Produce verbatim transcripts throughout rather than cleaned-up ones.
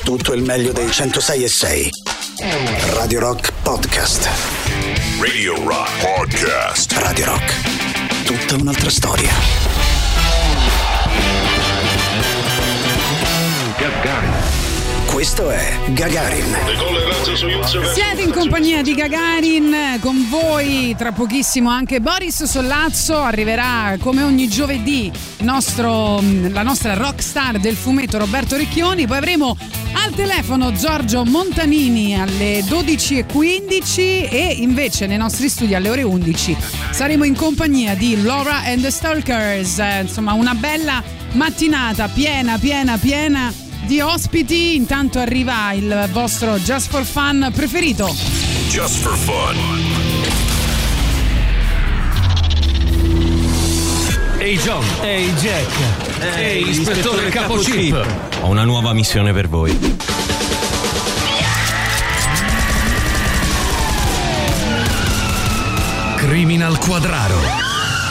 tutto il meglio dei centosei e sei. Radio Rock Podcast. Radio Rock Podcast. Radio Rock. Tutta un'altra storia. Gagarin. Questo è Gagarin. Siete in compagnia di Gagarin, con voi tra pochissimo anche Boris Sollazzo. Arriverà come ogni giovedì nostro, la nostra rockstar del fumetto Roberto Recchioni. Poi avremo al telefono Giorgio Montanini alle dodici e quindici e invece nei nostri studi alle ore undici saremo in compagnia di Laura and the Stalkers. Eh, insomma, una bella mattinata piena, piena, piena di ospiti. Intanto arriva il vostro Just for Fun preferito. Just for Fun. Ehi hey John. Ehi hey Jack. Ehi hey, ispettore Capo Chip. Ho una nuova missione per voi. Criminal Quadraro.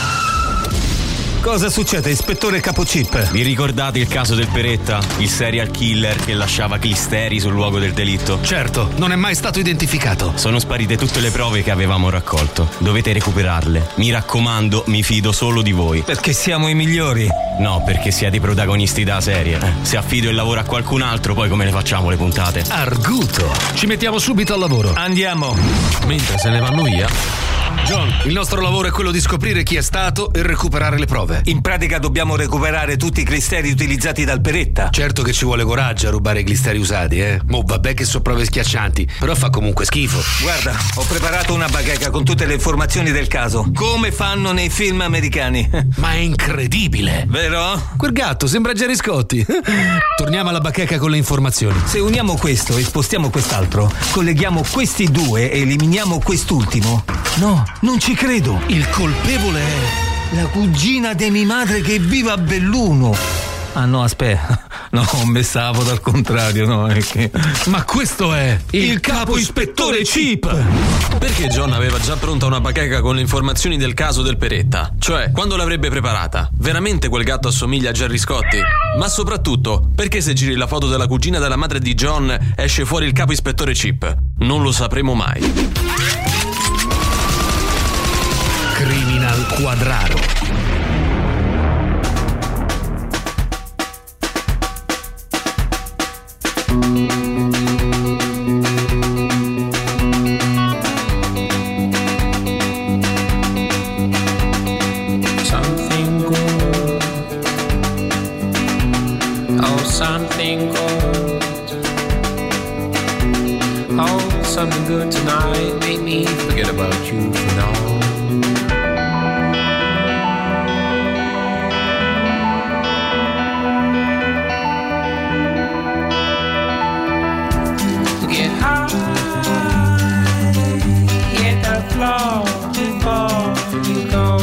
Cosa succede, ispettore Capo Chip? Vi ricordate il caso del Peretta? Il serial killer che lasciava clisteri sul luogo del delitto? Certo, non è mai stato identificato. Sono sparite tutte le prove che avevamo raccolto. Dovete recuperarle. Mi raccomando, mi fido solo di voi. Perché siamo i migliori? No, perché siete i protagonisti della serie. Se affido il lavoro a qualcun altro, poi come le facciamo le puntate? Arguto. Ci mettiamo subito al lavoro. Andiamo. Mentre se ne vanno via. John, il nostro lavoro è quello di scoprire chi è stato e recuperare le prove. In pratica dobbiamo recuperare tutti i clisteri utilizzati dal Peretta. Certo che ci vuole coraggio a rubare i clisteri usati, eh. Mo vabbè che so prove schiaccianti, però fa comunque schifo. Guarda, ho preparato una bacheca con tutte le informazioni del caso, come fanno nei film americani. Ma è incredibile, vero? Quel gatto sembra Gerry Scotti. Torniamo alla bacheca con le informazioni. Se uniamo questo e spostiamo quest'altro, colleghiamo questi due e eliminiamo quest'ultimo. No, non ci credo. Il colpevole è la cugina di mia madre che vive a Belluno. Ah no, aspetta. No, ho messo la foto al contrario, no, è che... Ma questo è il, il capo ispettore Chip. Perché John aveva già pronta una bacheca con le informazioni del caso del Peretta? Cioè, quando l'avrebbe preparata? Veramente quel gatto assomiglia a Gerry Scotti? Ma soprattutto, perché se giri la foto della cugina della madre di John esce fuori il capo ispettore Chip? Non lo sapremo mai. Criminal Quadraro. Something good. Oh, something good. Oh, something good tonight. Make me forget about you for now. Floor before you go.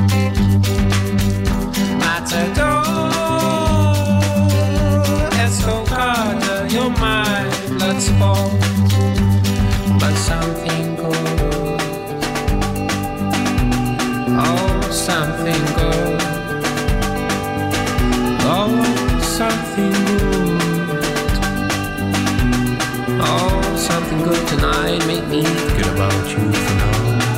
Matador, Esco Carter, you're my blood sport. But something good. Oh, something good. Oh, something good. Oh, something good tonight. Make me forget about you for now.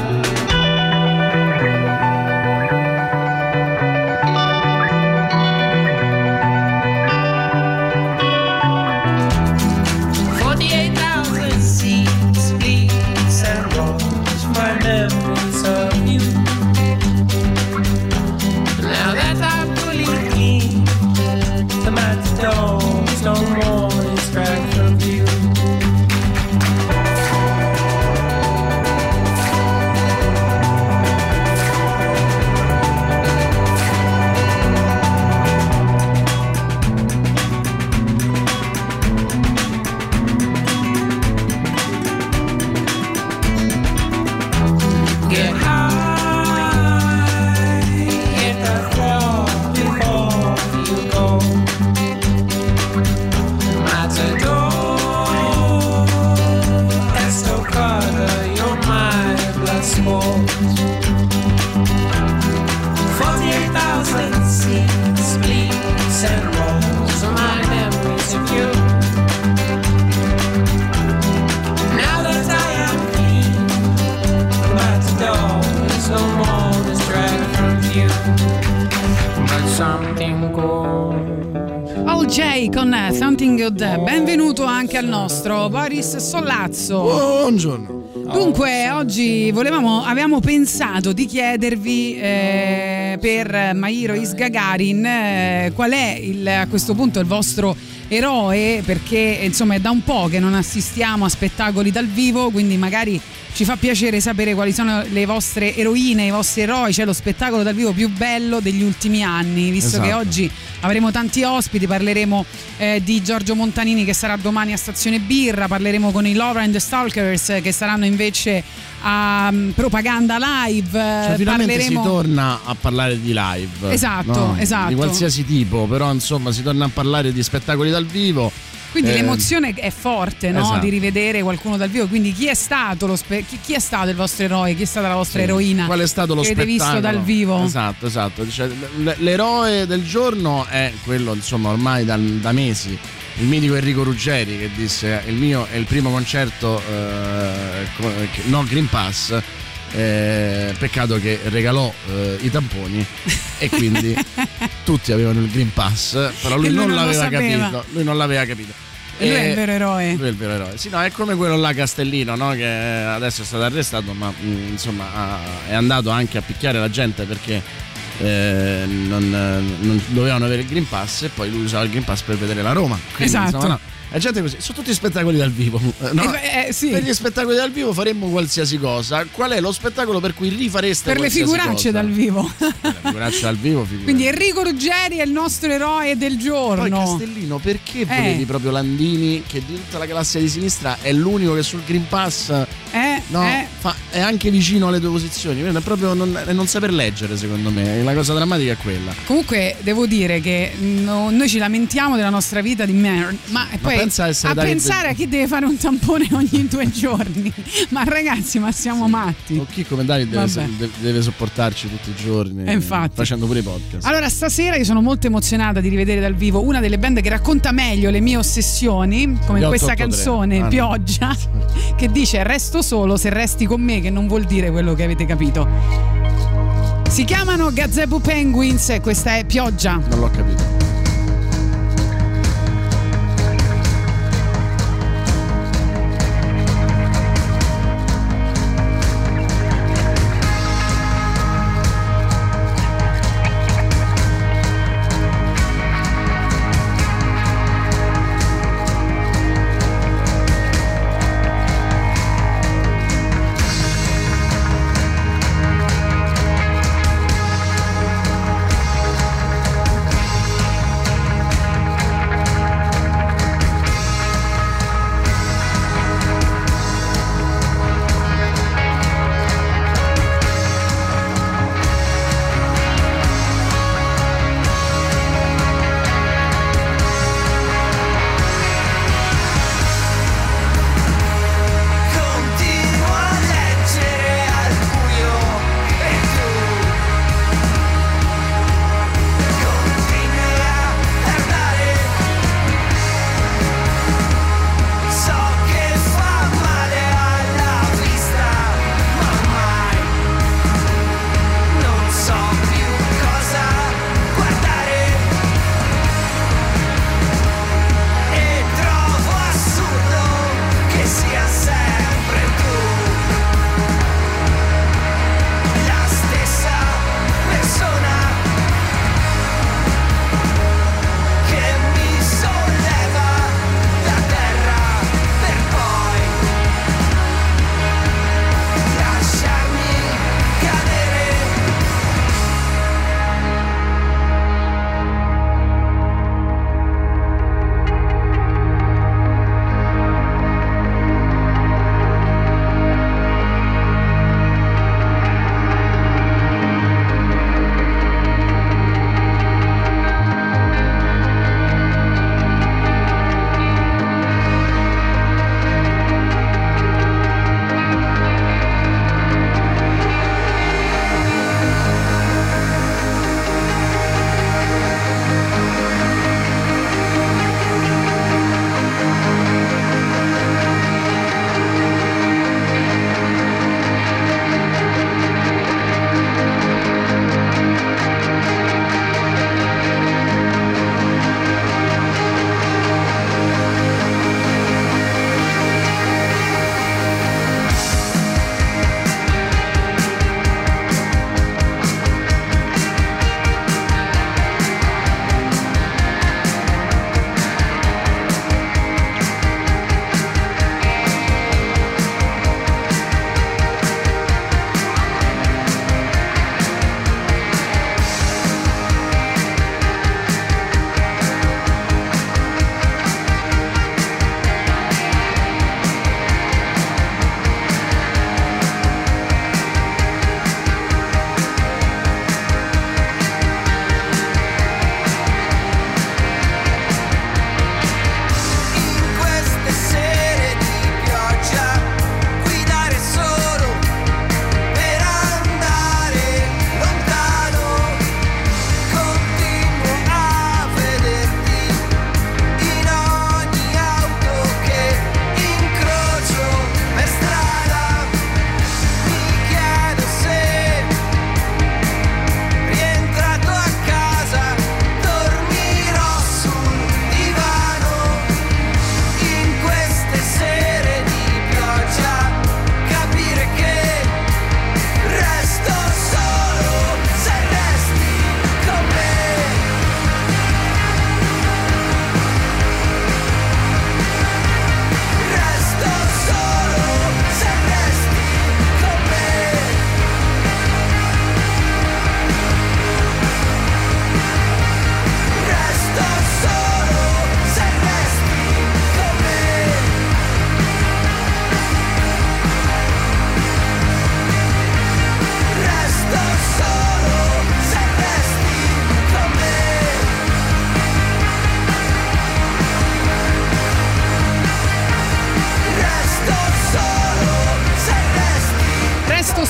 No more distract from you. Wilson, Something Good. Benvenuto anche al nostro Boris Sollazzo. Buongiorno. Dunque, oggi volevamo, avevamo pensato di chiedervi eh, per Mairois Gagarin eh, qual è il, a questo punto il vostro eroe, perché insomma è da un po' che non assistiamo a spettacoli dal vivo, quindi magari ci fa piacere sapere quali sono le vostre eroine, i vostri eroi, cioè lo spettacolo dal vivo più bello degli ultimi anni, visto esatto. che oggi avremo tanti ospiti, parleremo eh, di Giorgio Montanini che sarà domani a Stazione Birra, parleremo con i Laura and the Stalkers che saranno invece a um, Propaganda Live, cioè, finalmente parleremo... si torna a parlare di live, esatto, no? esatto, di qualsiasi tipo, però insomma si torna a parlare di spettacoli dal vivo. Quindi eh, l'emozione è forte, no? Esatto. Di rivedere qualcuno dal vivo. Quindi chi è stato lo spe- chi, chi è stato il vostro eroe? Chi è stata la vostra sì. eroina? Qual è stato lo che spettacolo? avete visto dal vivo? Esatto, esatto. Cioè, l- l'eroe del giorno è quello, insomma, ormai da, da mesi. Il mitico Enrico Ruggeri che disse: il mio è il primo concerto eh, no Green Pass. Eh, peccato che regalò eh, i tamponi e quindi tutti avevano il Green Pass, però lui, lui non, non l'aveva capito. Lui non l'aveva capito. E lui è il vero eroe. Lui è il vero eroe. Sì, no, è come quello là Castellino, no? Che adesso è stato arrestato, ma mh, insomma ha, è andato anche a picchiare la gente perché eh, non, non dovevano avere il Green Pass e poi lui usava il Green Pass per vedere la Roma. Quindi, esatto. Insomma, no. La gente così, sono tutti spettacoli dal vivo, no? eh, eh, sì. Per gli spettacoli dal vivo faremmo qualsiasi cosa. Qual è lo spettacolo per cui rifareste per le figuracce cosa? dal vivo? Per le figuracce dal vivo, figuracce. Quindi Enrico Ruggeri è il nostro eroe del giorno. Poi Castellino, perché eh. volevi proprio Landini, che di tutta la galassia di sinistra è l'unico che sul Green Pass eh, no, eh. fa, è anche vicino alle tue posizioni? È proprio non, è non saper leggere, secondo me. La cosa drammatica è quella. Comunque devo dire che no, noi ci lamentiamo della nostra vita di merda, ma, ma poi pensa a, a pensare a chi deve fare un tampone ogni due giorni. Ma ragazzi, ma siamo sì. matti. O chi come Davide deve, deve, deve sopportarci tutti i giorni, eh, infatti. facendo pure i podcast. Allora stasera io sono molto emozionata di rivedere dal vivo una delle band che racconta meglio le mie ossessioni, come in questa canzone ah, Pioggia no. che dice: resto solo se resti con me, che non vuol dire quello che avete capito. Si chiamano Gazebo Penguins e questa è Pioggia. Non l'ho capito.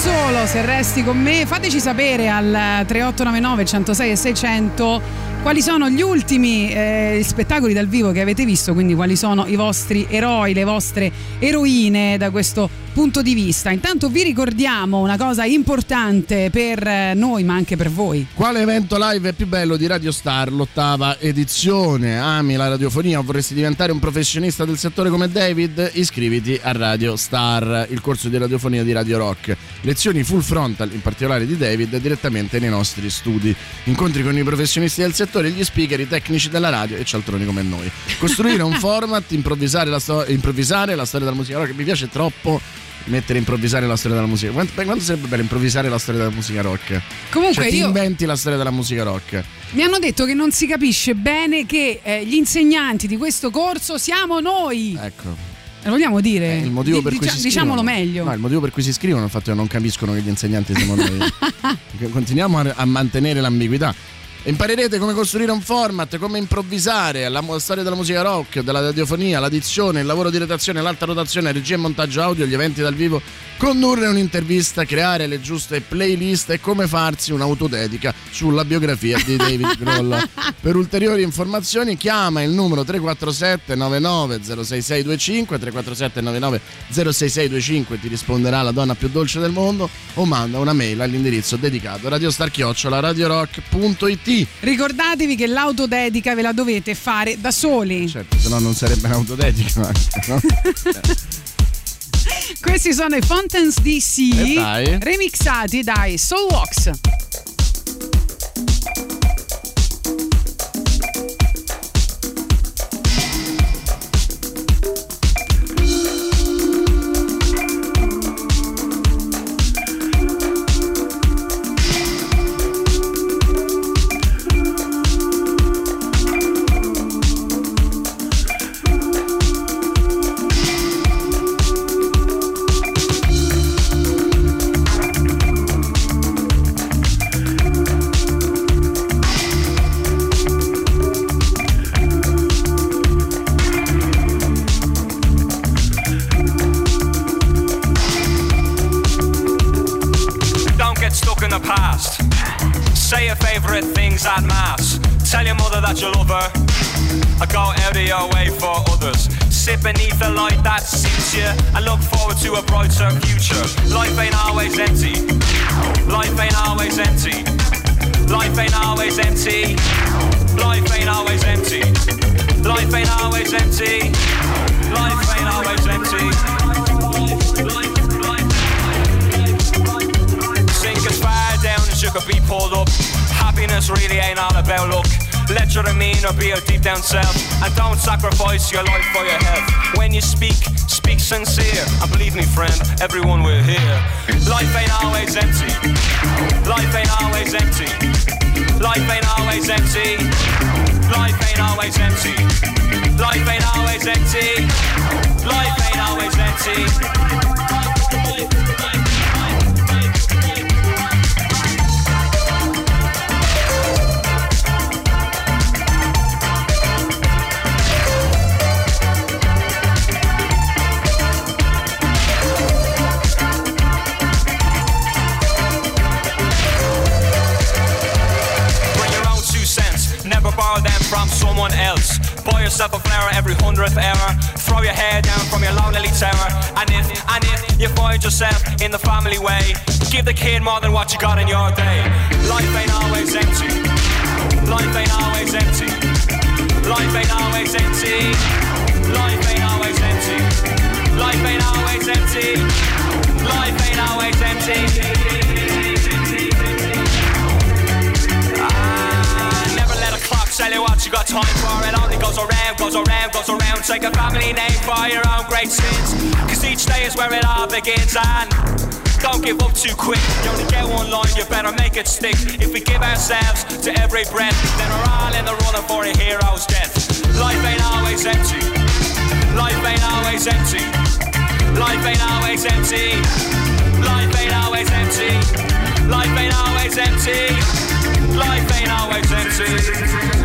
solo se resti con me. Fateci sapere al tre otto nove nove uno zero sei e seicento quali sono gli ultimi eh, spettacoli dal vivo che avete visto, quindi quali sono i vostri eroi, le vostre eroine da questo punto di vista. Intanto vi ricordiamo una cosa importante per noi ma anche per voi. Quale evento live è più bello di Radio Star, l'ottava edizione? Ami la radiofonia o vorresti diventare un professionista del settore come David? Iscriviti a Radio Star, il corso di radiofonia di Radio Rock. Lezioni full frontal, in particolare di David, direttamente nei nostri studi. Incontri con i professionisti del settore, gli speaker, i tecnici della radio e cialtroni come noi. Costruire un format, improvvisare la, sto- improvvisare la storia della musica rock. Mi piace troppo mettere improvvisare la storia della musica. Quanto, quanto sarebbe bello improvvisare la storia della musica rock? Comunque cioè, ti io... inventi la storia della musica rock. Mi hanno detto che non si capisce bene che eh, gli insegnanti di questo corso siamo noi. Ecco. Lo vogliamo dire? Eh, il motivo per Dici- cui si diciamolo iscrivono. meglio. No, il motivo per cui si iscrivono è il fatto che non capiscono che gli insegnanti siamo noi. Continuiamo a, a mantenere l'ambiguità. Imparerete come costruire un format, come improvvisare, la mu- storia della musica rock, della radiofonia, l'addizione, il lavoro di redazione, l'alta rotazione, regia e montaggio audio, gli eventi dal vivo, condurre un'intervista, creare le giuste playlist e come farsi un'autodedica sulla biografia di David Grohl. Per ulteriori informazioni chiama il numero tre quattro sette nove nove zero sei sei due cinque, tre quattro sette nove nove zero sei sei due cinque, ti risponderà la donna più dolce del mondo, o manda una mail all'indirizzo dedicato radiostar chiocciola radiorock punto it. Ricordatevi che l'autodedica ve la dovete fare da soli. Certo, se no non sarebbe un'autodedica, no? Questi sono i Fountains D C, E dai. remixati dai Soulwax. Say your favourite things at mass. Tell your mother that you love her. I go out of your way for others. Sit beneath the light that suits you and look forward to a brighter future. Life ain't always empty. Life ain't always empty. Life ain't always empty. Life ain't always empty. Life ain't always empty. Life ain't always empty. Sink as far down as you could be pulled up. Happiness really ain't all about luck. Let your demeanor be your deep down self, and don't sacrifice your life for your health. When you speak, speak sincere, and believe me friend, everyone will hear. Life ain't always empty. Life ain't always empty. Life ain't always empty. Life ain't always empty. Life ain't always empty. Life ain't always empty. Borrow them from someone else. Buy yourself a flower every hundredth hour. Throw your hair down from your lonely tower. And if, and if you find yourself in the family way, give the kid more than what you got in your day. Life ain't always empty. Life ain't always empty. Life ain't always empty. Life ain't always empty. Life ain't always empty. Life ain't always empty. Tell you what you got time for. It only goes around, goes around, goes around. Take a family name for your own great sins, cause each day is where it all begins. And don't give up too quick. You only get one line, you better make it stick. If we give ourselves to every breath, then we're all in the running for a hero's death. Life ain't always empty. Life ain't always empty. Life ain't always empty. Life ain't always empty. Life ain't always empty. Life ain't always empty.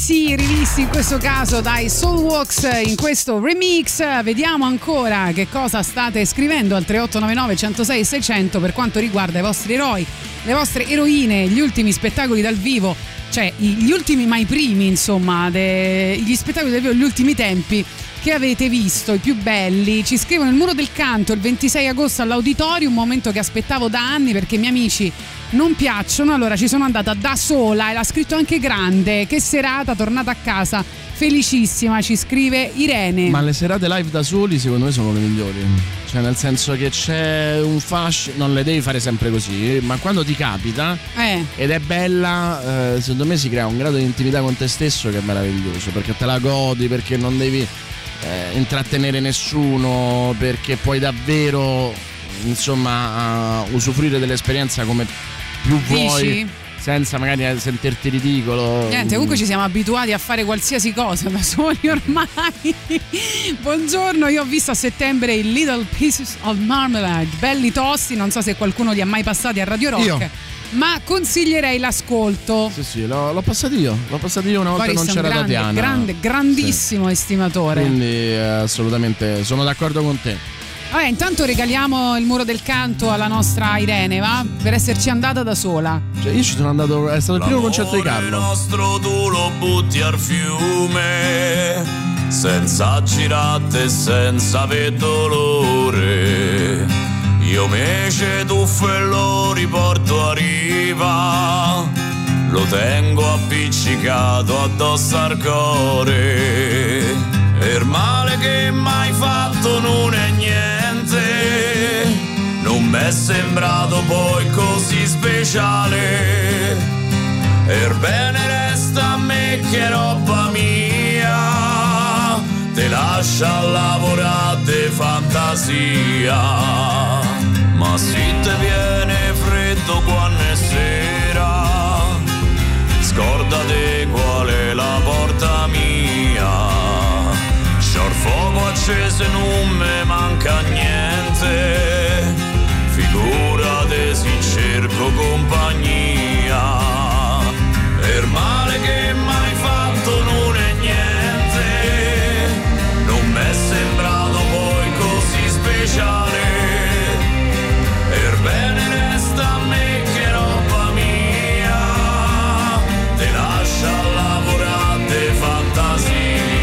visti, rivisti in questo caso dai Soulworks in questo remix. Vediamo ancora che cosa state scrivendo al tre otto nove nove, centosei, seicento per quanto riguarda i vostri eroi, le vostre eroine, gli ultimi spettacoli dal vivo, cioè gli ultimi ma i primi, insomma, de, gli spettacoli dal vivo degli ultimi tempi che avete visto, i più belli. Ci scrivono il Muro del Canto il ventisei agosto all'Auditorium, un momento che aspettavo da anni perché i miei amici non piacciono, allora ci sono andata da sola e l'ha scritto anche grande. Che serata, tornata a casa felicissima, ci scrive Irene. Ma le serate live da soli secondo me sono le migliori, cioè nel senso che c'è un fascino, non le devi fare sempre così, ma quando ti capita eh. ed è bella, eh, secondo me si crea un grado di intimità con te stesso che è meraviglioso, perché te la godi, perché non devi eh, intrattenere nessuno, perché puoi davvero insomma uh, usufruire dell'esperienza come più vuoi. Dici? Senza magari sentirti ridicolo. Niente, comunque ci siamo abituati a fare qualsiasi cosa da soli ormai. Buongiorno, io ho visto a settembre i Little Pieces of Marmalade, belli tosti, non so se qualcuno li ha mai passati a Radio Rock. Io. Ma consiglierei l'ascolto. Sì, sì, l'ho, l'ho passato io. L'ho passato io una volta. Boris non c'era grande, Tatiana. Grande, grandissimo sì. estimatore. Quindi eh, assolutamente sono d'accordo con te. Vabbè, intanto regaliamo il Muro del Canto alla nostra Irene, va? Per esserci andata da sola. Cioè, io ci sono andato, è stato il primo concerto di Carlo. Il nostro tu lo butti al fiume, senza girate e senza aver dolore. Io me ce tuffo e lo riporto a riva, lo tengo appiccicato addosso al cuore. E il male che m'hai fatto non è niente, non m'è sembrato poi così speciale. E il bene resta a me che è roba mia, te lascia lavorare de fantasia. Ma se te viene freddo quando è sera, scordate qual è la porta mia. C'ho il fuoco acceso e non me manca niente, figurate se cerco compagnia. E il male che m'hai fatto non è niente, non m'è sembrato poi così speciale. E il bene resta a me che è roba mia, te lascia lavorare de fantasia.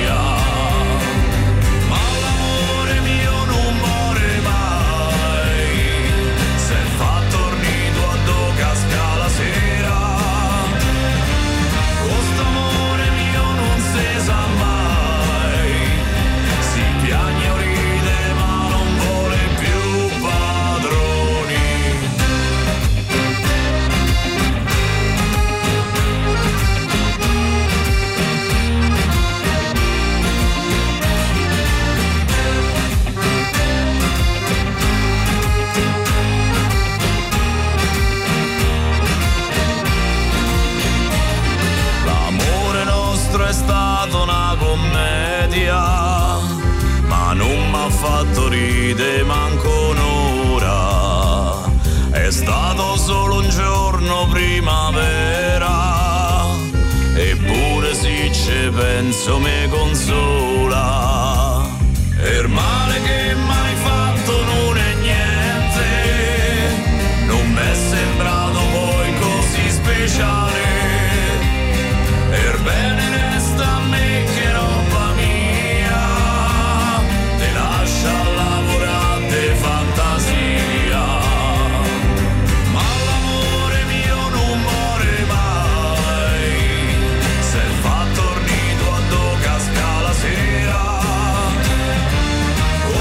È stata una commedia, ma non m'ha fatto ridere manco un'ora. È stato solo un giorno primavera, eppure se ci penso mi consola. E il male che m'hai fatto non è niente, non m'è sembrato poi così speciale. E il bene resta a me che è roba mia, te lascia lavorare de fantasia. Ma l'amore mio non muore mai, se fa tornito a do casca la sera.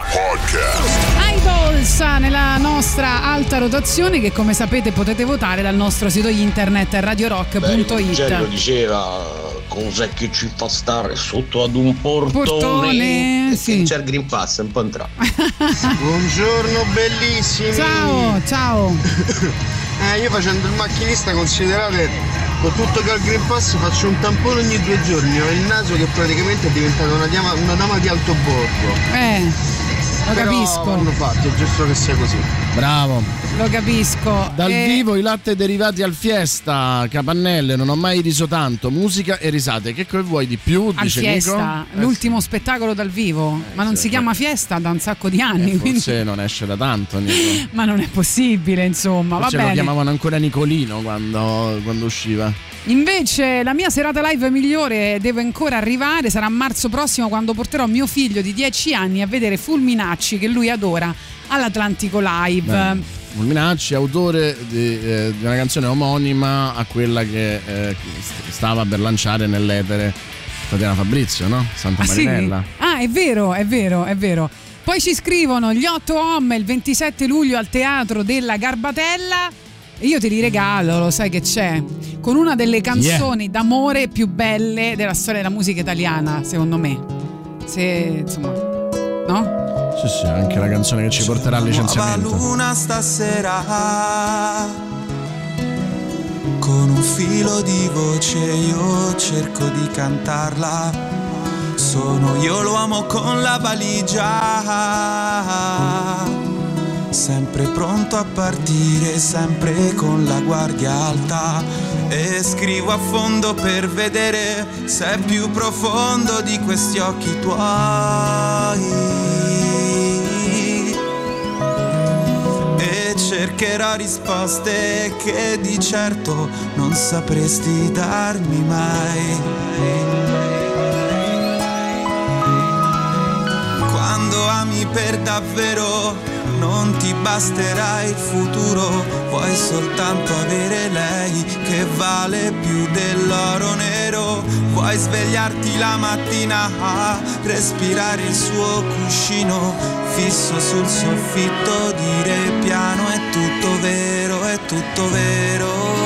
Podcast. Idols nella nostra alta rotazione, che come sapete potete votare dal nostro sito internet radio rock punto it. Gerlo diceva cos'è che ci fa stare sotto ad un portone, portone sì. C'è il Green Pass, un po' entrato. Buongiorno bellissimi. Ciao, ciao. eh, io facendo il macchinista, considerate, con tutto che ho il Green Pass faccio un tampone ogni due giorni. Ho il naso che praticamente è diventato una dama, una dama di alto bordo. Eh Lo Però capisco. Hanno fatto, è giusto che sia così. Bravo. Lo capisco. Dal e... vivo i latte derivati al Fiesta, Capannelle, non ho mai riso tanto, musica e risate. Che vuoi di più? Al Dice Fiesta, Nico? l'ultimo eh, spettacolo dal vivo, eh, ma non sì, si chiama Fiesta da un sacco di anni. Eh, quindi... Forse non esce da tanto, Nico. Ma non è possibile, insomma. Forse va lo bene. chiamavano ancora Nicolino quando, quando usciva. Invece la mia serata live migliore deve ancora arrivare, sarà a marzo prossimo, quando porterò mio figlio di dieci anni a vedere Fulminacci, che lui adora, all'Atlantico Live. Beh, Fulminacci, autore di, eh, di una canzone omonima a quella che eh, stava per lanciare nell'etere Tatiana Fabrizio, no? Santa ah, Marinella. Sì? Ah, è vero, è vero, è vero. Poi ci scrivono gli otto Om il ventisette luglio al Teatro della Garbatella. Io te li regalo, lo sai che c'è, con una delle canzoni yeah. d'amore più belle della storia della musica italiana, secondo me. Se, insomma, no? Sì, sì, anche la canzone che ci porterà al licenziamento. Nuova luna stasera, con un filo di voce io cerco di cantarla. Sono io l'uomo con la valigia, sempre pronto a partire, sempre con la guardia alta, e scrivo a fondo per vedere se è più profondo di questi occhi tuoi, e cercherò risposte che di certo non sapresti darmi mai. Quando ami per davvero non ti basterà il futuro, vuoi soltanto avere lei che vale più dell'oro nero. Vuoi svegliarti la mattina a respirare il suo cuscino fisso sul soffitto, dire piano è tutto vero, è tutto vero.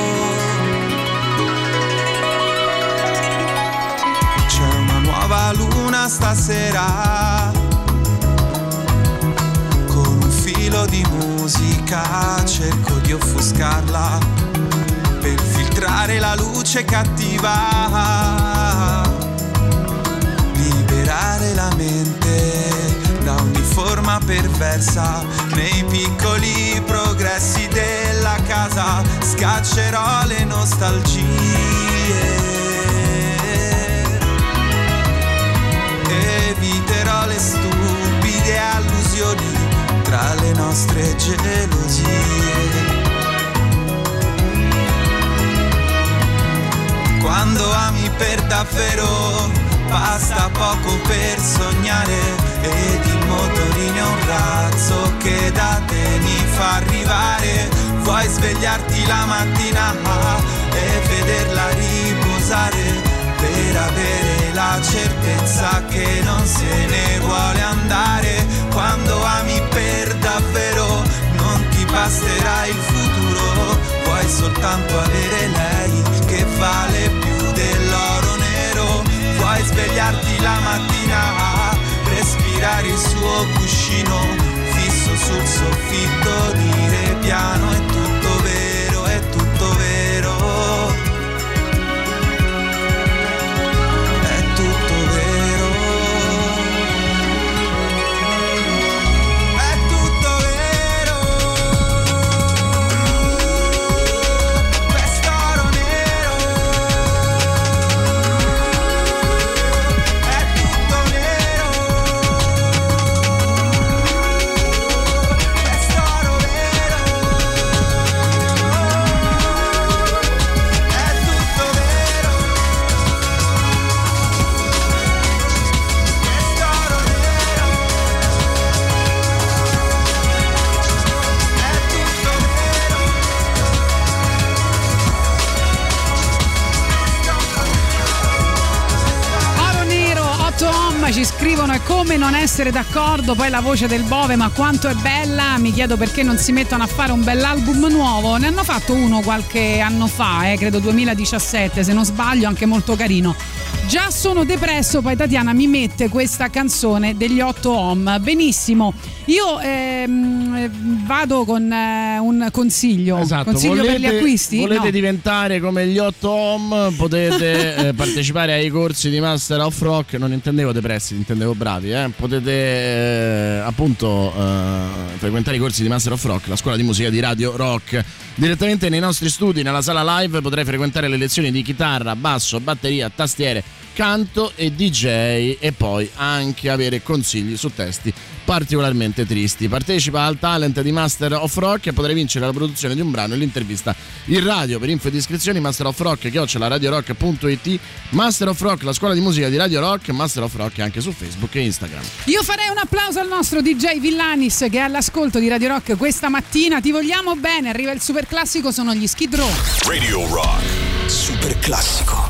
C'è una nuova luna stasera, di musica cerco di offuscarla per filtrare la luce cattiva, liberare la mente da ogni forma perversa. Nei piccoli progressi della casa scaccerò le nostalgie, eviterò le stupide allusioni tra le nostre gelosie. Quando ami per davvero basta poco per sognare, ed il motorino è un razzo che da te mi fa arrivare. Vuoi svegliarti la mattina e vederla riposare, per avere la certezza che non se ne vuole andare. Quando ami per davvero non ti basterà il futuro, vuoi soltanto avere lei che vale più dell'oro nero. Vuoi svegliarti la mattina a respirare il suo cuscino fisso sul soffitto, dire piano è tutto vero, è tutto vero. Roma ci scrivono: è come non essere d'accordo, poi la voce del Bove, ma quanto è bella, mi chiedo perché non si mettono a fare un bell'album nuovo. Ne hanno fatto uno qualche anno fa, eh, credo duemiladiciassette se non sbaglio, anche molto carino. Già sono depresso, poi Tatiana mi mette questa canzone degli otto Ohm. Benissimo, io ehm, vado con eh, un consiglio. Esatto. Consiglio volete, per gli acquisti? Volete no. diventare come gli otto Ohm, potete eh, partecipare ai corsi di Master of Rock. Non intendevo depressi, intendevo bravi, eh. Potete eh, appunto eh, frequentare i corsi di Master of Rock, la scuola di musica di Radio Rock, direttamente nei nostri studi, nella sala live. Potrai frequentare le lezioni di chitarra, basso, batteria, tastiere, canto e D J, e poi anche avere consigli su testi particolarmente tristi. Partecipa al talent di Master of Rock e potrai vincere la produzione di un brano e l'intervista in radio. Per info e iscrizioni Master of Rock chiocciola radiorock punto it. Master of Rock, la scuola di musica di Radio Rock. Master of Rock anche su Facebook e Instagram. Io farei un applauso al nostro D J Villanis che è all'ascolto di Radio Rock questa mattina. Ti vogliamo bene, arriva il super classico, sono gli Skid Row. Radio Rock Super classico.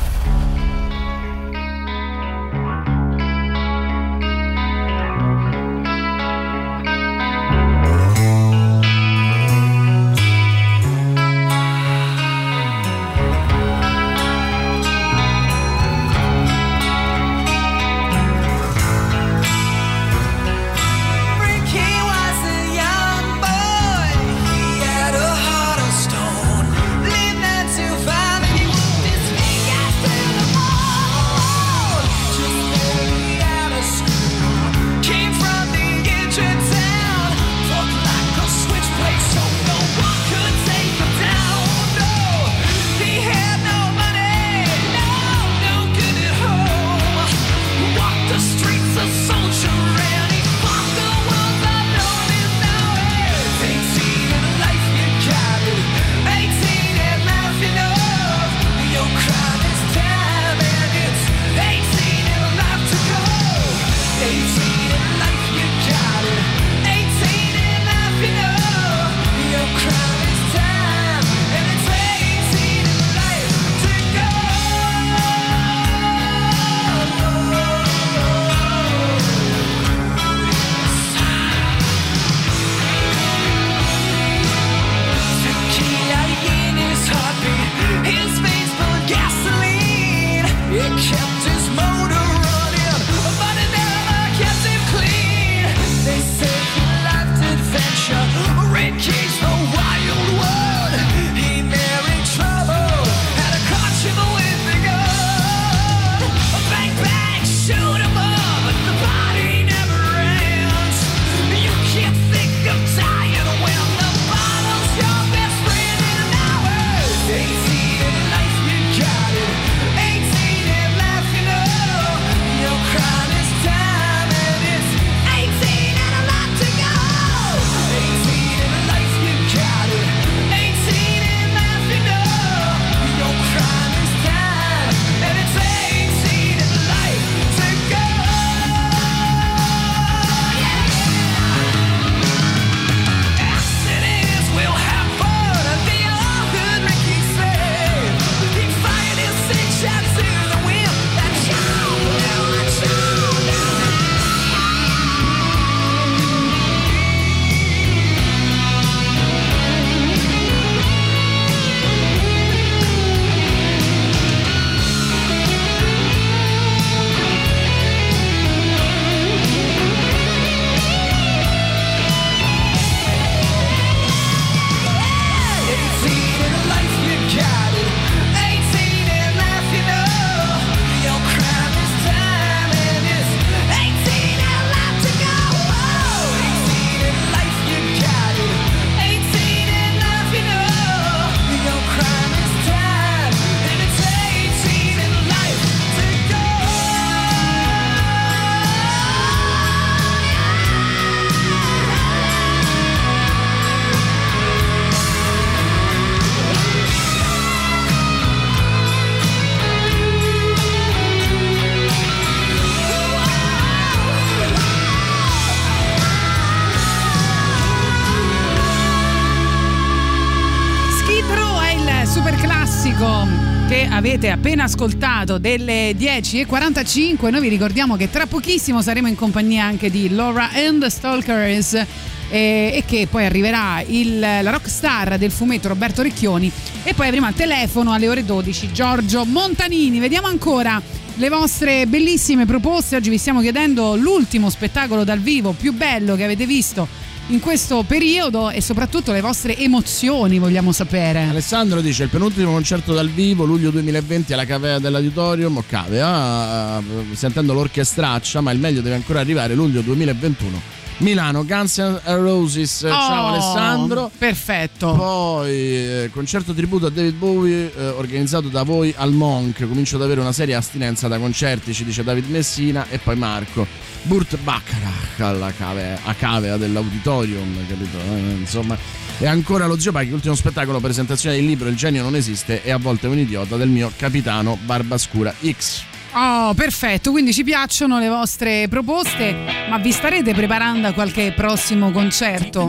Super classico che avete appena ascoltato delle dieci e quarantacinque. Noi vi ricordiamo che tra pochissimo saremo in compagnia anche di Laura and the Stalkers eh, e che poi arriverà il, la rockstar del fumetto Roberto Recchioni, e poi avremo al telefono alle ore dodici Giorgio Montanini. Vediamo ancora le vostre bellissime proposte. Oggi vi stiamo chiedendo l'ultimo spettacolo dal vivo più bello che avete visto in questo periodo e soprattutto le vostre emozioni vogliamo sapere. Alessandro dice: il penultimo concerto dal vivo luglio duemilaventi alla Cavea dell'Auditorium, o Cavea, sentendo l'orchestraccia, ma il meglio deve ancora arrivare, luglio duemilaventuno Milano, Guns N' Roses. Oh, ciao Alessandro. Perfetto. Poi eh, concerto tributo a David Bowie eh, organizzato da voi al Monk. Comincio ad avere una seria astinenza da concerti, ci dice David Messina. E poi Marco Burt Bacharach alla Cavea, a Cavea dell'Auditorium, capito? Eh, insomma. E ancora lo Zio Pacchi, ultimo spettacolo, presentazione del libro Il genio non esiste e a volte è un idiota del mio capitano Barbascura X. Oh, perfetto, quindi ci piacciono le vostre proposte, ma vi starete preparando a qualche prossimo concerto?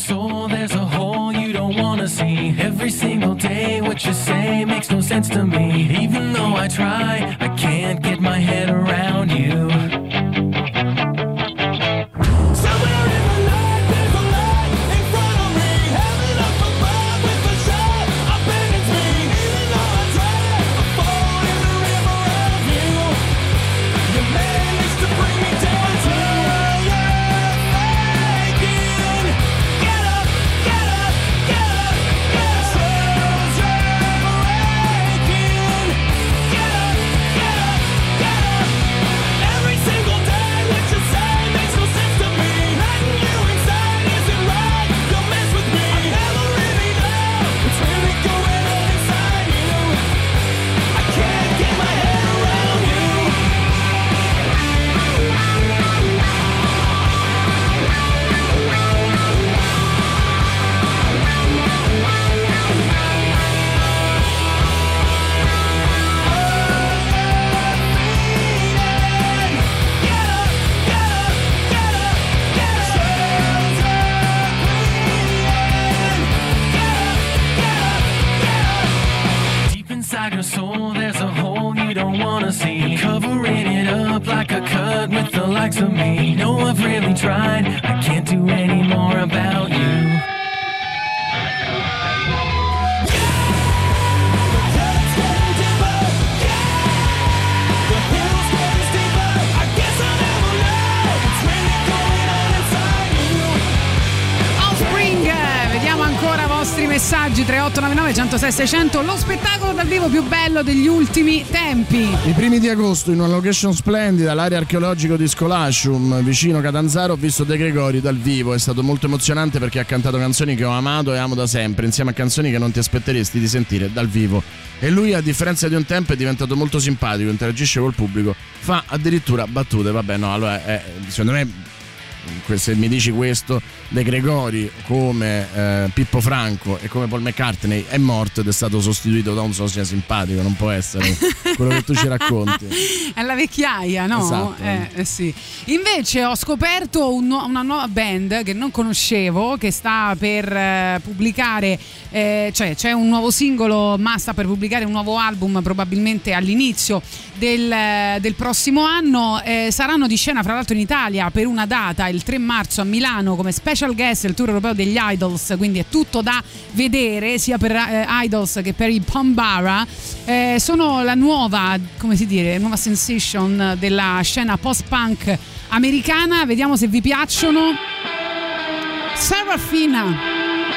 Your soul, there's a hole you don't wanna see. Covering it up like a cut with the likes of me. No, I've really tried, I can't do any more about you. Messaggi tre otto nove nove uno zero sei sei zero zero. Lo spettacolo dal vivo più bello degli ultimi tempi. I primi di agosto in una location splendida, l'area archeologico di Scolatium vicino Catanzaro, ho visto De Gregori dal vivo. È stato molto emozionante perché ha cantato canzoni che ho amato e amo da sempre, insieme a canzoni che non ti aspetteresti di sentire dal vivo. E lui, a differenza di un tempo, è diventato molto simpatico, interagisce col pubblico, fa addirittura battute. Vabbè, no, allora è, secondo me, se mi dici questo, De Gregori come eh, Pippo Franco e come Paul McCartney è morto ed è stato sostituito da un sosia simpatico, non può essere quello che tu ci racconti. È la vecchiaia, no? Esatto. Eh, eh sì. Invece ho scoperto un, una nuova band che non conoscevo, che sta per eh, pubblicare, eh, cioè c'è un nuovo singolo, ma sta per pubblicare un nuovo album probabilmente all'inizio del, del prossimo anno. Eh, saranno di scena fra l'altro in Italia per una data, il tre marzo a Milano, come special guest il tour europeo degli Idols, quindi è tutto da vedere sia per eh, Idols che per i Pombara. Eh, sono la nuova, come si dire, nuova sensation della scena post-punk americana. Vediamo se vi piacciono. Serafina.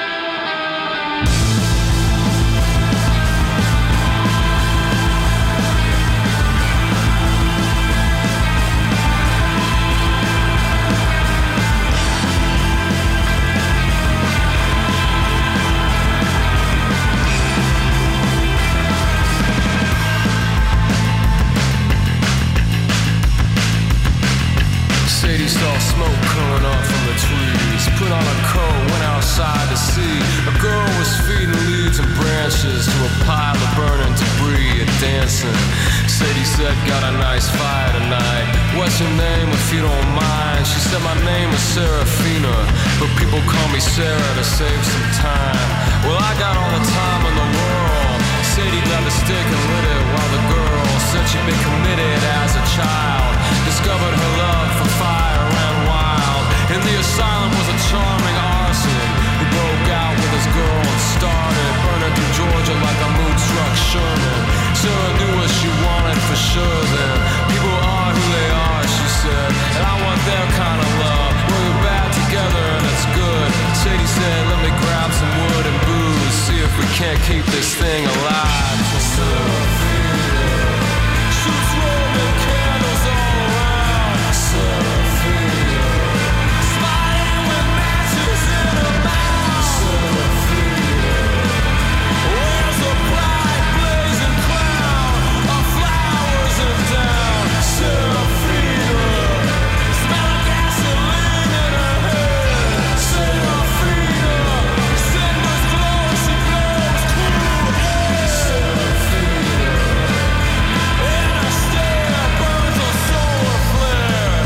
Outside to see a girl was feeding leaves and branches to a pile of burning debris and dancing. Sadie said, got a nice fire tonight. What's your name if you don't mind? She said, my name is Serafina, but people call me Sarah to save some time. Well, I got all the time in the world. Sadie got mistaken with it, while the girl said she'd been committed as a child. Discovered her love for fire ran wild. In the asylum was a charming arson who broke out with his girl and started burning through Georgia like a moonstruck Sherman. Sarah knew what she wanted for sure then. People are who they are, she said, and I want their kind of love. We're bad together and it's good. Sadie said, let me grab some wood and booze, see if we can't keep this thing alive. Seraphina shoots Roman candles all around. Seraphina smiling with matches in her mouth. Seraphina wears a bright blazing crown of flowers and down. Seraphina smell of gasoline in her head. Seraphina cinders glow, she glows cool. Seraphina in her stare burns a solar flare.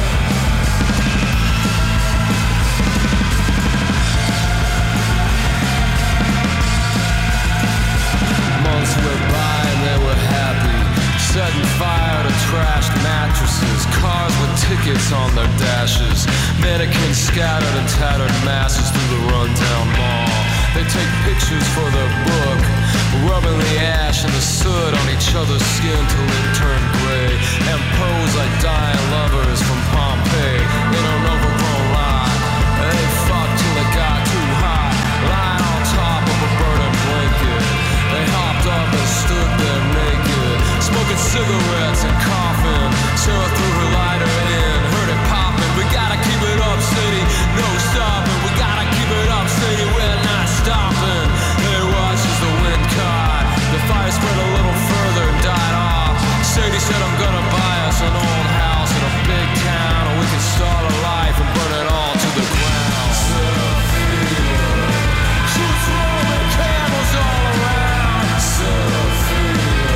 Months went by and they were happy, setting fire to trashed mattresses, cars with tickets on their dashes, mannequins scattered in tattered masses through the rundown mall. They take pictures for their book, rubbing the ash and the soot on each other's skin till it turned gray, and pose like dying lovers from Pompeii in an overgrown lot. They fucked till it got too hot, lying on top of a burning blanket. They hopped up and stood there naked, smoking cigarettes and coughing. Sarah threw her lighter in, heard it popping. We gotta keep it up, Sadie, no stopping. We gotta keep it up, Sadie, we're not stopping. They watched as the wind caught, the fire spread a little further and died off. Sadie said, I'm gonna buy us an old house in a big town, and we can start a life and burn it all to the ground. Seraphina shoots Roman candles all around. Seraphina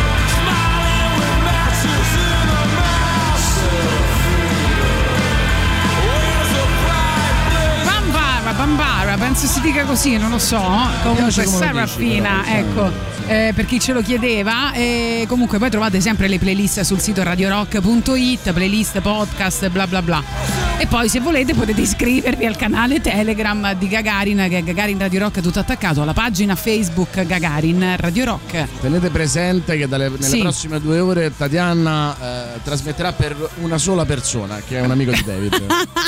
smiling with matches in her mouth. Seraphina wears a bright blaze. Bambara, Bambara, penso si dica così, non lo so. Comunque Serafina, ecco. Eh, per chi ce lo chiedeva, e comunque poi trovate sempre le playlist sul sito radiorock punto it, playlist, podcast, bla bla bla. E poi se volete potete iscrivervi al canale Telegram di Gagarin, che è Gagarin Radio Rock tutto attaccato, alla pagina Facebook Gagarin Radio Rock. Tenete presente che dalle, nelle Sì. prossime due ore Tatiana eh, trasmetterà per una sola persona, che è un amico di David.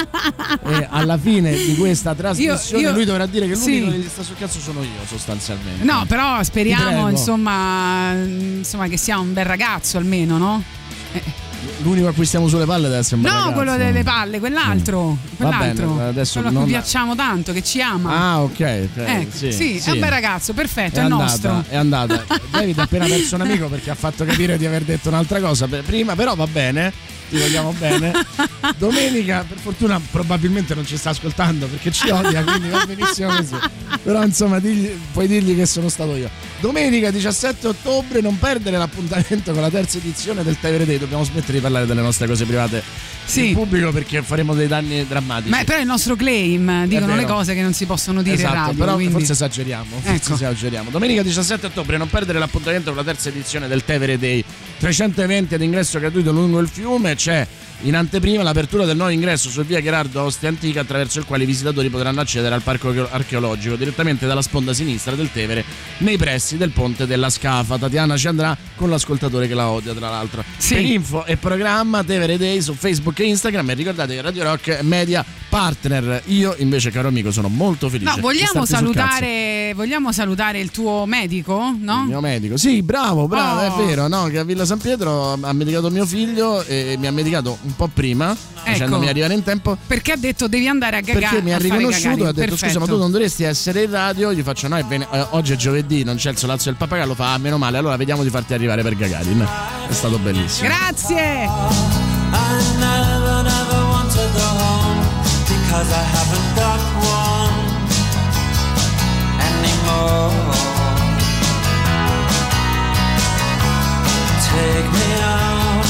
E alla fine di questa trasmissione Io- io- lui dovrà dire che l'unico sì. che gli sta sul cazzo sono io, sostanzialmente. No, però Ti speriamo prego. insomma, insomma che sia un bel ragazzo almeno, no? Eh. L'unico a cui stiamo sulle palle deve essere un bel No, ragazzo. quello delle palle, quell'altro, quell'altro, bene, adesso quello a non- cui piacciamo tanto, che ci ama. Ah, ok. ok, Ecco, sì, sì, è un bel ragazzo, perfetto, è, È andata, nostro. è andata. David ha appena perso un amico perché ha fatto capire di aver detto un'altra cosa per- prima, però va bene, ti vogliamo bene. Domenica, per fortuna, probabilmente non ci sta ascoltando perché ci odia, quindi va benissimo così. Però insomma, digli- puoi dirgli che sono stato io. Domenica diciassette ottobre, non perdere l'appuntamento con la terza edizione del Tevere Day. Dobbiamo smettere di parlare delle nostre cose private Sì. in pubblico perché faremo dei danni drammatici. Ma però è il nostro claim, dicono le vero. cose che non si possono dire Esatto, in radio. però quindi- forse esageriamo, forse Ecco. esageriamo. Domenica diciassette ottobre, non perdere l'appuntamento con la terza edizione del Tevere Day. trecento eventi ad ingresso gratuito lungo il fiume. C'è in anteprima l'apertura del nuovo ingresso su via Gherardo a Ostia Antica, attraverso il quale i visitatori potranno accedere al parco archeologico direttamente dalla sponda sinistra del Tevere, nei pressi del ponte della Scafa. Tatiana ci andrà con l'ascoltatore che la odia, tra l'altro. Sì. Per info e programma Tevere Day su Facebook e Instagram, e ricordate che Radio Rock è media partner. Io invece, caro amico, sono molto felice. No, di vogliamo starti sul cazzo. salutare, vogliamo salutare il tuo medico, no? Il mio medico, sì, bravo, bravo, Oh. è vero, no? Che a Villa San Pietro ha medicato mio figlio e mi ha medicato un po' prima, facendomi arrivare in tempo. Perché ha detto devi andare a Gagarin. Perché mi ha a fare riconosciuto e Gagarin. ha detto Perfetto. scusa, ma tu non dovresti essere in radio? Gli faccio no, è bene, eh, oggi è giovedì, non c'è il solazzo del pappagallo. Fa ah, meno male, allora vediamo di farti arrivare per Gagarin. È stato bellissimo. Grazie. I never, never want to go home because I haven't got one anymore. Take me out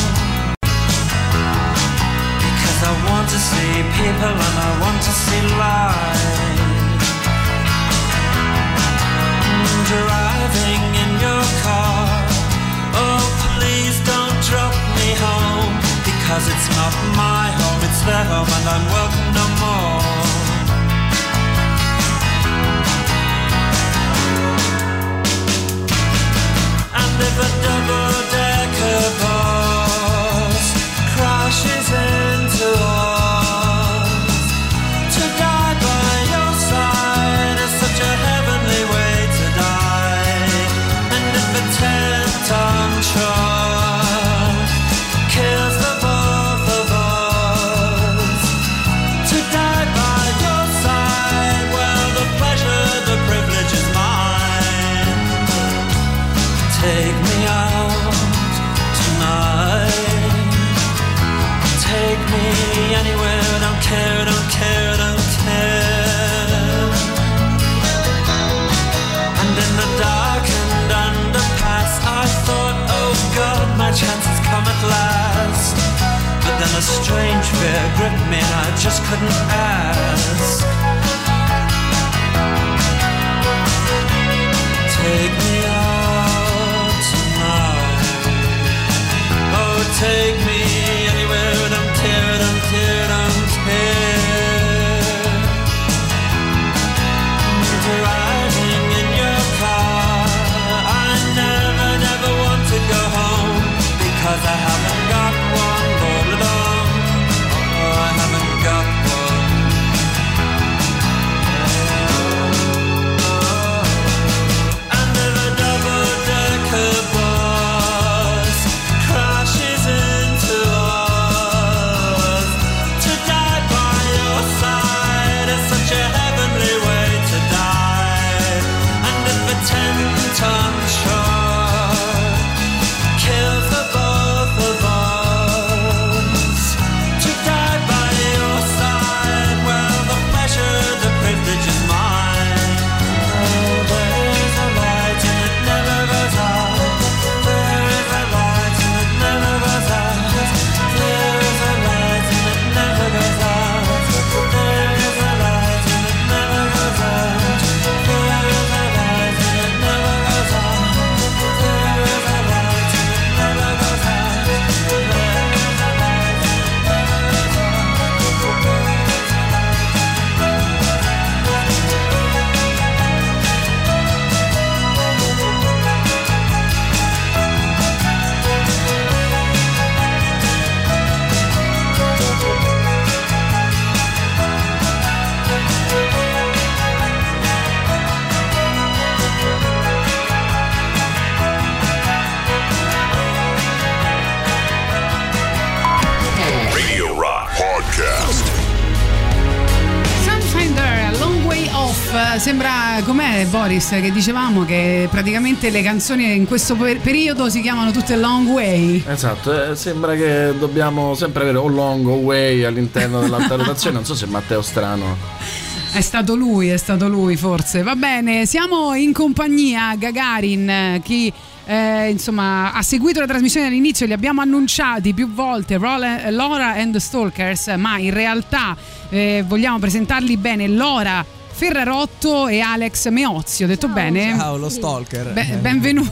because I want to see people and I want to see life. driving in your car. Oh, please don't drop me home, because it's not my home, it's their home, and I'm welcome no more. And if a double-decker bus crashes into us, to die by your side is such a heavenly way to die. And if a ten-ton truck kills the both of us, to die by your side, well, the pleasure, the privilege is mine. Take me out tonight, take me anywhere, don't care, don't care, don't care. And in the darkened underpass I thought, oh God, my chance has come at last. But then a strange fear gripped me and I just couldn't ask. Take me out tonight, oh take me anywhere, don't care, don't care, don't care. Driving in your car, I never, never want to go home, because I haven't got one all along. Oh, I haven't got one. And if a double-decker bus crashes into us, to die by your side is such a heavenly way to die. And if a ten-ton truck kills the both of us, to die by your side, well, the pleasure, the privilege is mine. Oh, there is a light and it never goes out. There is a light and it never goes out. There is a light and it never goes out. There is a light and it never goes out. There is a light and it never goes out. There is a light and it never goes out. There is a light and Radio Rock Podcast. Sunfinder, A Long Way Off. Sembra, com'è Boris, che dicevamo che praticamente le canzoni in questo per- periodo si chiamano tutte Long Way. Esatto, eh, sembra che dobbiamo sempre avere o long o way all'interno dell'alta rotazione. Non so se Matteo Strano. È stato lui, è stato lui forse. Va bene, siamo in compagnia Gagarin, chi eh, insomma ha seguito la trasmissione dall'inizio, li abbiamo annunciati più volte, Rola- Laura and the Stalkers, ma in realtà eh, vogliamo presentarli bene, Laura Ferrarotto e Alex Meozzi, ho detto ciao, bene? Ciao, lo stalker. Be- benvenu-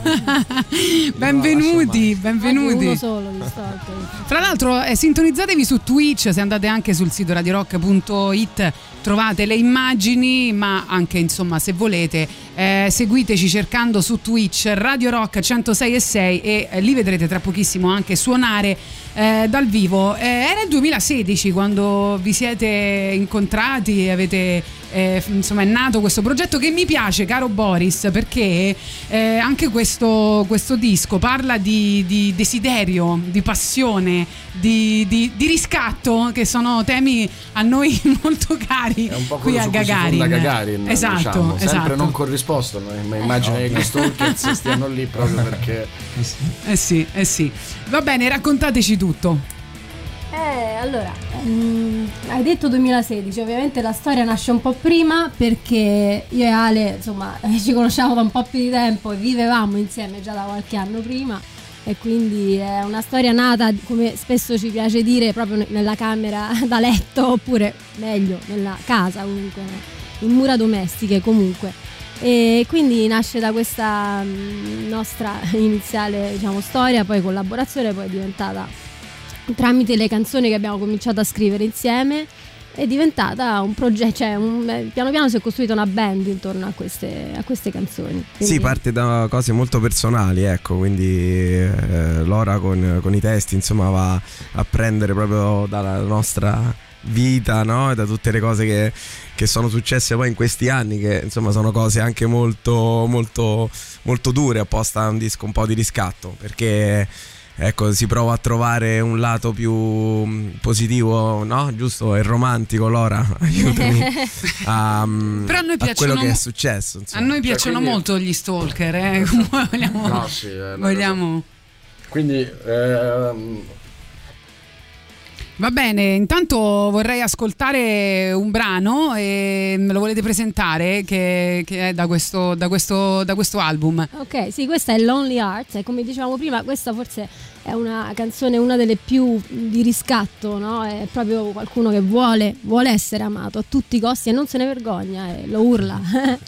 benvenuti, benvenuti. Uno solo di stalker. Tra l'altro eh, sintonizzatevi su Twitch, se andate anche sul sito radio rock punto it trovate le immagini, ma anche insomma se volete eh, seguiteci cercando su Twitch Radio Rock centosei e sei e eh, li vedrete tra pochissimo anche suonare eh, dal vivo. Eh, era il duemilasedici quando vi siete incontrati e avete eh, insomma è nato questo progetto che mi piace, caro Boris, perché eh, anche questo, questo disco parla di, di desiderio, di passione, di, di, di riscatto, che sono temi a noi molto cari. È un po' qui a Gagarin. Gagarin, esatto, diciamo. Sempre esatto. non corrisposto, ma immagino che gli Stalkers stiano lì proprio perché eh sì, eh sì. Va bene, raccontateci tutto. Eh, allora, mh, hai detto duemilasedici, ovviamente la storia nasce un po' prima perché io e Ale, insomma, ci conosciamo da un po' più di tempo e vivevamo insieme già da qualche anno prima, e quindi è una storia nata, come spesso ci piace dire, proprio nella camera da letto, oppure meglio nella casa, comunque in mura domestiche comunque. E quindi nasce da questa mh, nostra iniziale, diciamo, storia, poi collaborazione, poi è diventata, tramite le canzoni che abbiamo cominciato a scrivere insieme, è diventata un progetto, cioè un, piano piano si è costruita una band intorno a queste, a queste canzoni. Quindi... Sì, parte da cose molto personali, ecco, quindi eh, Lora con, con i testi, insomma, va a prendere proprio dalla nostra vita, no? E da tutte le cose che, che sono successe poi in questi anni, che insomma sono cose anche molto molto molto dure, apposta un disco un po' di riscatto, perché ecco, si prova a trovare un lato più positivo, no? Giusto? E romantico, Lora, aiutami. A, Però a noi a piacciono, quello che è successo, insomma. A noi piacciono cioè, quindi... molto gli Stalker, eh? Come vogliamo, no, sì, eh, vogliamo... Quindi ehm... Va bene, intanto vorrei ascoltare un brano e me lo volete presentare, che, che è da questo, da, questo, da questo album. Ok, sì, questa è Lonely Hearts e come dicevamo prima, questa forse è una canzone, una delle più di riscatto, no? È proprio qualcuno che vuole, vuole essere amato a tutti i costi e non se ne vergogna e lo urla.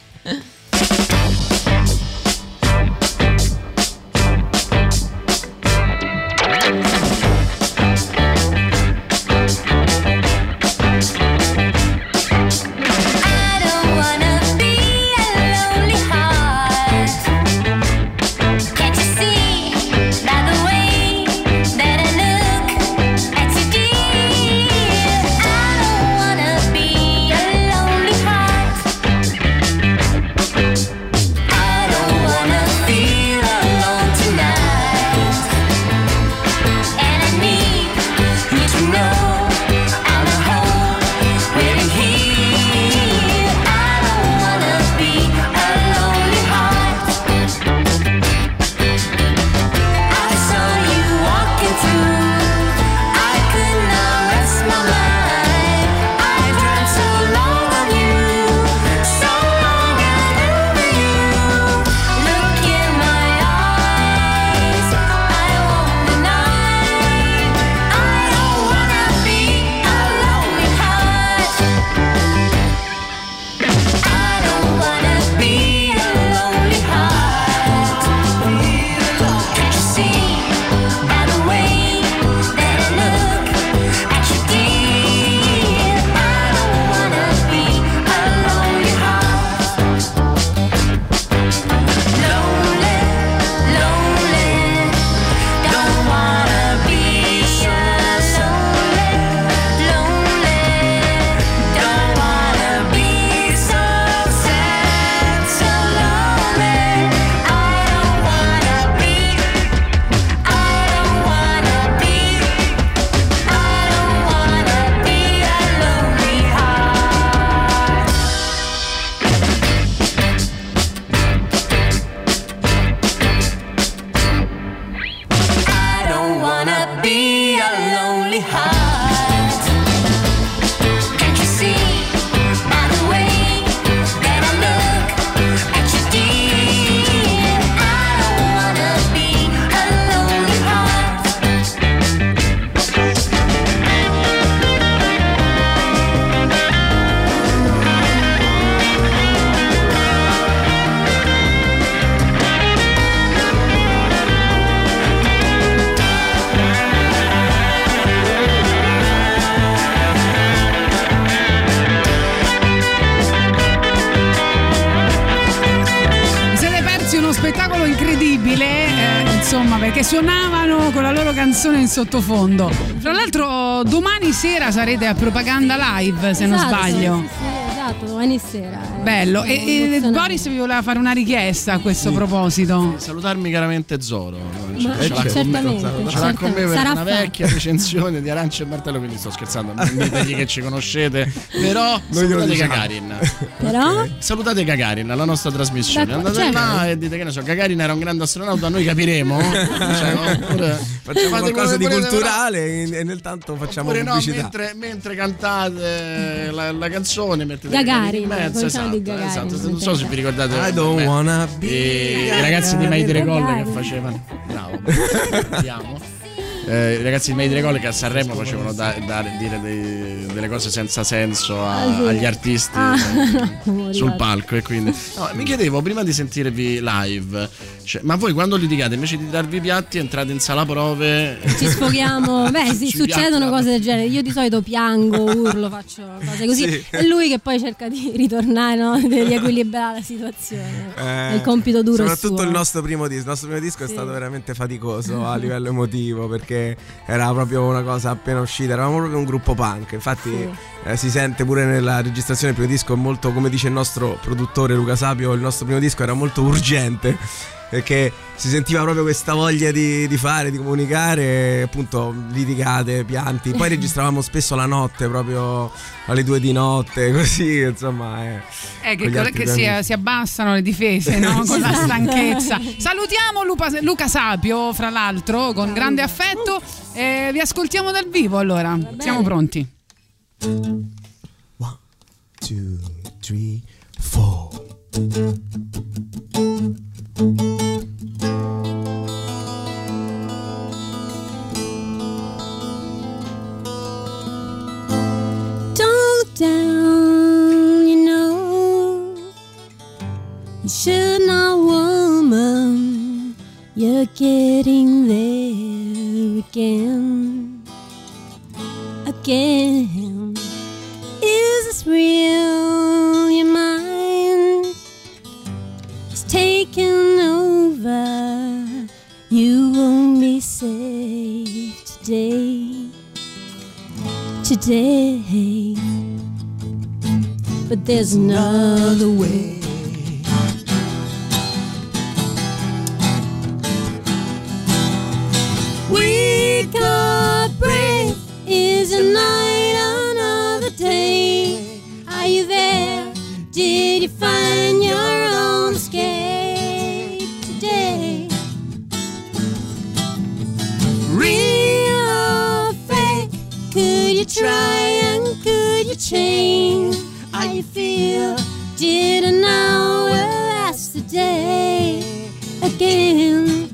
Perché suonavano con la loro canzone in sottofondo. Tra l'altro domani sera sarete a Propaganda Live, se esatto, non sbaglio. Sì, sì, esatto, domani sera. Bello. E, e Boris vi voleva fare una richiesta a questo sì. proposito. Sì, salutarmi caramente Zoro. Ce, Ma, ce l'ha certamente, con me, ce l'ha con me per Sarà una fatto. vecchia recensione di Arancia e Martello, quindi sto scherzando, non ditegli che ci conoscete, però noi salutate Gagarin. Però okay. Salutate Gagarin, la nostra trasmissione. D'accordo, andate certo. là e dite che ne so, Gagarin era un grande astronauta, noi capiremo. Cioè, oppure facciamo qualcosa di volete, culturale però, e nel tanto facciamo oppure pubblicità. No, mentre, mentre cantate la, la canzone mettete Gagarin, in mezzo, esatto, di Gagarin, esatto. Non so se vi ricordate I don't beh, wanna be i, i ragazzi di Maite Recolla che facevano. Bravo. Andiamo. eh, i ragazzi di Made in Recall che a Sanremo facevano da, da, dire dei, delle cose senza senso a, Ah, sì. agli artisti Ah, eh, non mi sul ricordo. palco, e quindi no, mi chiedevo prima di sentirvi live, cioè, ma voi quando litigate invece di darvi i piatti entrate in sala prove, Ci sfoghiamo, beh sì, Ci succedono piacciono. cose del genere. Io di solito piango, urlo, faccio cose così. Sì. È lui che poi cerca di ritornare, no? Di riequilibrare la situazione. Eh, il compito duro è soprattutto suo. il nostro primo disco. Il nostro primo disco Sì. è stato veramente faticoso a livello emotivo, perché era proprio una cosa appena uscita. Eravamo proprio un gruppo punk. Infatti, Sì. eh, si sente pure nella registrazione del primo disco, molto, come dice il nostro produttore Luca Sapio, il nostro primo disco era molto urgente, perché si sentiva proprio questa voglia di, di fare, di comunicare, appunto litigate, pianti. Poi registravamo spesso la notte, proprio alle due di notte, così, insomma. Eh, Eh, che, con gli altri che due si, amici. si abbassano le difese, no? Con la Esatto. stanchezza. Salutiamo Lupa- Luca Sapio, fra l'altro, con grande affetto. Eh, vi ascoltiamo dal vivo allora. Siamo pronti. Two, three, four. Don't look down, you know. You should not, woman. You're getting there again. Again. Is this real? Your mind is taking over. You won't be safe today. Today, but there's another way. Wake up, breath is a night, another day. Are you there? Did you find your own escape today? Real or fake? Could you try and could you change how you feel? Did an hour last the day again?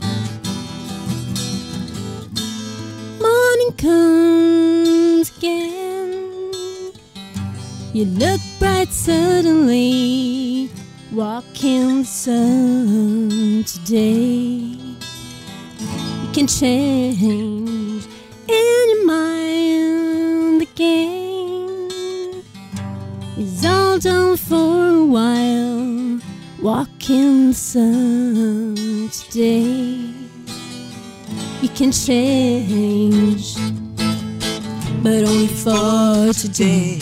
Morning comes again. You look bright suddenly, walk in the sun today. You can change in your mind again. It's all done for a while. Walk in the sun today. You can change, but only for today.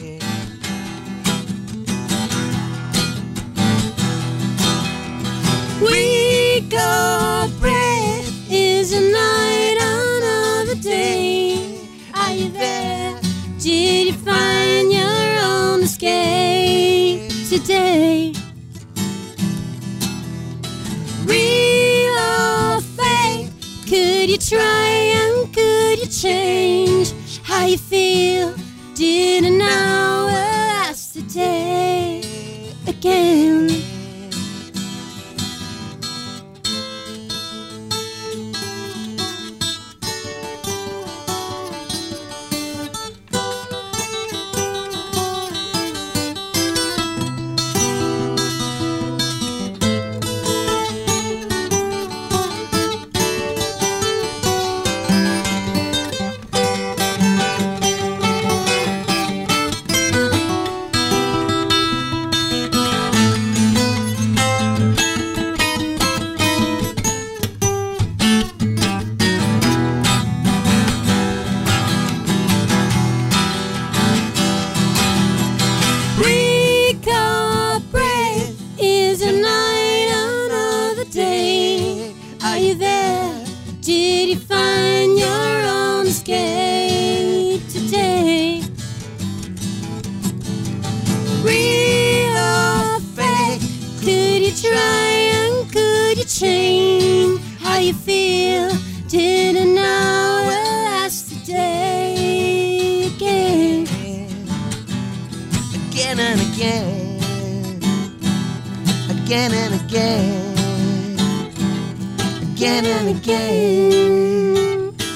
Wake up, breath is a night, another day. Are you there? Did you find your own escape today? Real or fake? Could you try and could you change how you feel? Did an hour last a day again? Break up, breath is a night, another day. Are you there? Did you find your own escape today? Real or fake? Could you try and could you change how you feel? Did an hour last the day again? Again and again, again and again, again and again.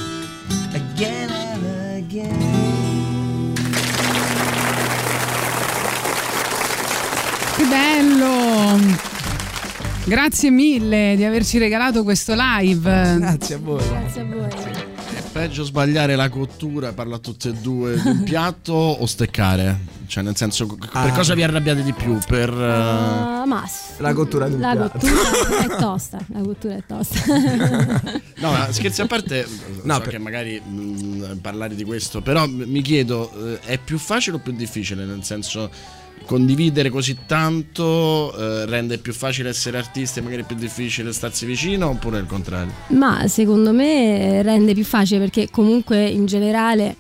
Grazie mille di averci regalato questo live. Grazie a voi. Grazie a voi. È peggio sbagliare la cottura, parla a tutte e due, di un piatto o steccare? Cioè, nel senso, per Ah. cosa vi arrabbiate di più? Per uh, Uh, ma La cottura di un la piatto. cottura è tosta. La cottura è tosta. No, ma scherzi a parte, No, so per- che magari mh, parlare di questo, però m- mi chiedo, eh, è più facile o più difficile? Nel senso, condividere così tanto eh, rende più facile essere artisti e magari più difficile starsi vicino, oppure il contrario? Ma secondo me rende più facile, perché comunque in generale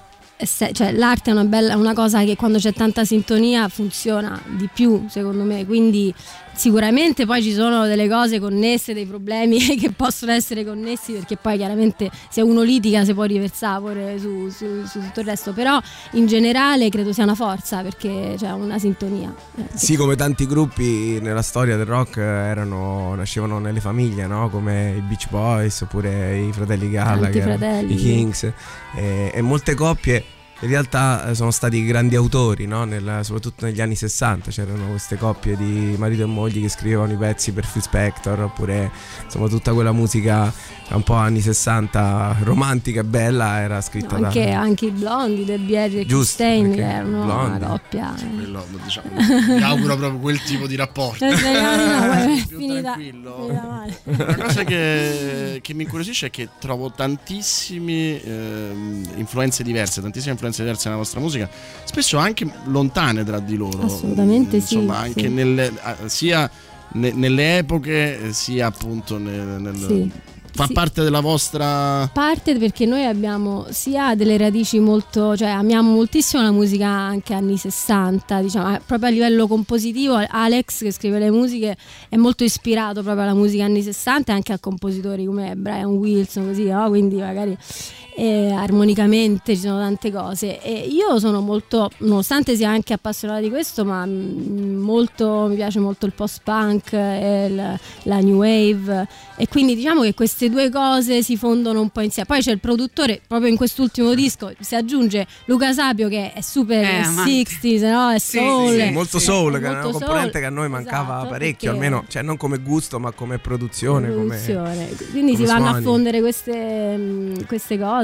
se- cioè, l'arte è una bella una cosa che quando c'è tanta sintonia funziona di più, secondo me, quindi sicuramente poi ci sono delle cose connesse, dei problemi che possono essere connessi, perché poi chiaramente se uno litiga si può riversare pure su, su, su tutto il resto, però in generale credo sia una forza, perché c'è una sintonia. Eh, Sì, come tanti gruppi nella storia del rock erano, nascevano nelle famiglie, no? Come i Beach Boys oppure i fratelli Gallagher, fratelli. i Kings, e, e molte coppie in realtà eh, sono stati grandi autori, no? Nel- soprattutto negli anni sessanta c'erano queste coppie di marito e moglie che scrivevano i pezzi per Phil Spector, oppure insomma tutta quella musica un po' anni sessanta romantica e bella era scritta No, anche, da... anche i Blondi del Biaggi e Giusto, Chastain perché erano una Blondi. coppia. eh. Quello, diciamo, mi auguro proprio quel tipo di rapporto. Eh, speriamo di no, guarda, è Più finita, tranquillo. finita male. Una cosa che, che mi incuriosisce è che trovo tantissime ehm, influenze diverse, tantissime influenze diverse nella vostra musica, spesso anche lontane tra di loro. Assolutamente sì, Insomma, anche sì. nelle, ah, sia ne- nelle epoche, sia appunto nel, nel- Sì. fa Sì. parte della vostra. Parte perché noi abbiamo sia delle radici molto, cioè amiamo moltissimo la musica anche anni sessanta, diciamo, eh, proprio a livello compositivo. Alex, che scrive le musiche, è molto ispirato proprio alla musica anni sessanta e anche a compositori come Brian Wilson, così, no? Quindi magari eh, armonicamente ci sono tante cose, e io sono molto, nonostante sia anche appassionata di questo, ma mm, molto, mi piace molto il post-punk e il- la new wave, e quindi diciamo che queste due cose si fondono un po' insieme. Poi c'è il produttore, proprio in quest'ultimo disco si aggiunge Luca Sapio, che è super Eh, ma- sessanta, no? È Sì, soul, Sì, molto soul, che è molto una componente soul, che a noi mancava esatto, parecchio, perché- almeno, cioè non come gusto ma come produzione, come, produzione. Quindi come si vanno suoni. a fondere queste, mh, queste cose.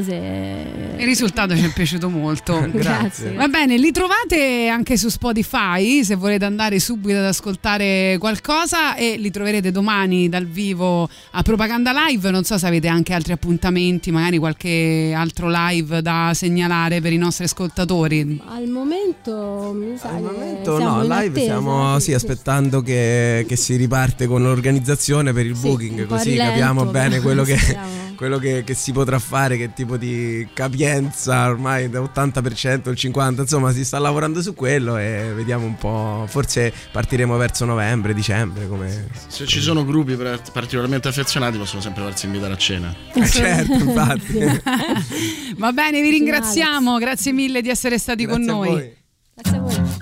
Il risultato ci è piaciuto molto. Grazie. Va bene, li trovate anche su Spotify se volete andare subito ad ascoltare qualcosa, e li troverete domani dal vivo a Propaganda Live. Non so se avete anche altri appuntamenti, magari qualche altro live da segnalare per i nostri ascoltatori. Al momento mi sa Al che momento siamo no, in live attesa. stiamo sì, aspettando che, che si riparte con l'organizzazione per il Sì, booking, un po' così rilento, capiamo bene però quello, che, speriamo. quello che, che si potrà fare, che tipo di capienza ormai da ottanta per cento, il cinquanta per cento, insomma si sta lavorando su quello e vediamo un po', forse partiremo verso novembre, dicembre come... Se ci sono gruppi per- particolarmente affezionati, possono sempre farsi invitare a cena. Eh, certo, infatti. Va bene, vi ringraziamo, grazie mille di essere stati Grazie con a noi. voi. Grazie a voi.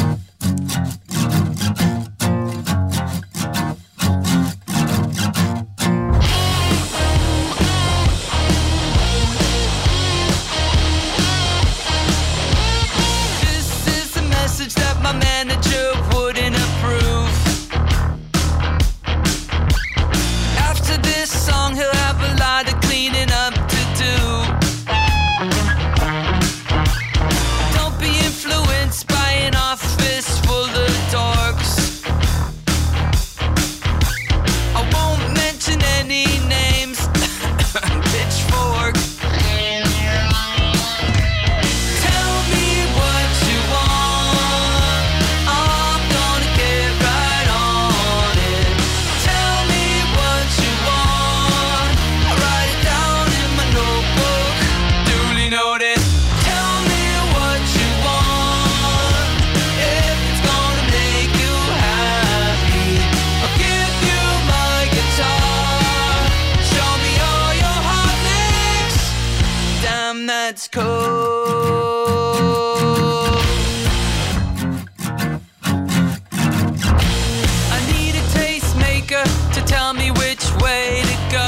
This is a message that my manager wouldn't approve. After this song, he'll have a lot of cleaning up to do. Don't be influenced by an office full of dorks. I won't mention any names. Pitchfork. Tell me what you want. I'm gonna get right on it. Tell me what you want. I'll write it down in my notebook. Duly noted. Tell me what you want. If it's gonna make you happy, I'll give you my guitar. Show me all your hot licks. Damn, that's cool. I need a tastemaker to tell me which way to go,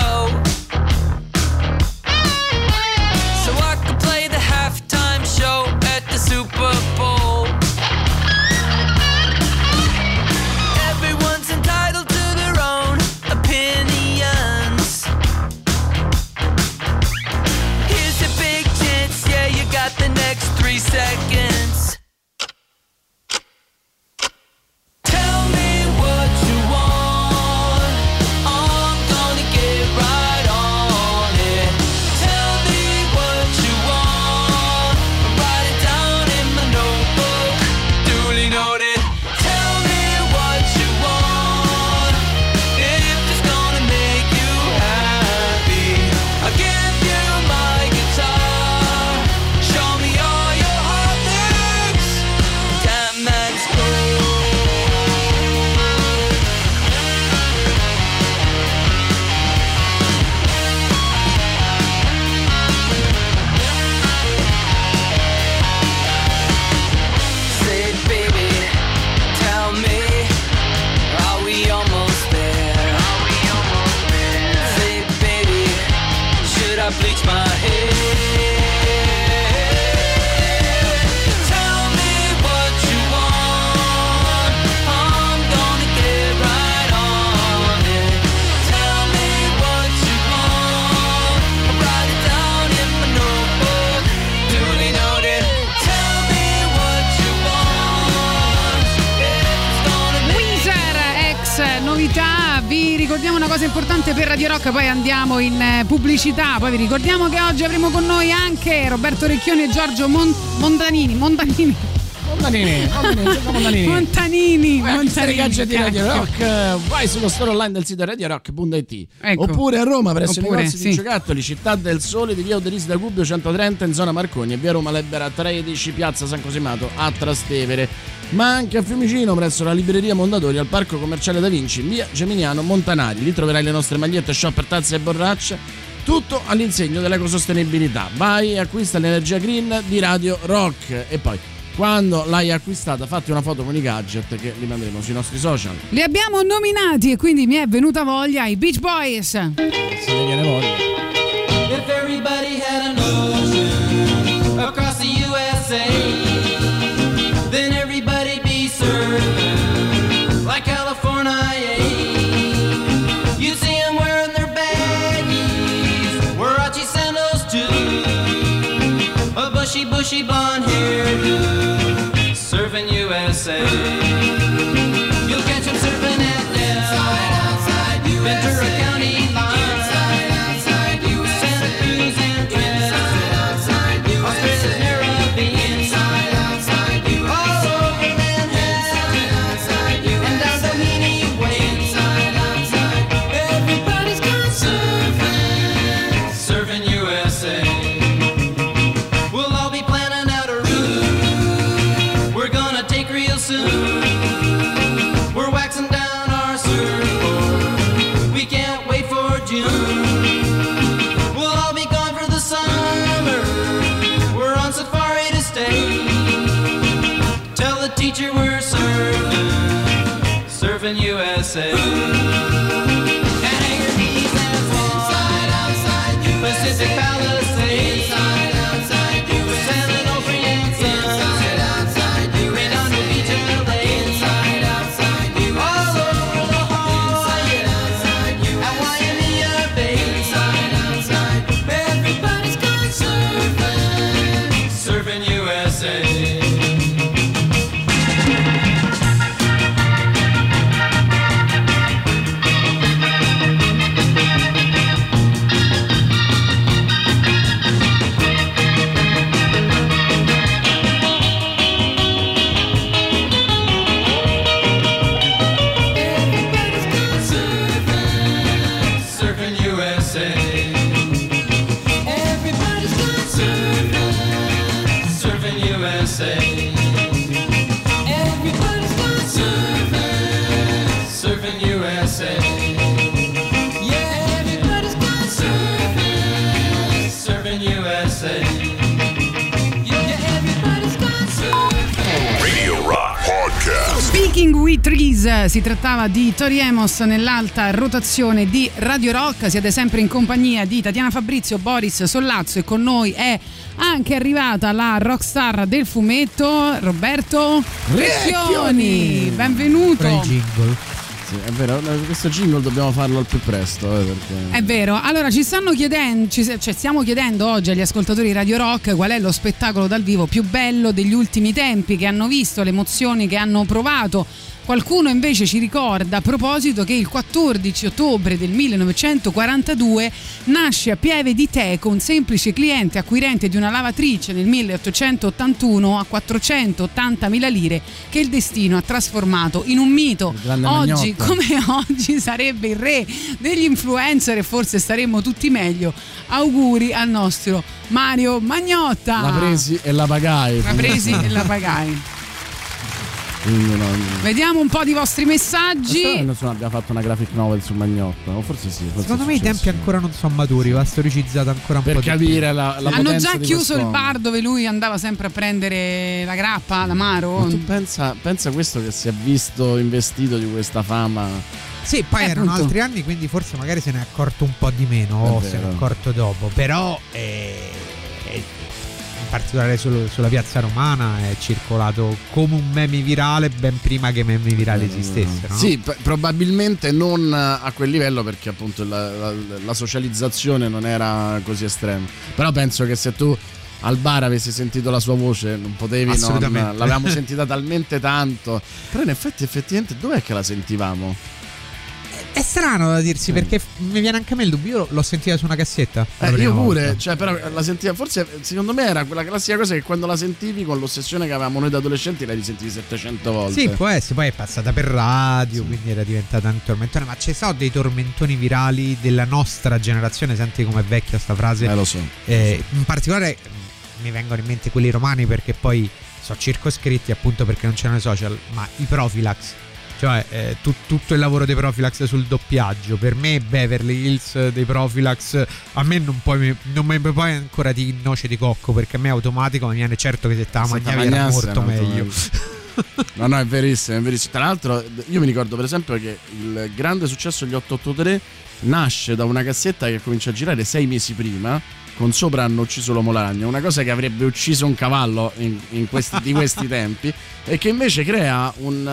so I can play the halftime show at the Super Bowl. Everyone's entitled to their ricordiamo una cosa importante per Radio Rock, poi andiamo in eh, pubblicità. Poi vi ricordiamo che oggi avremo con noi anche Roberto Recchioni e Giorgio Mon- Montanini. Montanini. Montanini, Montanini, Montanini. Montanini, Montanini. Montanini. Di Radio Rock, vai sullo store online del sito radio rock punto it. Ecco. Oppure a Roma presso Oppure, i negozi sì. di giocattoli Città del Sole di via Oderisi da Gubbio centotrenta in zona Marconi e via Roma Libera tredici piazza San Cosimato a Trastevere, ma anche a Fiumicino presso la libreria Mondadori al Parco Commerciale Da Vinci in via Geminiano Montanari. Lì troverai le nostre magliette, shopper, tazze e borracce, tutto all'insegno dell'ecosostenibilità. Vai e acquista l'energia green di Radio Rock e poi quando l'hai acquistata fatti una foto con i gadget che li manderemo sui nostri social. Li abbiamo nominati e quindi mi è venuta voglia i Beach Boys. Se ne viene voglia. If everybody had an ocean across the U S A, then everybody'd be surfing like California. You'd see them wearing their baggies, Warachi sandals too, a bushy, bushy blonde hairdo, surfing U S A. You'll catch them surfing at Del, Ventura County line, Santa Cruz and Trent, Australia's Caribbean, all over Manhattan, and down Doheny Way. Everybody's gone surfing, surfing U S A. We'll all be planning out a route we're gonna take real soon. We're waxing down our surfboard, we can't wait for June. We'll all be gone for the summer, we're on safari to stay. Tell the teacher we're surfing, surfing U S A. And Hangar Keys and Swan, Pacific Palisades, San Onofre and Sun, Redondo Beach and L A, all over La Jolla, at Waimea Bay. Everybody's gone surfing, surfing U S A. Surfing U S A. Everybody's gone surfing, surfing U S A. Everybody's gone surfing, surfing U S A. Yeah, everybody's gone surfing, surfing U S A. Yeah, everybody's gone surfing. Radio Rock Podcast. Speaking with Trees, si trattava di Tori Amos nell'alta rotazione di Radio Rock. Siete sempre in compagnia di Tatiana Fabrizio, Boris Sollazzo e con noi è anche arrivata la rockstar del fumetto Roberto Recchioni. Benvenuto. Per il jingle. Sì, è vero, questo jingle dobbiamo farlo al più presto, eh, perché... È vero, allora ci stanno chiedendo, ci, cioè stiamo chiedendo oggi agli ascoltatori di Radio Rock qual è lo spettacolo dal vivo più bello degli ultimi tempi, che hanno visto, le emozioni che hanno provato. Qualcuno invece ci ricorda a proposito che il quattordici ottobre del millenovecentoquarantadue nasce a Pieve di Teco un semplice cliente acquirente di una lavatrice nel milleottocentottantuno a quattrocentottantamila lire che il destino ha trasformato in un mito. Oggi Magnotta. come oggi sarebbe il re degli influencer e forse staremmo tutti meglio. Auguri al nostro Mario Magnotta. La presi e la pagai. La presi e la pagai. Quindi non... Vediamo un po' di vostri messaggi. Non so, abbiamo fatto una graphic novel su Magnotta, o forse sì. Forse Secondo me i tempi ancora non sono maturi, va storicizzata ancora un per po' di capire la, la Hanno potenza già di chiuso il quest'uomo. bar dove lui andava sempre a prendere la grappa, l'amaro. Ma tu pensa, pensa questo che si è visto investito di questa fama. Sì, poi Eh, erano appunto. altri anni, quindi forse magari se ne è accorto un po' di meno, È o vero. se ne è accorto dopo. Però eh, eh, in particolare sul- sulla piazza romana è circolato come un meme virale ben prima che i meme virali esistessero, no? Sì, p- probabilmente non a quel livello, perché appunto la, la- la socializzazione non era così estrema. Però penso che se tu al bar avessi sentito la sua voce non potevi non... Assolutamente. L'avevamo sentita talmente tanto. Però in effetti effettivamente dov'è che la sentivamo? È strano da dirsi, perché mi viene anche a me il dubbio. Io l'ho sentita su una cassetta. Eh, io pure, volta. Cioè, però la sentiva. Forse secondo me era quella classica cosa che quando la sentivi con l'ossessione che avevamo noi da adolescenti la risentivi settecento volte. Sì, può essere. Poi è passata per radio, sì. Quindi era diventata un tormentone. Ma ci sono dei tormentoni virali della nostra generazione. Senti com'è vecchia sta frase. Eh, lo so. Eh, in particolare mi vengono in mente quelli romani, perché poi sono circoscritti appunto perché non c'erano i social. Ma i Profilax, cioè eh, tu, tutto il lavoro dei Profilax sul doppiaggio, per me Beverly Hills dei Profilax, a me non puoi non mi puoi ancora di noce di cocco, perché a me è automatico, mi viene certo che se te la mangiavi era molto meglio. No, no, è verissimo, è verissimo. Tra l'altro io mi ricordo per esempio che il grande successo degli otto otto tre nasce da una cassetta che comincia a girare sei mesi prima, con sopra Hanno ucciso l'uomo ragno, una cosa che avrebbe ucciso un cavallo in, in questi, di questi tempi, e che invece crea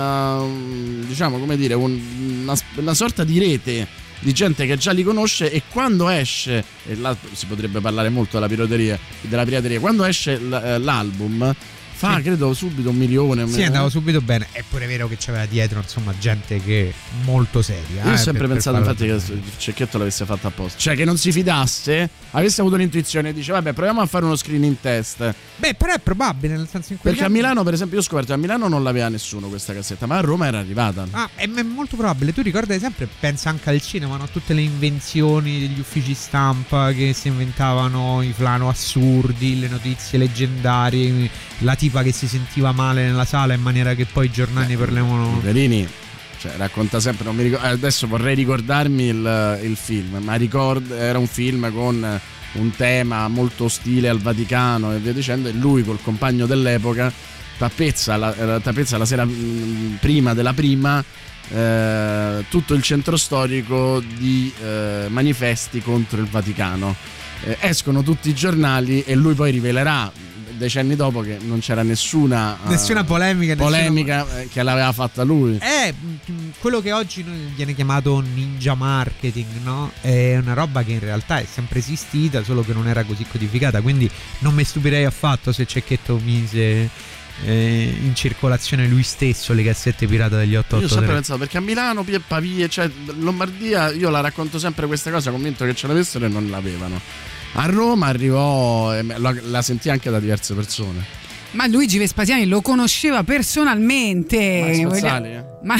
un, diciamo, come dire, un, una, una sorta di rete di gente che già li conosce, e quando esce, e là si potrebbe parlare molto della pirateria, della pirateria quando esce l'album fa, sì, credo subito un milione. Sì, andava subito bene. È pure vero che c'aveva dietro, insomma, gente che molto seria. Io ho eh, sempre per, pensato per infatti che il Cecchetto l'avesse fatto apposta, cioè che non si fidasse, avesse avuto l'intuizione e dice vabbè, proviamo a fare uno screening test. Beh, però è probabile, nel senso, in perché anni... a Milano, per esempio, io ho scoperto che a Milano non l'aveva nessuno questa cassetta, ma a Roma era arrivata. Ah, è molto probabile. Tu ricordi sempre, pensa anche al cinema, no? Tutte le invenzioni degli uffici stampa che si inventavano i flano assurdi, le notizie leggendarie, la tipa che si sentiva male nella sala in maniera che poi i giornali parlavano. Perini, cioè, racconta sempre, non mi ricordo, adesso vorrei ricordarmi il, il film, ma ricordo, era un film con un tema molto ostile al Vaticano e via dicendo, e lui col compagno dell'epoca tappezza la, tappezza la sera prima della prima eh, tutto il centro storico di eh, manifesti contro il Vaticano. Eh, escono tutti i giornali e lui poi rivelerà decenni dopo che non c'era nessuna nessuna uh, polemica polemica nessuna... che l'aveva fatta lui. È quello che oggi viene chiamato ninja marketing, no? È una roba che in realtà è sempre esistita, solo che non era così codificata, quindi non mi stupirei affatto se Cecchetto mise eh, in circolazione lui stesso le cassette pirata degli otto otto tre. Io ho sempre pensato, perché a Milano, Pavie, cioè Lombardia, io la racconto sempre questa cosa convinto che ce l'avessero e non l'avevano. A Roma arrivò, la, la sentì anche da diverse persone. Ma Luigi Vespasiani lo conosceva personalmente. Ma Spaziali, eh? Ma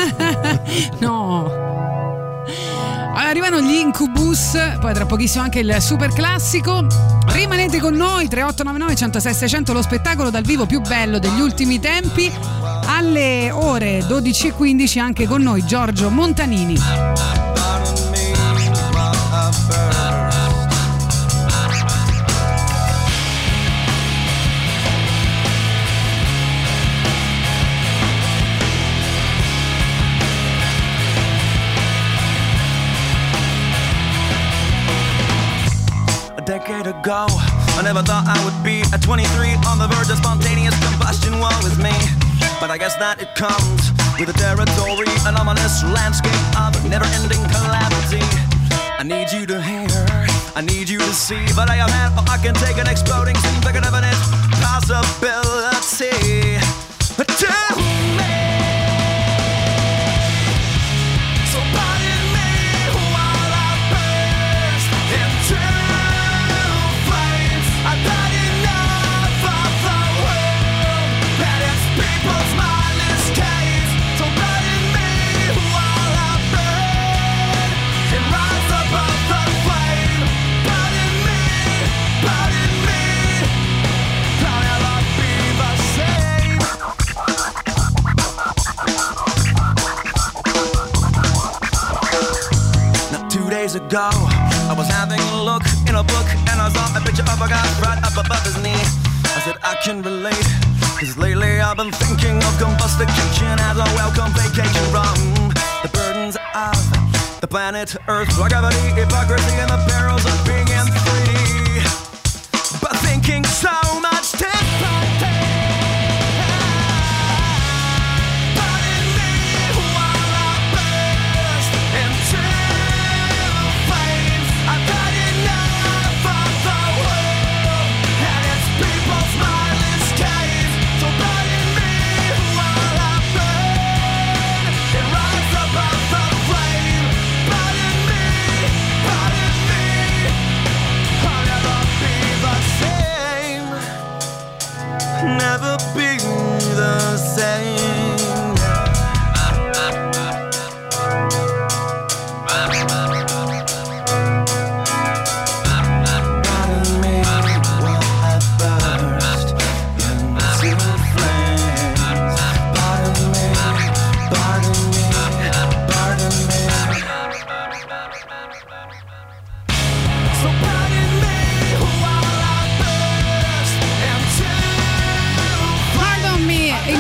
no. Allora, arrivano gli Incubus, poi tra pochissimo anche il super classico. Rimanete con noi, tre otto nove nove uno zero sei sei zero zero, lo spettacolo dal vivo più bello degli ultimi tempi. Alle ore dodici e quindici anche con noi Giorgio Montanini. Decade ago, I never thought I would be at twenty-three on the verge of spontaneous combustion. Woe is me, but I guess that it comes with the territory, an ominous landscape of never-ending calamity. I need you to hear, I need you to see, but I am had, oh, I can take an exploding scene, figure of an possibility. Tell me. Ago, I was having a look in a book and I saw a picture of a guy right up above his knee. I said I can relate, cause lately I've been thinking of combustication as a welcome vacation from the burdens of the planet Earth, gravity, hypocrisy, and the perils of being in three. But thinking so much temptation. It rises above the flame.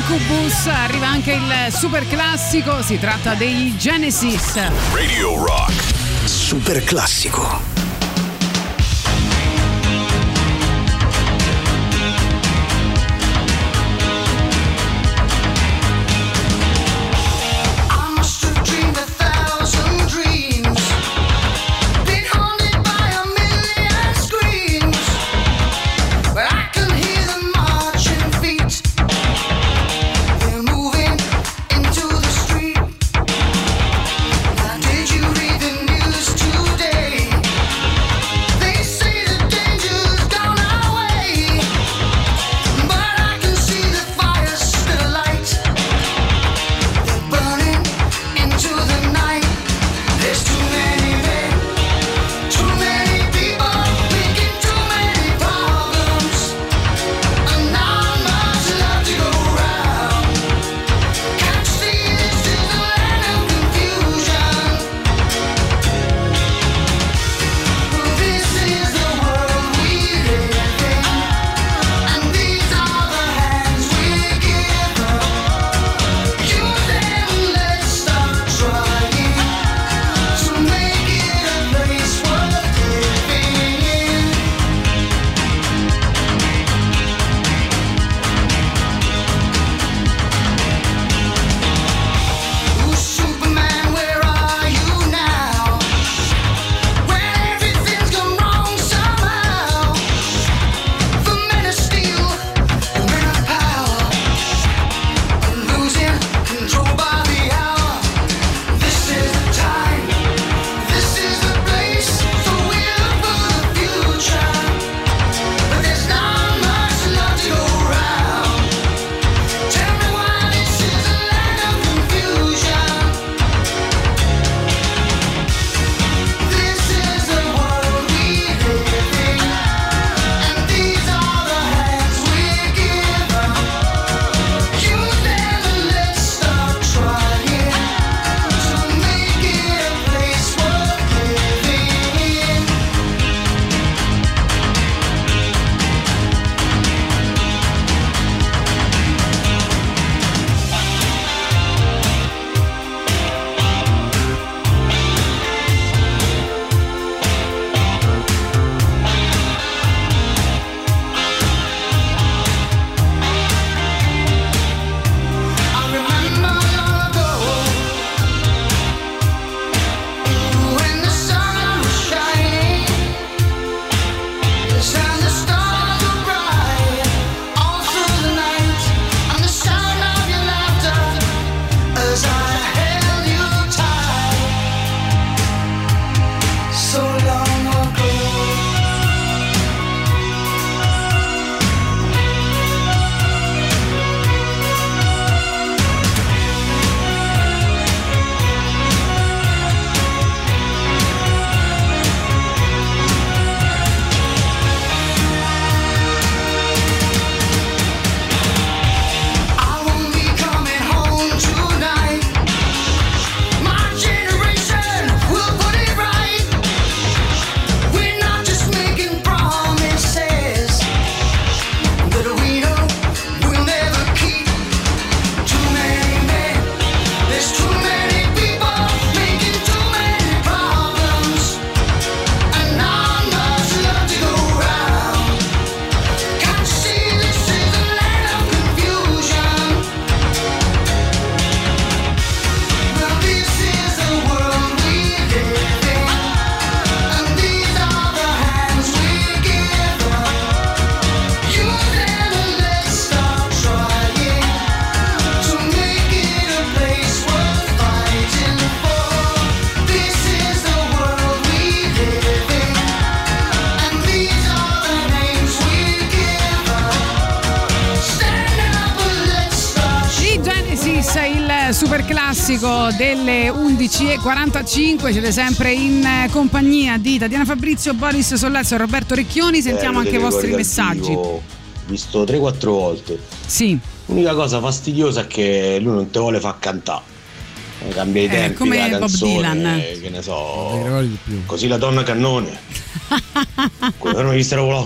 Incubus, arriva anche il super classico, si tratta dei Genesis. Radio Rock. Super classico. super classico delle undici e quarantacinque. Siete sempre in compagnia di Tatiana Fabrizio, Boris Sollazzo e Roberto Recchioni. Sentiamo eh, anche i vostri messaggi. Ho visto tre quattro volte. Sì. L'unica cosa fastidiosa è che lui non te vuole far cantare. Cambia i eh, tempi come della Bob canzone, Dylan. eh, che ne so. Così la donna cannone. Come mi viste volò.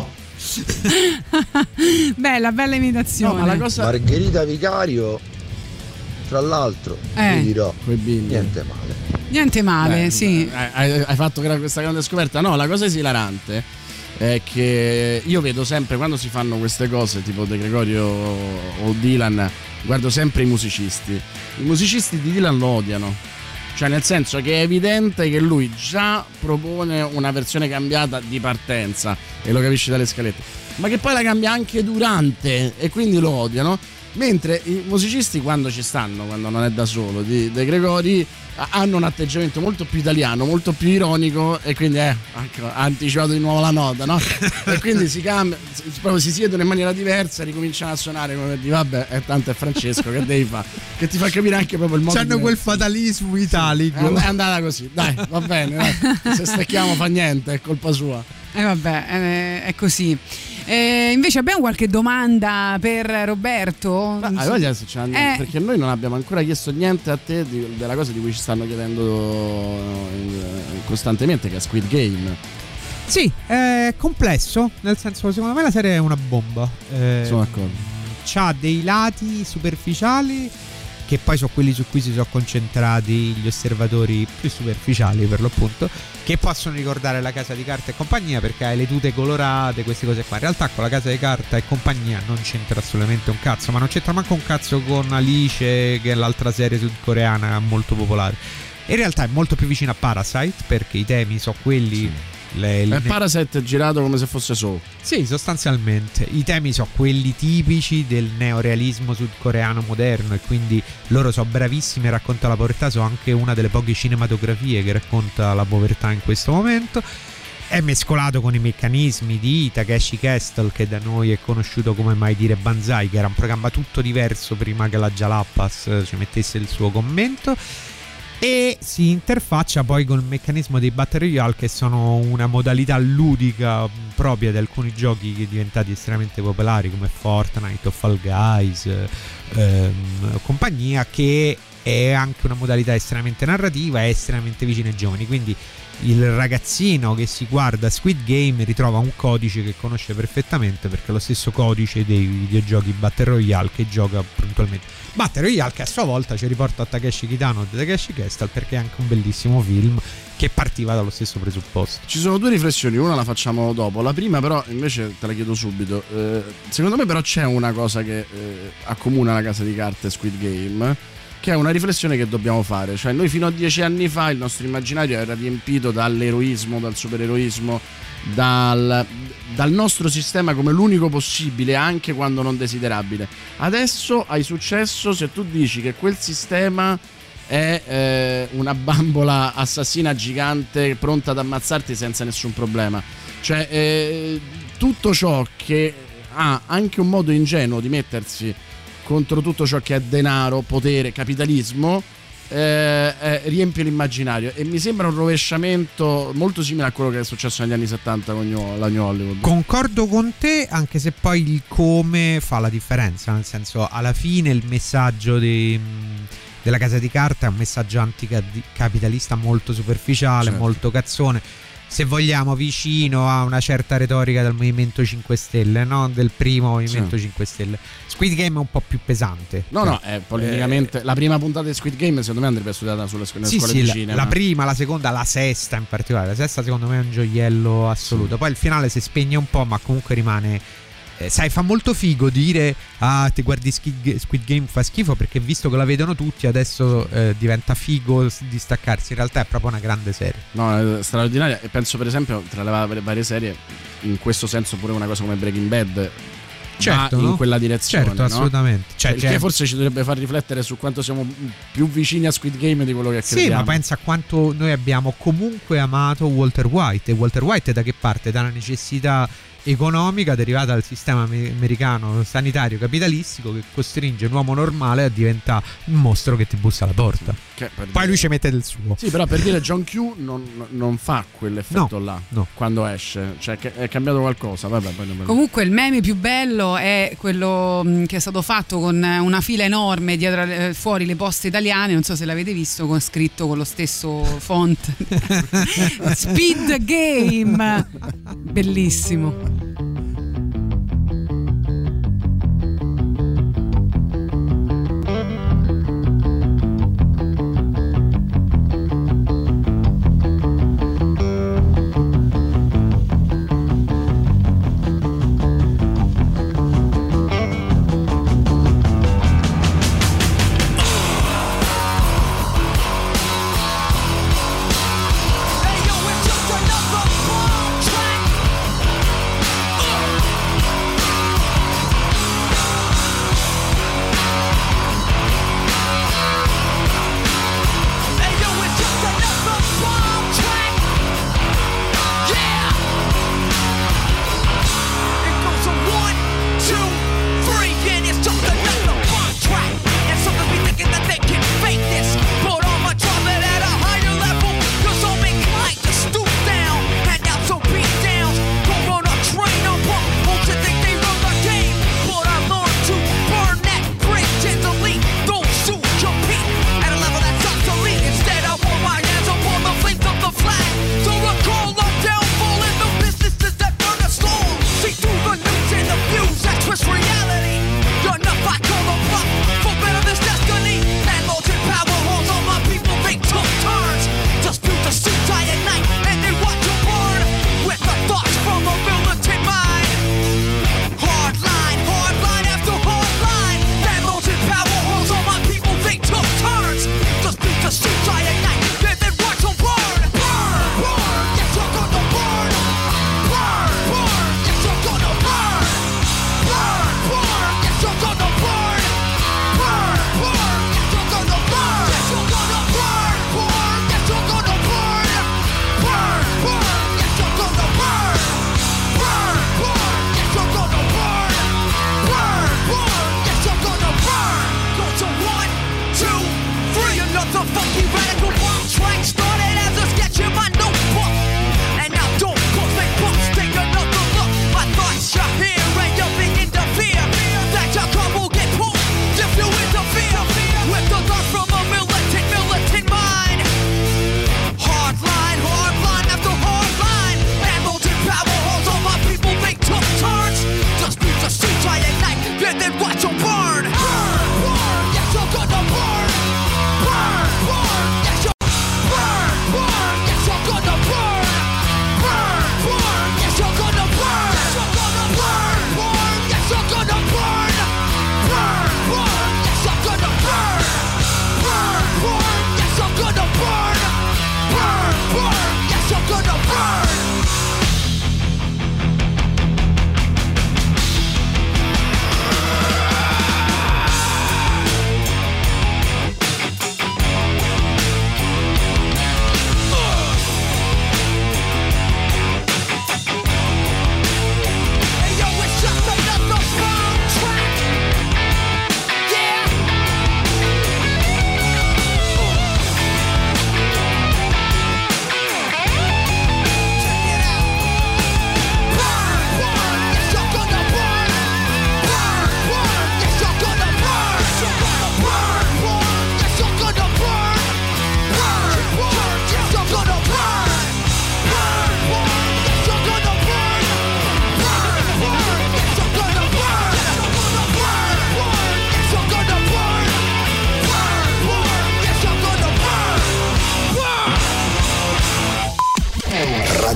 Bella, bella imitazione. No, ma la cosa... Margherita Vicario, tra l'altro, Eh. ti dirò, Quei bimbi. niente male. Niente male, Beh, sì. beh, Hai, hai fatto questa grande scoperta. No, la cosa esilarante è che io vedo sempre quando si fanno queste cose tipo De Gregorio o Dylan, guardo sempre i musicisti. I musicisti di Dylan lo odiano. Cioè, nel senso che è evidente che lui già propone una versione cambiata di partenza, e lo capisci dalle scalette, ma che poi la cambia anche durante, e quindi lo odiano. Mentre i musicisti, quando ci stanno, quando non è da solo, di De Gregori, hanno un atteggiamento molto più italiano, molto più ironico, e quindi eh, ecco, ha anticipato di nuovo la nota, no? E quindi si cambia, proprio si siedono in maniera diversa e ricominciano a suonare come per dire vabbè, è tanto è Francesco, che devi fare? Che ti fa capire anche proprio il modo. C'hanno di... quel fatalismo italico. È andata così, dai, va bene, dai. Se stecchiamo fa niente, è colpa sua. E eh vabbè, eh, è così. Eh, invece abbiamo qualche domanda per Roberto? Ah, hai voglia se ce ne andiamo? Eh. Perché noi non abbiamo ancora chiesto niente a te di, della cosa di cui ci stanno chiedendo eh, costantemente, che è Squid Game. Sì, è complesso, nel senso, secondo me la serie è una bomba. Eh, Sono d'accordo. C'ha dei lati superficiali che poi sono quelli su cui si sono concentrati gli osservatori più superficiali, per l'appunto, che possono ricordare La Casa di Carta e compagnia, perché hai le tute colorate, queste cose qua. In realtà con La Casa di Carta e compagnia non c'entra assolutamente un cazzo, ma non c'entra manco un cazzo con Alice, che è l'altra serie sudcoreana molto popolare. In realtà è molto più vicino a Parasite, perché i temi sono quelli... Sì. Le, le... Parasite è girato come se fosse Saw. Sì, sostanzialmente i temi sono quelli tipici del neorealismo sudcoreano moderno, e quindi loro sono bravissimi a raccontare la povertà. Sono anche una delle poche cinematografie che racconta la povertà in questo momento. È mescolato con i meccanismi di Takeshi Castle, che da noi è conosciuto come Mai Dire Banzai, che era un programma tutto diverso prima che la Jalapas ci mettesse il suo commento, e si interfaccia poi con il meccanismo dei Battle Royale, che sono una modalità ludica propria di alcuni giochi che diventati estremamente popolari come Fortnite o Fall Guys, ehm, compagnia, che è anche una modalità estremamente narrativa e estremamente vicina ai giovani. Quindi il ragazzino che si guarda Squid Game ritrova un codice che conosce perfettamente, perché è lo stesso codice dei videogiochi Battle Royale che gioca puntualmente. Battle Royale che a sua volta ci riporta a Takeshi Kitano di Takeshi Castle, perché è anche un bellissimo film che partiva dallo stesso presupposto. Ci sono due riflessioni, una la facciamo dopo, la prima però invece te la chiedo subito. Eh, secondo me però c'è una cosa che eh, accomuna La Casa di Carta e Squid Game, che è una riflessione che dobbiamo fare. Cioè, noi fino a dieci anni fa il nostro immaginario era riempito dall'eroismo, dal supereroismo, dal, dal nostro sistema come l'unico possibile, anche quando non desiderabile. Adesso hai successo se tu dici che quel sistema è eh, una bambola assassina gigante pronta ad ammazzarti senza nessun problema. Cioè, eh, tutto ciò che ha anche un modo ingenuo di mettersi contro tutto ciò che è denaro, potere, capitalismo, eh, eh, riempie l'immaginario, e mi sembra un rovesciamento molto simile a quello che è successo negli anni settanta con New, la New Hollywood. Concordo con te, anche se poi il come fa la differenza, nel senso, alla fine il messaggio di, della Casa di Carta è un messaggio anticapitalista molto superficiale, certo, molto cazzone, se vogliamo vicino a una certa retorica del Movimento cinque Stelle, no? Del primo Movimento, sì, cinque Stelle. Squid Game è un po' più pesante. No, no, è politicamente eh, la prima puntata di Squid Game secondo me andrebbe studiata sulle scuole, sì, scuole sì, di la, cinema. La prima, la seconda, la sesta in particolare. La sesta secondo me è un gioiello assoluto. Sì. Poi il finale si spegne un po', ma comunque rimane... Eh, sai, fa molto figo dire ah, ti guardi Squid, Squid Game fa schifo, perché visto che la vedono tutti adesso eh, diventa figo distaccarsi. In realtà è proprio una grande serie. No, è straordinaria, e penso per esempio tra le varie serie in questo senso pure una cosa come Breaking Bad, certo, in no? quella direzione, certo, no? assolutamente, cioè, perché cioè... forse ci dovrebbe far riflettere su quanto siamo più vicini a Squid Game di quello che crediamo. Sì, ma pensa a quanto noi abbiamo comunque amato Walter White. E Walter White da che parte? Dalla necessità economica derivata dal sistema americano sanitario capitalistico, che costringe un uomo normale a diventare un mostro che ti bussa alla porta. Che, poi dire... lui ci mette del suo. Sì, però per dire John Q non, non fa quell'effetto no, là no. quando esce, cioè che è cambiato qualcosa. Vabbè, poi non... Comunque il meme più bello è quello che è stato fatto con una fila enorme dietro eh, fuori le poste italiane, non so se l'avete visto, con scritto con lo stesso font Speed Game, bellissimo.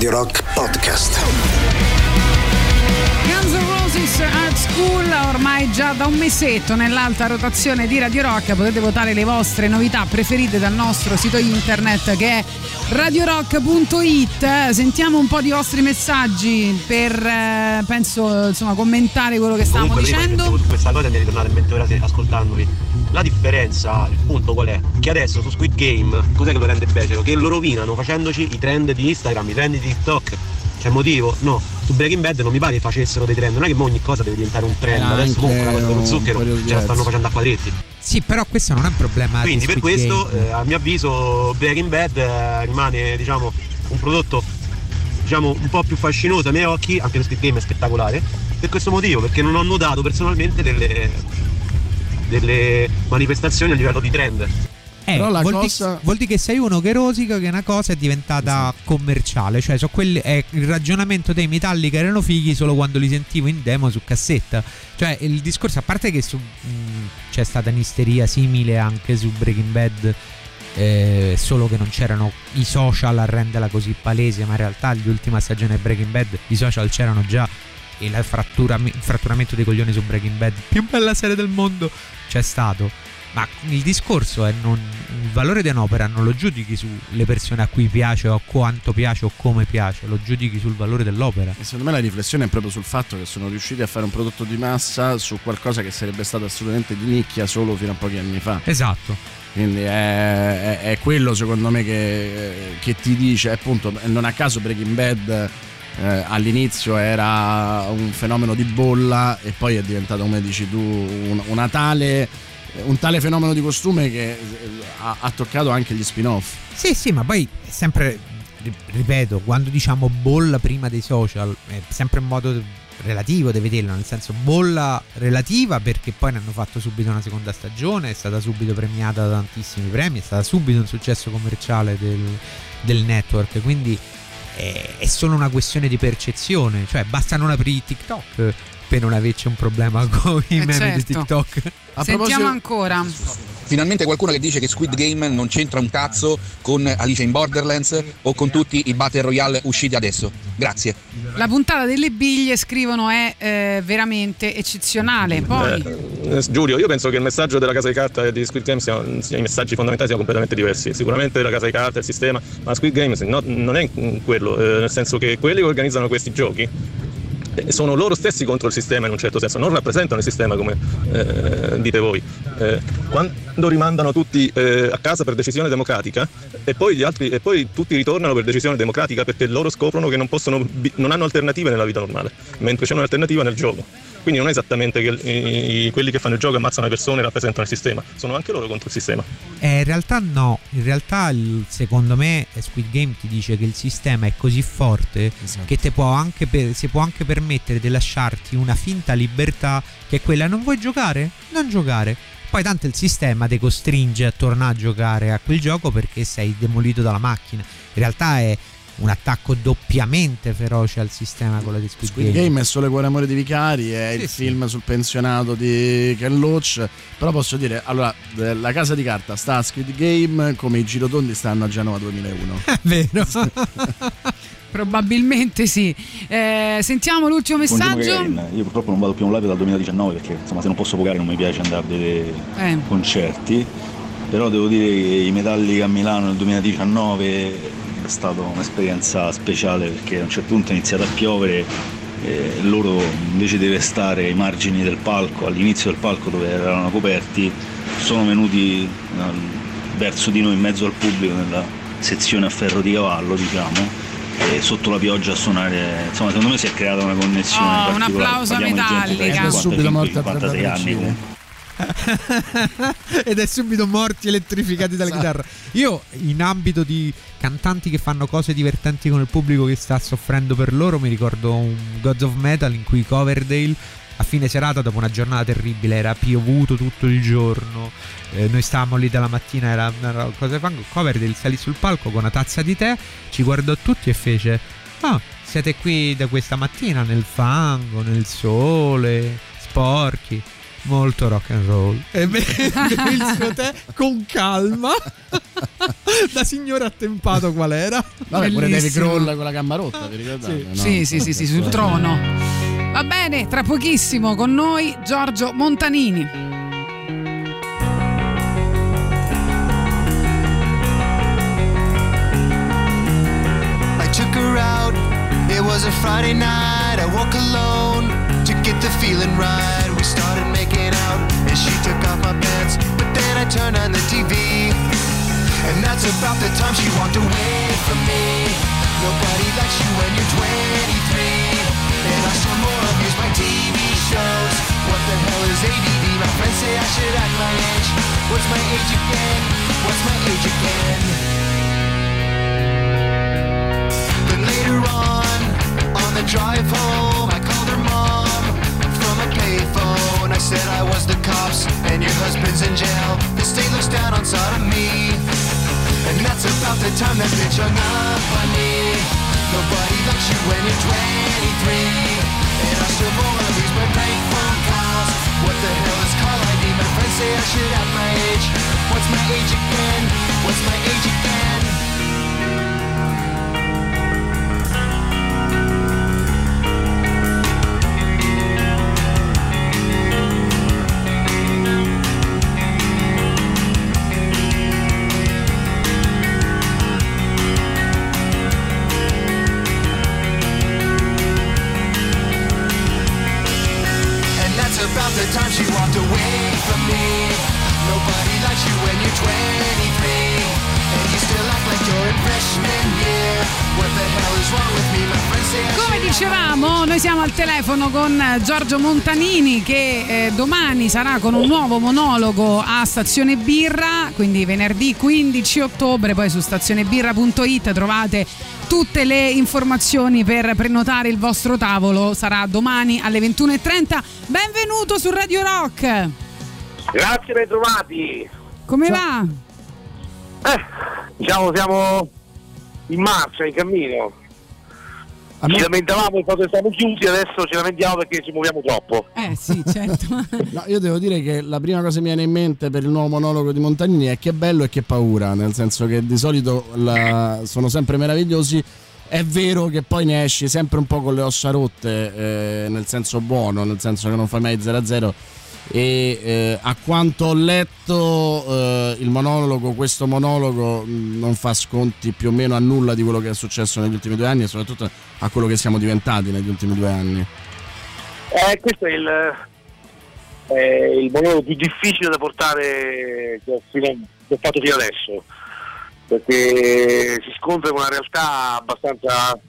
Radio Rock Podcast. Guns N' Roses Art School, ormai già da un mesetto nell'alta rotazione di Radio Rock. Potete votare le vostre novità preferite dal nostro sito internet che è radio rock punto it. Sentiamo un po' di vostri messaggi per eh, penso insomma commentare quello che stavamo Comunque, dicendo. Prima su questa cosa mi è ritornato in mente ora se- ascoltandovi. La differenza, il punto qual è? Che adesso su Squid Game, cos'è che lo rende becero? Che lo rovinano facendoci i trend di Instagram, i trend di TikTok. C'è motivo? No. Su Breaking Bad non mi pare che facessero dei trend, non è che ogni cosa deve diventare un trend. Era Adesso comunque la cosa dello zucchero ce la diverso. stanno facendo a quadretti. Sì, però questo non è un problema. Quindi di per Squid questo, Game. eh, a mio avviso, Breaking Bad eh, rimane, diciamo, un prodotto, diciamo, un po' più fascinoso ai miei occhi, anche lo Squid Game è spettacolare, per questo motivo, perché non ho notato personalmente delle, delle manifestazioni a livello di trend. Eh, Però la vuol, cosa- di, vuol dire che sei uno che rosica che una cosa è diventata commerciale, cioè so quelli, è il ragionamento dei Metallica erano fighi solo quando li sentivo in demo su cassetta. Cioè il discorso, a parte che su, mh, c'è stata un'isteria simile anche su Breaking Bad, eh, solo che non c'erano i social a renderla così palese, ma in realtà l'ultima stagione di Breaking Bad i social c'erano già e la frattura, il fratturamento dei coglioni su Breaking Bad, più bella serie del mondo, c'è stato. Ma il discorso è non, il valore di un'opera non lo giudichi sulle persone a cui piace o quanto piace o come piace, lo giudichi sul valore dell'opera. E secondo me la riflessione è proprio sul fatto che sono riusciti a fare un prodotto di massa su qualcosa che sarebbe stato assolutamente di nicchia solo fino a pochi anni fa. Esatto. Quindi è, è, è quello secondo me che, che ti dice, appunto, non a caso Breaking Bad eh, all'inizio era un fenomeno di bolla e poi è diventato, come dici tu, un, una tale... un tale fenomeno di costume che ha, ha toccato anche gli spin-off. Sì, sì, ma poi è sempre, ripeto, quando diciamo bolla prima dei social, è sempre in modo relativo di vederlo, nel senso bolla relativa perché poi ne hanno fatto subito una seconda stagione, è stata subito premiata da tantissimi premi, è stata subito un successo commerciale del, del network, quindi è, è solo una questione di percezione, cioè basta non aprire TikTok per non averci un problema con i Eh, meme certo. di TikTok. A Sentiamo proposito- ancora. Finalmente qualcuno che dice che Squid Game non c'entra un cazzo con Alice in Borderlands o con tutti i Battle Royale usciti adesso. Grazie. La puntata delle biglie, scrivono, è eh, veramente eccezionale. Poi Eh, Giulio, io penso che il messaggio della Casa di Carta e di Squid Game sia, sia- i messaggi fondamentali siano completamente diversi. Sicuramente la Casa di Carta, il sistema, ma Squid Game se no- non è quello, eh, nel senso che quelli che organizzano questi giochi eh, sono loro stessi contro il sistema in un certo senso, non rappresentano il sistema come eh, dite voi. Eh, quando rimandano tutti eh, a casa per decisione democratica e poi, gli altri, e poi tutti ritornano per decisione democratica perché loro scoprono che non, possono, bi- non hanno alternative nella vita normale, mentre c'è un'alternativa nel gioco. Quindi non è esattamente che i, i- quelli che fanno il gioco ammazzano le persone e rappresentano il sistema, sono anche loro contro il sistema. Eh, in realtà no, in realtà il- secondo me Squid Game ti dice che il sistema è così forte che te può anche per- si può anche permettere di lasciarti una finta libertà che è quella: non vuoi giocare? Non giocare. Poi tanto il sistema ti costringe a tornare a giocare a quel gioco perché sei demolito dalla macchina. In realtà è un attacco doppiamente feroce al sistema quello di Squid, Squid Game è Sole Cuore Amore di Vicari, è Sì, il sì. film sul pensionato di Ken Loach. Però posso dire, allora, eh, la Casa di Carta sta a Squid Game come i girotondi stanno a Genova duemilauno. È vero. probabilmente sì. Eh, sentiamo l'ultimo messaggio. Io purtroppo non vado più online dal duemiladiciannove perché insomma se non posso giocare non mi piace andare a vedere Eh. concerti, però devo dire che i Metallica a Milano nel duemiladiciannove è stata un'esperienza speciale perché a un certo punto è iniziato a piovere e loro invece di restare ai margini del palco, all'inizio del palco dove erano coperti, sono venuti eh, verso di noi in mezzo al pubblico nella sezione a ferro di cavallo, diciamo, e sotto la pioggia a suonare. Insomma, secondo me si è creata una connessione Oh, un particolare. applauso a Parliamo di gente Metallica. tra i Ed è subito morta cinquantacinque e cinquantasei anni comunque. Ed è subito morti elettrificati dalla chitarra. Io in ambito di cantanti che fanno cose divertenti con il pubblico che sta soffrendo per loro mi ricordo un Gods of Metal in cui Coverdale a fine serata, dopo una giornata terribile, era piovuto tutto il giorno, eh, noi stavamo lì dalla mattina, era una cosa di fango. Coverdale salì sul palco con una tazza di tè, ci guardò tutti e fece: ah, siete qui da questa mattina nel fango, nel sole, sporchi, molto rock and roll. E beve il suo tè con calma da signore attempato qual era? Vabbè, pure David Bellissimo. Grohl con la gamba rotta, vi ricordate? no? Sì, sì, sì, sì, sul trono. Va bene, tra pochissimo con noi Giorgio Montanini. I took her out, it was a Friday night. I woke alone to get the feeling right. We started making out and she took off my pants, but then I turned on the T V, and that's about the time she walked away from me. Nobody likes you when you're twenty-three, and I still more amuse by T V shows. What the hell is A D D? My friends say I should act my age. What's my age again? What's my age again? But later on, on the drive home, I called her mom from a payphone. I said I was the cops and your husband's in jail. The state looks down on sodomy, and that's about the time that bitch hung up on me. Nobody likes you when you're twenty-three, and I still more of these my prank phone calls. What the hell is call I D? My friends say I should have my age. What's my age again? What's my age again? About the time she walked away from me. Nobody likes you when you're twenty-three, and you still act like you're in freshman year. What the hell is wrong with me? My friends say I Come dicevamo, noi siamo al telefono con Giorgio Montanini che eh, domani sarà con un nuovo monologo a Stazione Birra, quindi venerdì quindici ottobre. Poi su stazionebirra punto it trovate tutte le informazioni per prenotare il vostro tavolo. Sarà domani alle ventuno e trenta. Benvenuto su Radio Rock. Grazie, ben trovati. Come va? Eh, diciamo siamo in marcia, in cammino. Ci lamentavamo quando siamo chiusi, adesso ci lamentiamo perché ci muoviamo troppo. Eh sì, certo. No, io devo dire che la prima cosa che mi viene in mente per il nuovo monologo di Montanini è che bello e che paura, nel senso che di solito la, sono sempre meravigliosi. È vero che poi ne esci sempre un po' con le ossa rotte, eh, nel senso buono, nel senso che non fai mai zero a zero. E eh, a quanto ho letto eh, il monologo, questo monologo mh, non fa sconti più o meno a nulla di quello che è successo negli ultimi due anni e soprattutto a quello che siamo diventati negli ultimi due anni. Eh, questo è il, è il monologo più difficile da portare che ho, fino, che ho fatto fino adesso, perché si scontra con una realtà abbastanza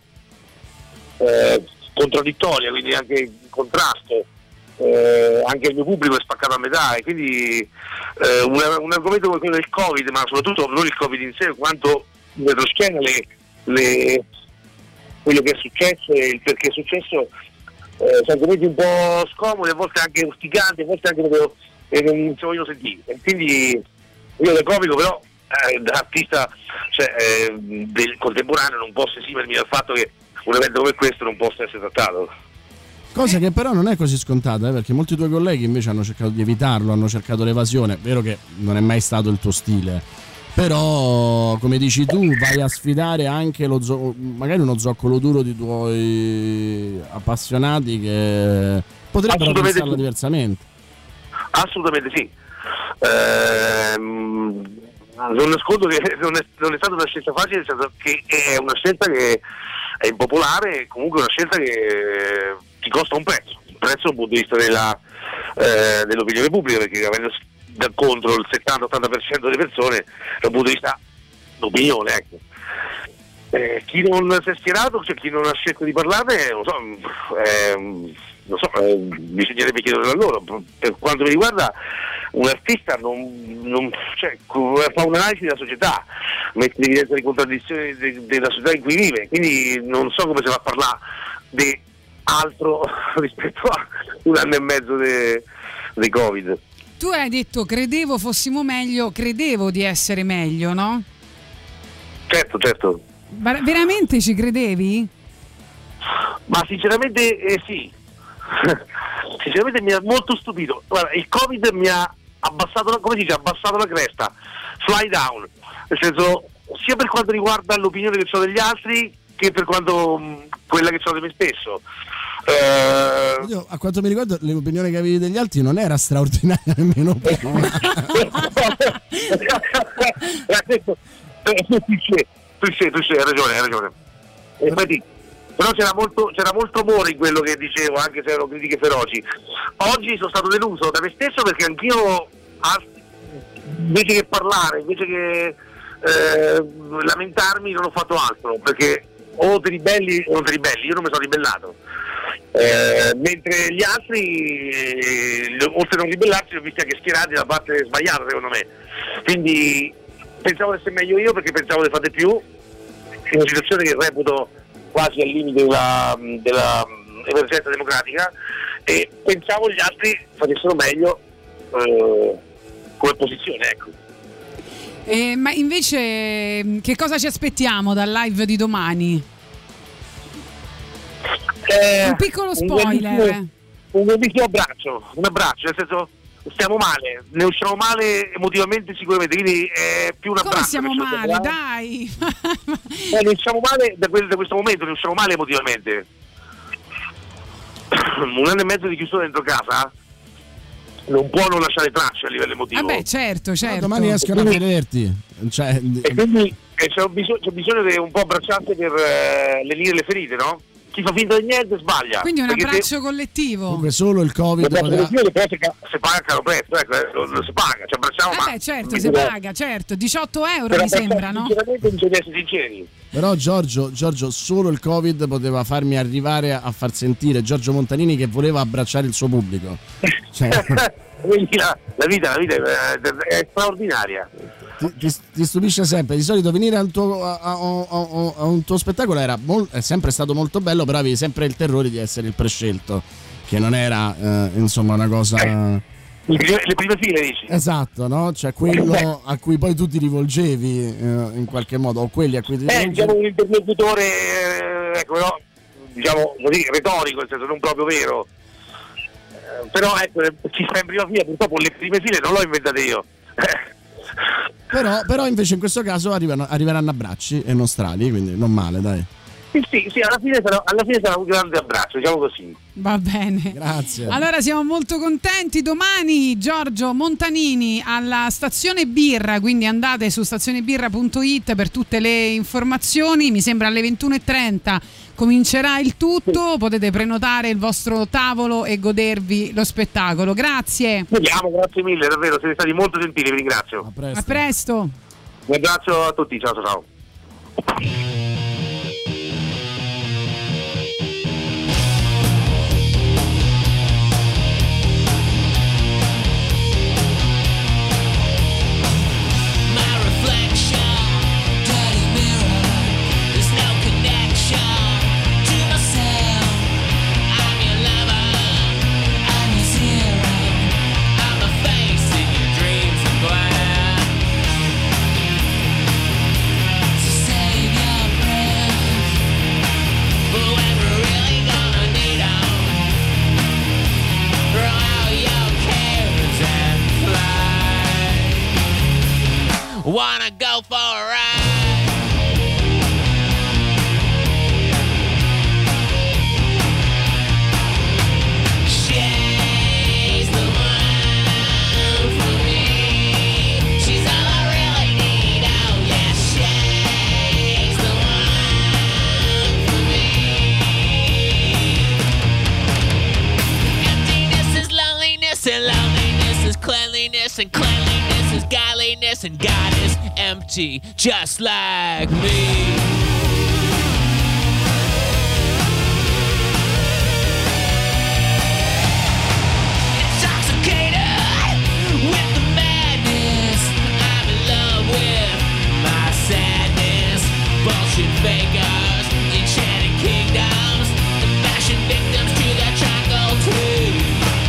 eh, contraddittoria, quindi anche in contrasto. Eh, anche il mio pubblico è spaccato a metà e quindi eh, un, un argomento come quello del Covid, ma soprattutto non il Covid in sé, quanto in retroscena le, le, quello che è successo e il perché è successo, eh, sono argomenti un po' scomodi, a volte anche urticanti, a volte anche proprio eh, non si vogliono sentire. E quindi io da comico però, eh, da artista cioè, eh, del contemporaneo, non posso esimermi dal fatto che un evento come questo non possa essere trattato. Cosa che però non è così scontata, eh, perché molti tuoi colleghi invece hanno cercato di evitarlo, hanno cercato l'evasione. È vero che non è mai stato il tuo stile, però come dici tu vai a sfidare anche lo zo- magari uno zoccolo duro di tuoi appassionati che potrebbero pensarla diversamente. Assolutamente sì. Ehm, non nascondo che non è, non è stata una scelta facile, nel senso che è una scelta che è impopolare, comunque una scelta che ti costa un prezzo, un prezzo dal punto di vista della, eh, dell'opinione pubblica, perché avendo da contro il settanta ottanta per cento delle persone dal punto di vista d'opinione, ecco. Eh, chi non si è schierato, cioè chi non ha scelto di parlarne, non so, eh, non so eh, bisognerebbe chiederlo a loro. Per quanto mi riguarda, un artista non, non cioè, fa un'analisi della società, mette in evidenza le contraddizioni de, della società in cui vive, quindi non so come si va a parlare di altro rispetto a un anno e mezzo di Covid. Tu hai detto credevo fossimo meglio, credevo di essere meglio, no? Certo, certo. Ma veramente ci credevi? Ma sinceramente eh, sì. Sinceramente mi ha molto stupito. Guarda, il Covid mi ha abbassato la, come si dice, abbassato la cresta, fly down, nel senso sia per quanto riguarda l'opinione che ho degli altri che per quanto mh, quella che ho di me stesso. Uh... Io, a quanto mi ricordo, l'opinione che avevi degli altri non era straordinaria nemmeno per tu sì, tu sì, hai ragione, hai ragione. E poi, però c'era molto, c'era molto amore in quello che dicevo, anche se erano critiche feroci. Oggi sono stato deluso da me stesso perché anch'io, invece che parlare, invece che eh, lamentarmi, non ho fatto altro, perché o ti ribelli o non ti ribelli, io non mi sono ribellato. Eh, mentre gli altri, eh, oltre a non ribellarsi, li ho visti anche schierati da parte sbagliata, secondo me. Quindi pensavo di essere meglio io perché pensavo di fare di più, in una situazione che reputo quasi al limite della, della emergenza democratica, e pensavo gli altri facessero meglio eh, come posizione, ecco. Eh, ma invece che cosa ci aspettiamo dal live di domani? Eh, un piccolo spoiler. Un bellissimo abbraccio, un abbraccio, nel senso stiamo male, ne usciamo male emotivamente sicuramente, quindi è più un abbraccio. Come stiamo male, eh? dai! Eh, ne usciamo male da, quel, da questo momento, ne usciamo male emotivamente. Un anno e mezzo di chiusura dentro casa non può non lasciare tracce a livello emotivo. Vabbè, certo, certo. No, domani escono a vederti. Cioè, e quindi eh, c'è, bisogno, c'è bisogno di un po' abbracciarsi per eh, lenire le ferite, no? Chi fa finta di niente sbaglia. Quindi un abbraccio se... collettivo. Comunque solo il Covid poteva... se paga caro prezzo, ecco, lo, lo si paga, ci abbracciamo. Eh ma... beh, certo, si paga, certo, diciotto euro mi sembra, no? Sinceramente bisogna essere sinceri. Però Giorgio, Giorgio, solo il Covid poteva farmi arrivare a far sentire Giorgio Montanini che voleva abbracciare il suo pubblico. Cioè... Quindi la, la vita, la vita è, è straordinaria. Ti, ti, ti stupisce sempre. Di solito venire al tuo, a, a, a, a un tuo spettacolo era mol, è sempre stato molto bello, però avevi sempre il terrore di essere il prescelto, che non era eh, insomma una cosa. Eh, le prime file dici? Esatto, no? Cioè quello a cui poi tu ti rivolgevi eh, in qualche modo, o quelli a cui ti rivolgevi. Eh, diciamo un interlocutore, eh, ecco, no? Diciamo così, retorico, nel senso non proprio vero. Però ecco, chi sta in prima fila purtroppo le prime file non l'ho inventate io. però, però invece in questo caso arrivano, arriveranno abbracci e nostrali, quindi non male, dai. Sì, sì, sì, alla fine sarà, alla fine sarà un grande abbraccio, diciamo così. Va bene. Grazie. Allora siamo molto contenti. Domani Giorgio Montanini alla Stazione Birra, quindi andate su stazionebirra punto it per tutte le informazioni. Mi sembra alle ventuno e trenta comincerà il tutto, potete prenotare il vostro tavolo e godervi lo spettacolo. Grazie. Vediamo, grazie mille, davvero, siete stati molto gentili, vi ringrazio. A presto. A presto. Un abbraccio a tutti, ciao ciao ciao. Wanna go for a ride? She's the one for me. She's all I really need. Oh yeah, she's the one for me. Emptiness is loneliness, and loneliness is cleanliness, and cleanliness is godliness, and God is empty, just like me. Intoxicated with the madness, I'm in love with my sadness. Bullshit fakers, enchanted kingdoms, the fashion victims to their triangle tree.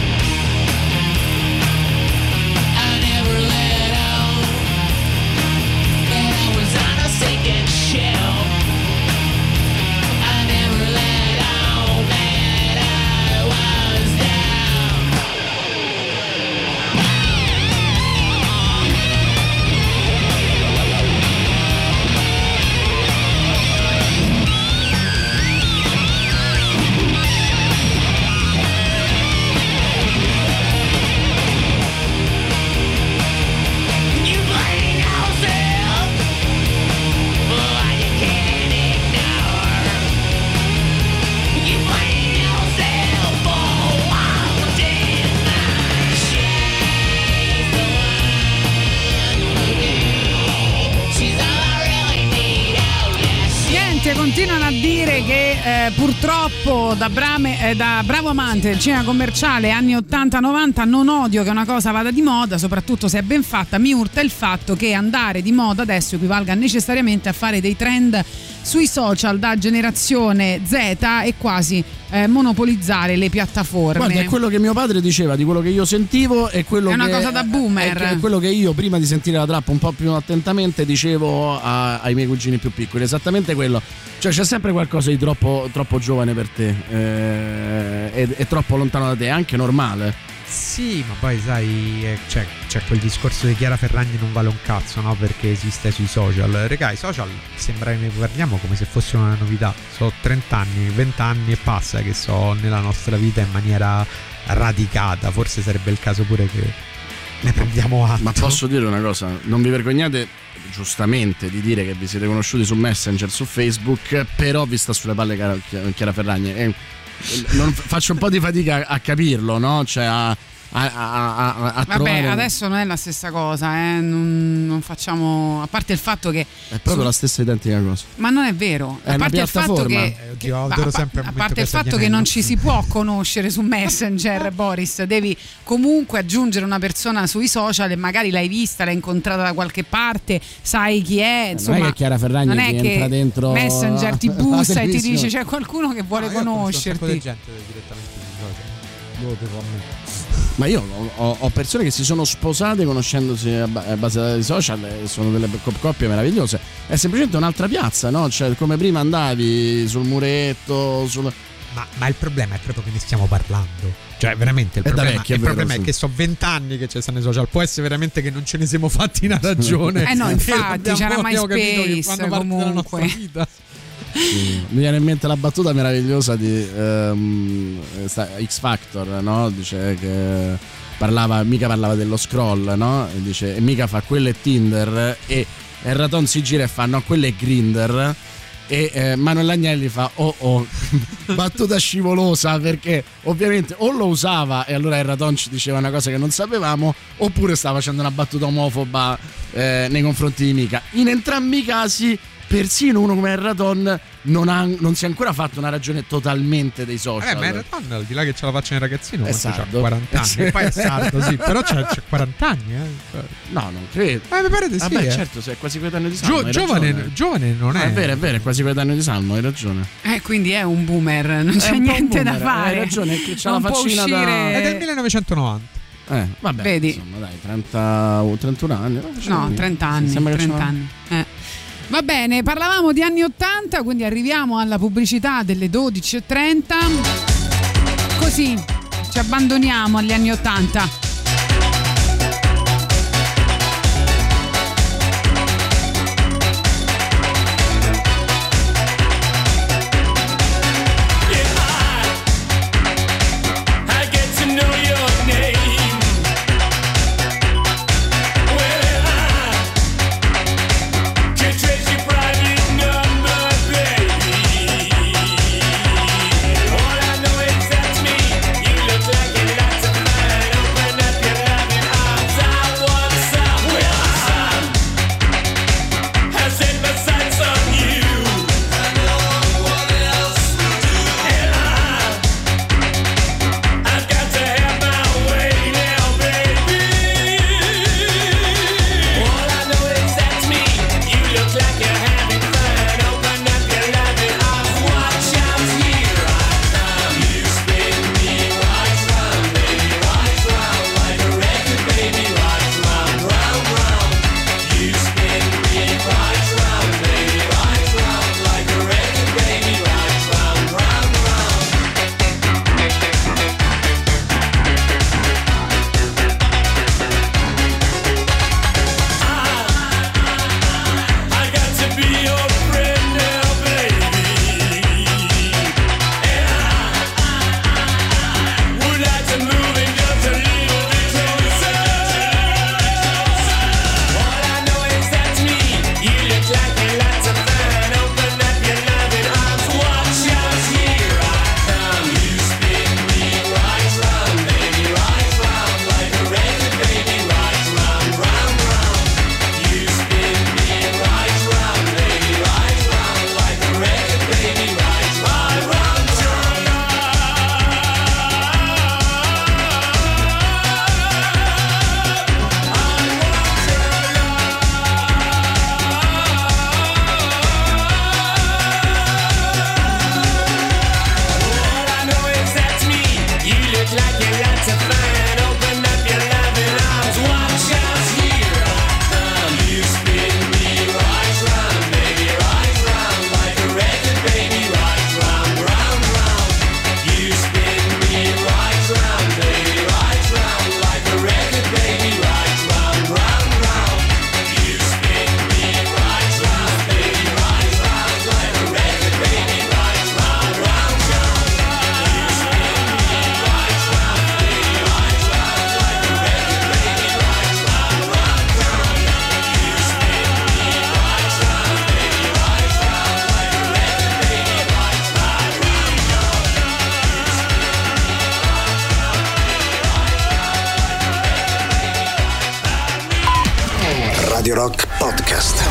I never let out, and I was on a sinking shell. continuano a dire che eh, purtroppo da, brame, eh, da bravo amante del cinema commerciale anni ottanta novanta non odio che una cosa vada di moda, soprattutto se è ben fatta. Mi urta il fatto che andare di moda adesso equivalga necessariamente a fare dei trend sui social da generazione Z e quasi eh, monopolizzare le piattaforme. Guarda, è quello che mio padre diceva, di quello che io sentivo, e quello è una che, cosa da boomer. È, è quello che io prima di sentire la trap un po' più attentamente dicevo a, ai miei cugini più piccoli, esattamente quello. Cioè c'è sempre qualcosa di troppo, troppo giovane per te, eh, è, è troppo lontano da te, è anche normale. Sì, ma poi sai, eh, c'è, c'è quel discorso di Chiara Ferragni non vale un cazzo, no? Perché esiste sui social. Regà, i social sembra che ne parliamo come se fossero una novità. So trenta anni, venti anni e passa che so nella nostra vita in maniera radicata. Forse sarebbe il caso pure che ne prendiamo atto. Ma posso dire una cosa? Non vi vergognate giustamente di dire che vi siete conosciuti su Messenger, su Facebook, però vi sta sulle palle Chiara, Chiara Ferragni. E non, faccio un po' di fatica a capirlo, no? Cioè a, a, a, a, a Vabbè, trovare... adesso non è la stessa cosa, eh? non, non facciamo, a parte il fatto che è proprio su... la stessa identica cosa. Ma non è vero, è a parte il fatto che, eh, oddio, che a, sempre a parte il fatto che non ci si può conoscere su Messenger, Boris, devi comunque aggiungere una persona sui social e magari l'hai vista, l'hai incontrata da qualche parte, sai chi è, insomma. Non è che Chiara Ferragni non è ti che entra dentro Messenger ti bussa e ti dice c'è qualcuno che vuole no, conoscerti. Di gente direttamente sui social. Lo devo ammettere. Ma io ho, ho persone che si sono sposate conoscendosi a base dei social, sono delle coppie meravigliose. È semplicemente un'altra piazza, no? Cioè, come prima andavi sul muretto, sul... Ma, ma il problema è proprio che ne stiamo parlando. Cioè, veramente il è problema, vecchio, il è vero, problema sì. è che so vent'anni che ci stanno i social. Può essere veramente che non ce ne siamo fatti una ragione. Eh no, infatti, c'era MySpace fanno comunque. Vita. Sì. Mi viene in mente la battuta meravigliosa di um, X Factor, no? Dice che parlava, mica parlava dello scroll, no? E dice, e mica fa quello è Tinder, e il Raton si gira e fa no, quello è Grindr. E eh, Manuel Agnelli fa oh oh battuta scivolosa, perché ovviamente o lo usava e allora il Raton ci diceva una cosa che non sapevamo, oppure stava facendo una battuta omofoba eh, nei confronti di Mica. In entrambi i casi persino uno come il Raton non, ha, non si è ancora fatto una ragione totalmente dei social. Eh, ma il Raton, al di là che ce la faccia in ragazzino, è c'ha sardo. quaranta anni. E poi è sardo, sì, però c'ha, c'ha quaranta anni. Eh. No, non credo. Ma mi pare di sì. Vabbè, eh. certo, sei quasi coetaneo di Salmo. Gio- giovane, giovane non è. Ah, è vero, è vero, è quasi coetaneo di Salmo, hai ragione. Eh, quindi è un boomer, non c'è niente da fare. Hai ragione, è che c'ha non la faccina può uscire... da... È del millenovecentonovanta. Eh, vabbè, vedi, insomma, dai, trenta, trentuno anni. No, trenta anni. Sembra che trenta anni. Eh. Va bene, parlavamo di anni ottanta, quindi arriviamo alla pubblicità delle dodici e trenta. Così ci abbandoniamo agli anni ottanta. Open Radio Rock Podcast.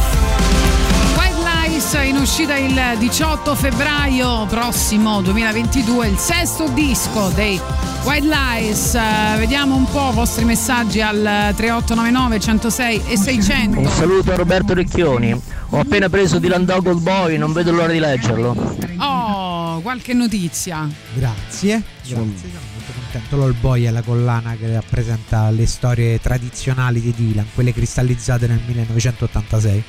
White Lies in uscita il diciotto febbraio prossimo duemilaventidue, il sesto disco dei White Lies. Uh, vediamo un po' i vostri messaggi al tre otto nove nove centosei e seicento. Un saluto a Roberto Recchioni. Ho appena preso Dylan Dog Old Boy, non vedo l'ora di leggerlo. Oh, qualche notizia? Grazie, grazie, sono molto contento. L'All Boy è la collana che rappresenta le storie tradizionali di Dylan, quelle cristallizzate nel millenovecentottantasei.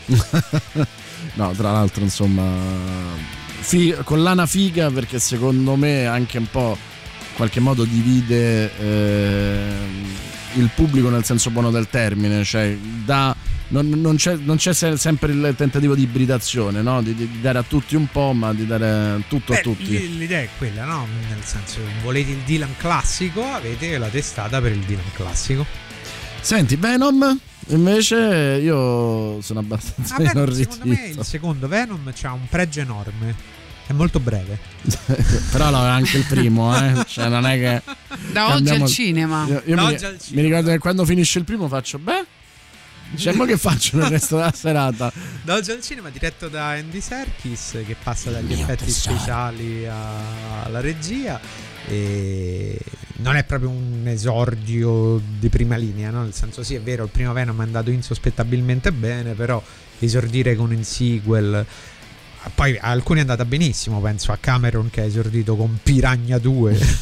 No, tra l'altro, insomma, fi- collana figa, perché secondo me anche un po' in qualche modo divide eh, il pubblico nel senso buono del termine, cioè da non, non, c'è, non c'è sempre il tentativo di ibridazione, no? Di, di dare a tutti un po', ma di dare tutto Beh, a tutti. L'idea è quella, no? Nel senso, volete il Dylan classico, avete la testata per il Dylan classico. Senti, Venom invece io sono abbastanza ah, inorridito. Secondo me il secondo Venom c'ha un pregio enorme, è molto breve. Però no, anche il primo, eh? Cioè non è che da oggi al cinema. Io, io da mi, oggi al cinema. Mi ricordo che quando finisce il primo faccio beh, cioè mo che faccio nel resto della serata? Da oggi al cinema, diretto da Andy Serkis, che passa dagli effetti tesoro. speciali a, alla regia, e non è proprio un esordio di prima linea, no? Nel senso, sì, è vero, il primo Venom è andato insospettabilmente bene, però esordire con un sequel, poi a alcuni è andata benissimo, penso a Cameron che ha esordito con Piranha due.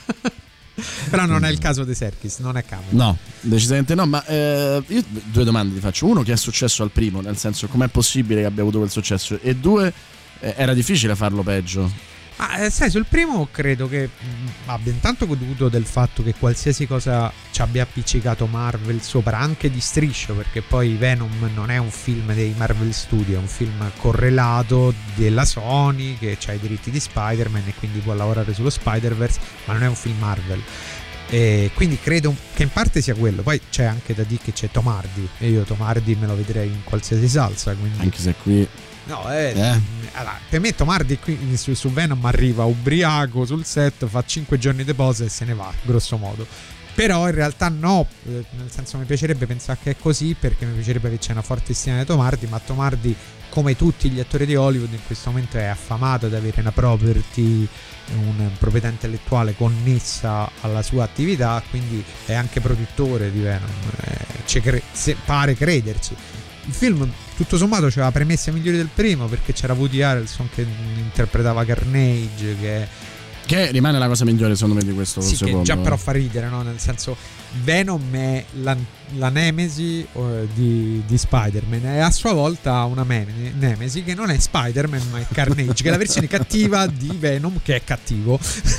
Però non è il caso di Serkis, non è Cameron. No, decisamente no, ma eh, io due domande ti faccio. Uno, che è successo al primo, nel senso, com'è possibile che abbia avuto quel successo? E due, eh, era difficile farlo peggio? Ah, eh, sai, sul primo credo che mh, abbia intanto goduto del fatto che qualsiasi cosa ci abbia appiccicato Marvel sopra, anche di striscio, perché poi Venom non è un film dei Marvel Studio, è un film correlato della Sony che ha i diritti di Spider-Man e quindi può lavorare sullo Spider-Verse, ma non è un film Marvel. E quindi credo che in parte sia quello. Poi c'è anche da dire che c'è Tom Hardy, e io Tom Hardy me lo vedrei in qualsiasi salsa, quindi... Anche se qui... No, eh, eh. Allora, per me Tom Hardy qui su, su Venom arriva ubriaco sul set, fa cinque giorni di posa e se ne va, grosso modo. Però in realtà no, eh, nel senso, mi piacerebbe pensare che è così, perché mi piacerebbe che c'è una forte stima di Tom Hardy, ma Tom Hardy, come tutti gli attori di Hollywood, in questo momento è affamato ad avere una property, una proprietà intellettuale connessa alla sua attività, quindi è anche produttore di Venom, eh, cre- se pare crederci. Il film tutto sommato c'aveva premesse migliori del primo, perché c'era Woody Harrelson che interpretava Carnage, che che rimane la cosa migliore secondo me di questo sì, secondo. Che già però fa ridere, no? Nel senso, Venom è la, la nemesi uh, di, di Spider-Man, e a sua volta una mene, nemesi che non è Spider-Man ma è Carnage, che è la versione cattiva di Venom che è cattivo.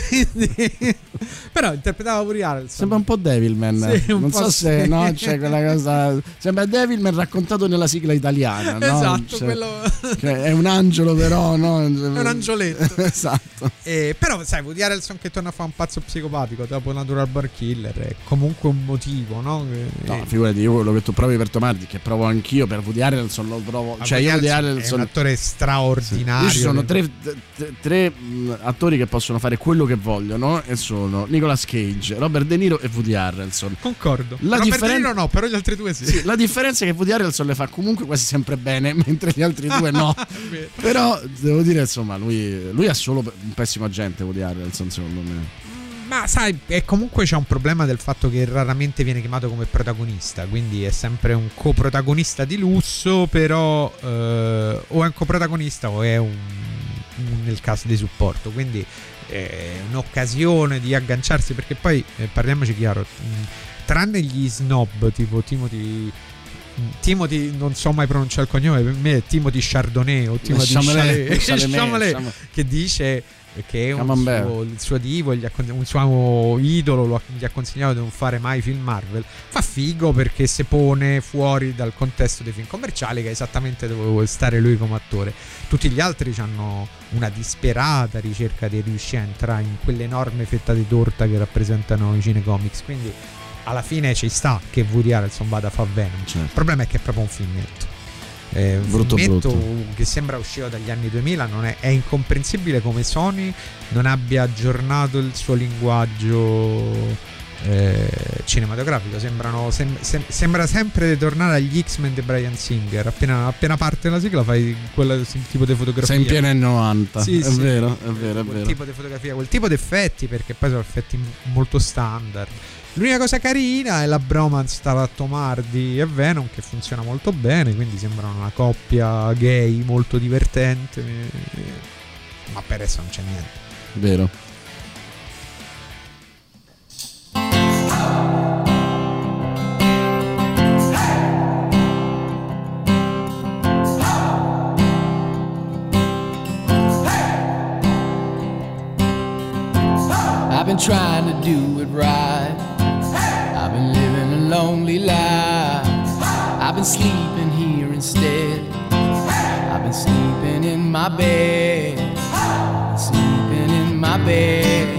Però interpretava Woody Harrelson. Sembra un po' Devilman, sì, non so sì. se no, c'è quella cosa, sembra Devilman raccontato nella sigla italiana, no? Esatto, cioè, quello... è un angelo, però no? È un angioletto. Esatto. Eh, però sai, Woody Harrelson che torna a fare un pazzo psicopatico dopo Natural Born Killer è comunque un motivo, no? Che... No, figurati, io quello che tu provi per Tom Hardy, che provo anch'io per Woody Harrelson, lo provo. Ma cioè Woody io Woody Harrelson Harrelson è un attore straordinario. Sì. Ci sono tre, tre, tre mh, attori che possono fare quello che vogliono, e sono Nicolas Cage, Robert De Niro e Woody Harrelson. Concordo. La Robert differen- De Niro no, però gli altri due sì. sì. La differenza è che Woody Harrelson le fa comunque quasi sempre bene, mentre gli altri due no. Però devo dire, insomma, lui, lui è solo un pessimo agente, Woody Harrelson, secondo me. Ma sai, e comunque c'è un problema del fatto che raramente viene chiamato come protagonista, quindi è sempre un coprotagonista di lusso, però eh, o è un coprotagonista o è un, un nel caso di supporto, quindi è un'occasione di agganciarsi, perché poi eh, parliamoci chiaro, mh, tranne gli snob tipo Timothy Timothy, non so mai pronunciare il cognome, per me è Timothy Chardonnay o Timothy Chalamet, Chalamet, Chalamet, che dice che è un suo, il suo divo, gli ha, un suo idolo lo ha, gli ha consigliato di non fare mai film Marvel. Fa figo perché si pone fuori dal contesto dei film commerciali, che è esattamente dove vuole stare lui come attore. Tutti gli altri hanno una disperata ricerca di riuscire a entrare in quell'enorme fetta di torta che rappresentano i cinecomics, quindi alla fine ci sta che Woody Harrelson vada a far Venom. Certo. Il problema è che è proprio un filmetto. Eh, un brutto, filmetto brutto. Che sembra uscito dagli anni duemila. Non è, è incomprensibile come Sony non abbia aggiornato il suo linguaggio eh, cinematografico. Sembrano sem- sem- sembra sempre tornare agli X-Men di Bryan Singer. Appena, appena parte la sigla fai quel tipo di fotografia. Sei in piena anni novanta. Sì, è sì, vero, è vero, è quel vero. tipo di fotografia, quel tipo di effetti, perché poi sono effetti molto standard. L'unica cosa carina è la bromance tra Tom Hardy e Venom, che funziona molto bene, quindi sembrano una coppia gay molto divertente, ma per adesso non c'è niente. Vero. I've been trying to do it right. I've been living a lonely life. I've been sleeping here instead. I've been sleeping in my bed. I've been sleeping in my bed.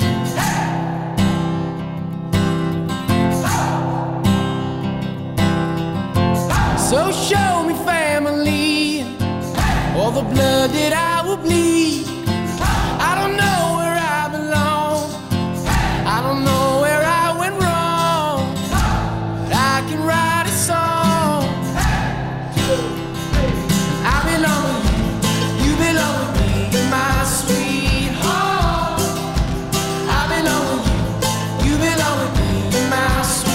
So show me family, all the blood that I will bleed. I don't know where I belong. I don't know where I went wrong, but I can write a song. I belong with you, you belong with me, you're my sweetheart. I belong with you, you belong with me, you're my sweetheart.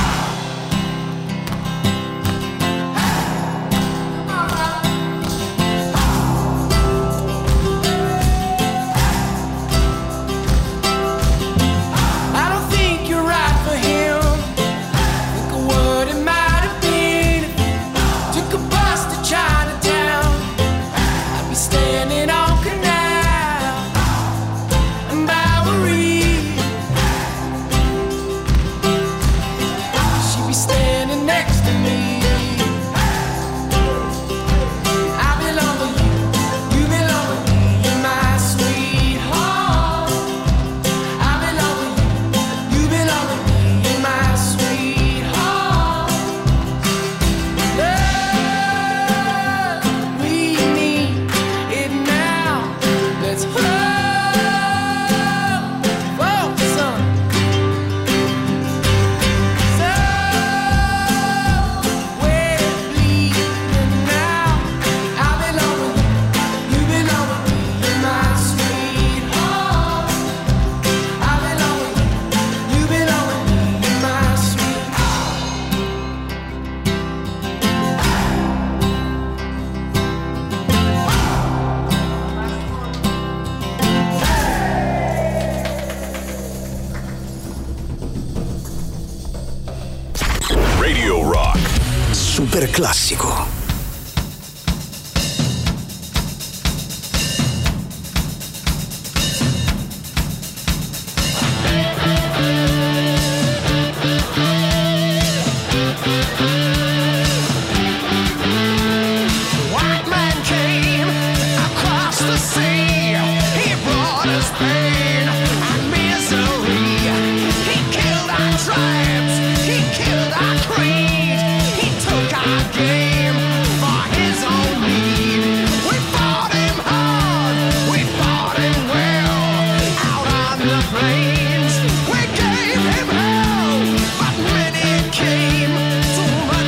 I don't think you're right for him. Think of what it might have been if you took a bus to Chinatown. I'd be standing on Canal and Bowery. She'd be standing next to me. I belong with you, you belong with me, you're my sweetheart. I belong with you, you belong with me, you're my sweetheart. Love, we need it now. Let's hope for some. So we're bleeding now. I belong with you, you belong with me, you're my sweetheart. I belong with you, you belong with me, you're my sweetheart. Radio Rock. Super classico. White man came across the sea. He brought us pain and misery. He killed our tribes. He killed our creed. He took our game for his own need. We fought him hard. We fought him well. Out on the plains, we gave him hell. But when it came to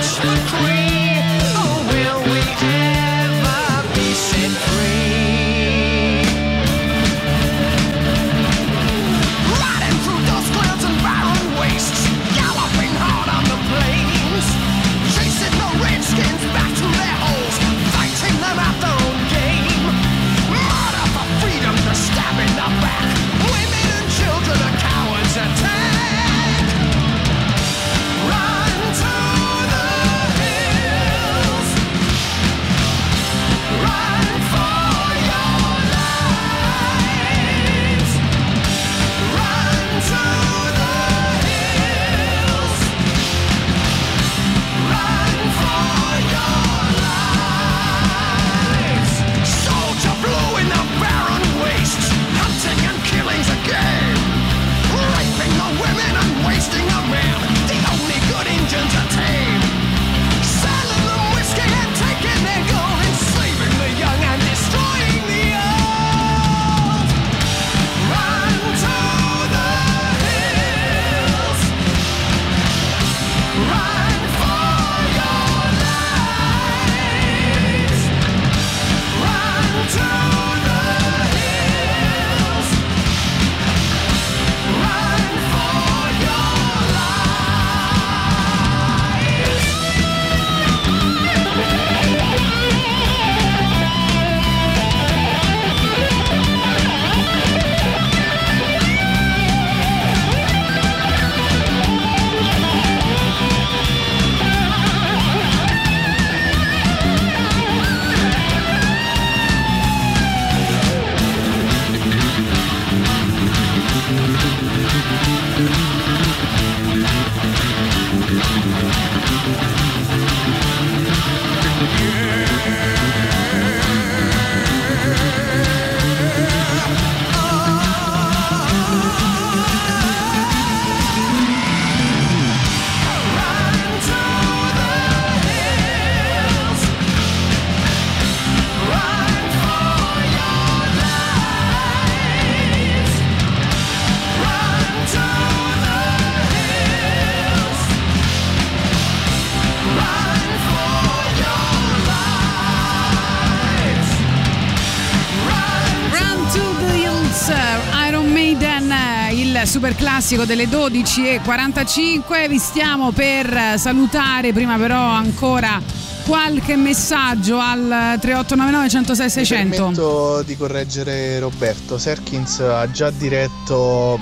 super classico delle dodici e quarantacinque. Vi stiamo per salutare, prima però ancora qualche messaggio al tre otto nove nove uno zero sei sei zero Mi zero zero. permetto di correggere Roberto. Serkins ha già diretto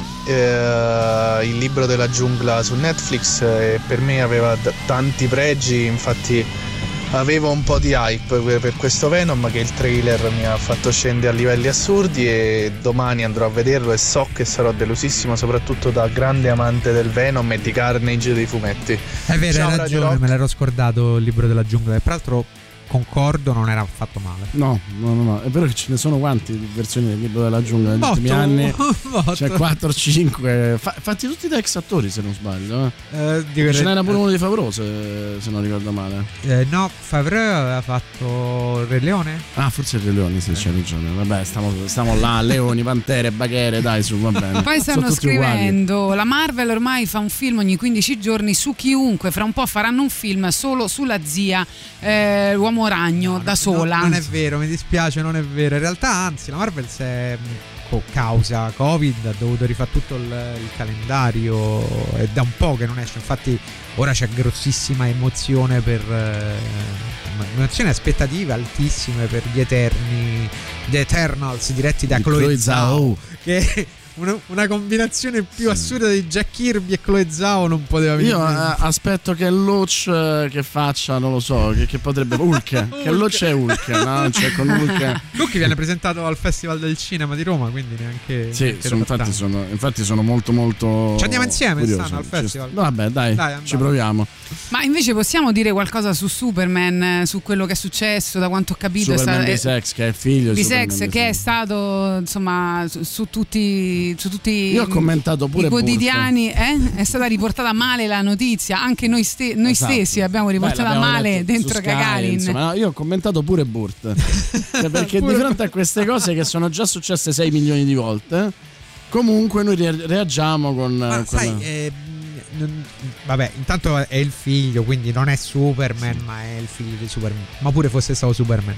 eh, il libro della giungla su Netflix e per me aveva d- tanti pregi, infatti avevo un po' di hype per questo Venom che il trailer mi ha fatto scendere a livelli assurdi e domani andrò a vederlo e so che sarò delusissimo, soprattutto da grande amante del Venom e di Carnage dei fumetti. È vero, Ciao, hai Radio ragione, Rock. me l'ero scordato il libro della giungla e peraltro concordo, non era affatto male. No, no, no, no. È vero che ce ne sono quanti di versioni del libro della giungla negli Botto, ultimi anni. botto. C'è quattro cinque fa- fatti tutti da ex attori ce non sbaglio. Eh. Eh, dico- Ce n'era pure uno di Favreau se, se non ricordo male. Eh, no, Favreau aveva fatto il Re Leone? Ah, forse il Re Leone, sì, c'è ragione. Vabbè, stiamo, stiamo là, leoni, pantere, baghere, dai, su, va bene. Poi stanno Sono tutti uguali. scrivendo: la Marvel ormai fa un film ogni quindici giorni su chiunque, fra un po' faranno un film solo sulla zia eh, Uomo Ragno da sola. No, non è vero, mi dispiace, non è vero. In realtà, anzi, la Marvel si è co- causa Covid ha dovuto rifare tutto il, il calendario. È da un po' che non esce. Infatti, ora c'è grossissima emozione per eh, emozione e aspettative altissime per gli Eterni, The Eternals diretti da Di Chloe, Chloe Zhao, Zhao. che una, una combinazione più assurda di Jack Kirby e Chloe Zhao non poteva venire. Io eh, aspetto che Loach eh, che faccia, non lo so, che, che potrebbe Hulk, che Loach è Hulk, no? Cioè con Hulk. Hulk viene presentato al Festival del Cinema di Roma, quindi neanche Sì, neanche sono- da infatti, tanto. sono, infatti sono molto molto Ci andiamo insieme curioso. quest'anno al festival? Ci- Vabbè, dai, Dai, andiamo. ci proviamo. Ma invece possiamo dire qualcosa su Superman, eh, su quello che è successo, da quanto ho capito? è Superman sta- Bisex, che è il figlio di Bisex, Superman che è Bisex. stato insomma su, su tutti su tutti Io ho commentato pure i quotidiani, eh? È stata riportata male la notizia, anche noi, ste- noi Esatto. stessi l'abbiamo riportata Beh, l'abbiamo male letto dentro su Sky, Gagarin. insomma, no, io ho commentato pure Burt. Cioè, perché di fronte a queste cose che sono già successe sei milioni di volte, comunque noi re- reagiamo con, Ma con- sai, eh, non- vabbè, intanto è il figlio, quindi non è Superman, ma è il figlio di Superman. Ma pure fosse stato Superman,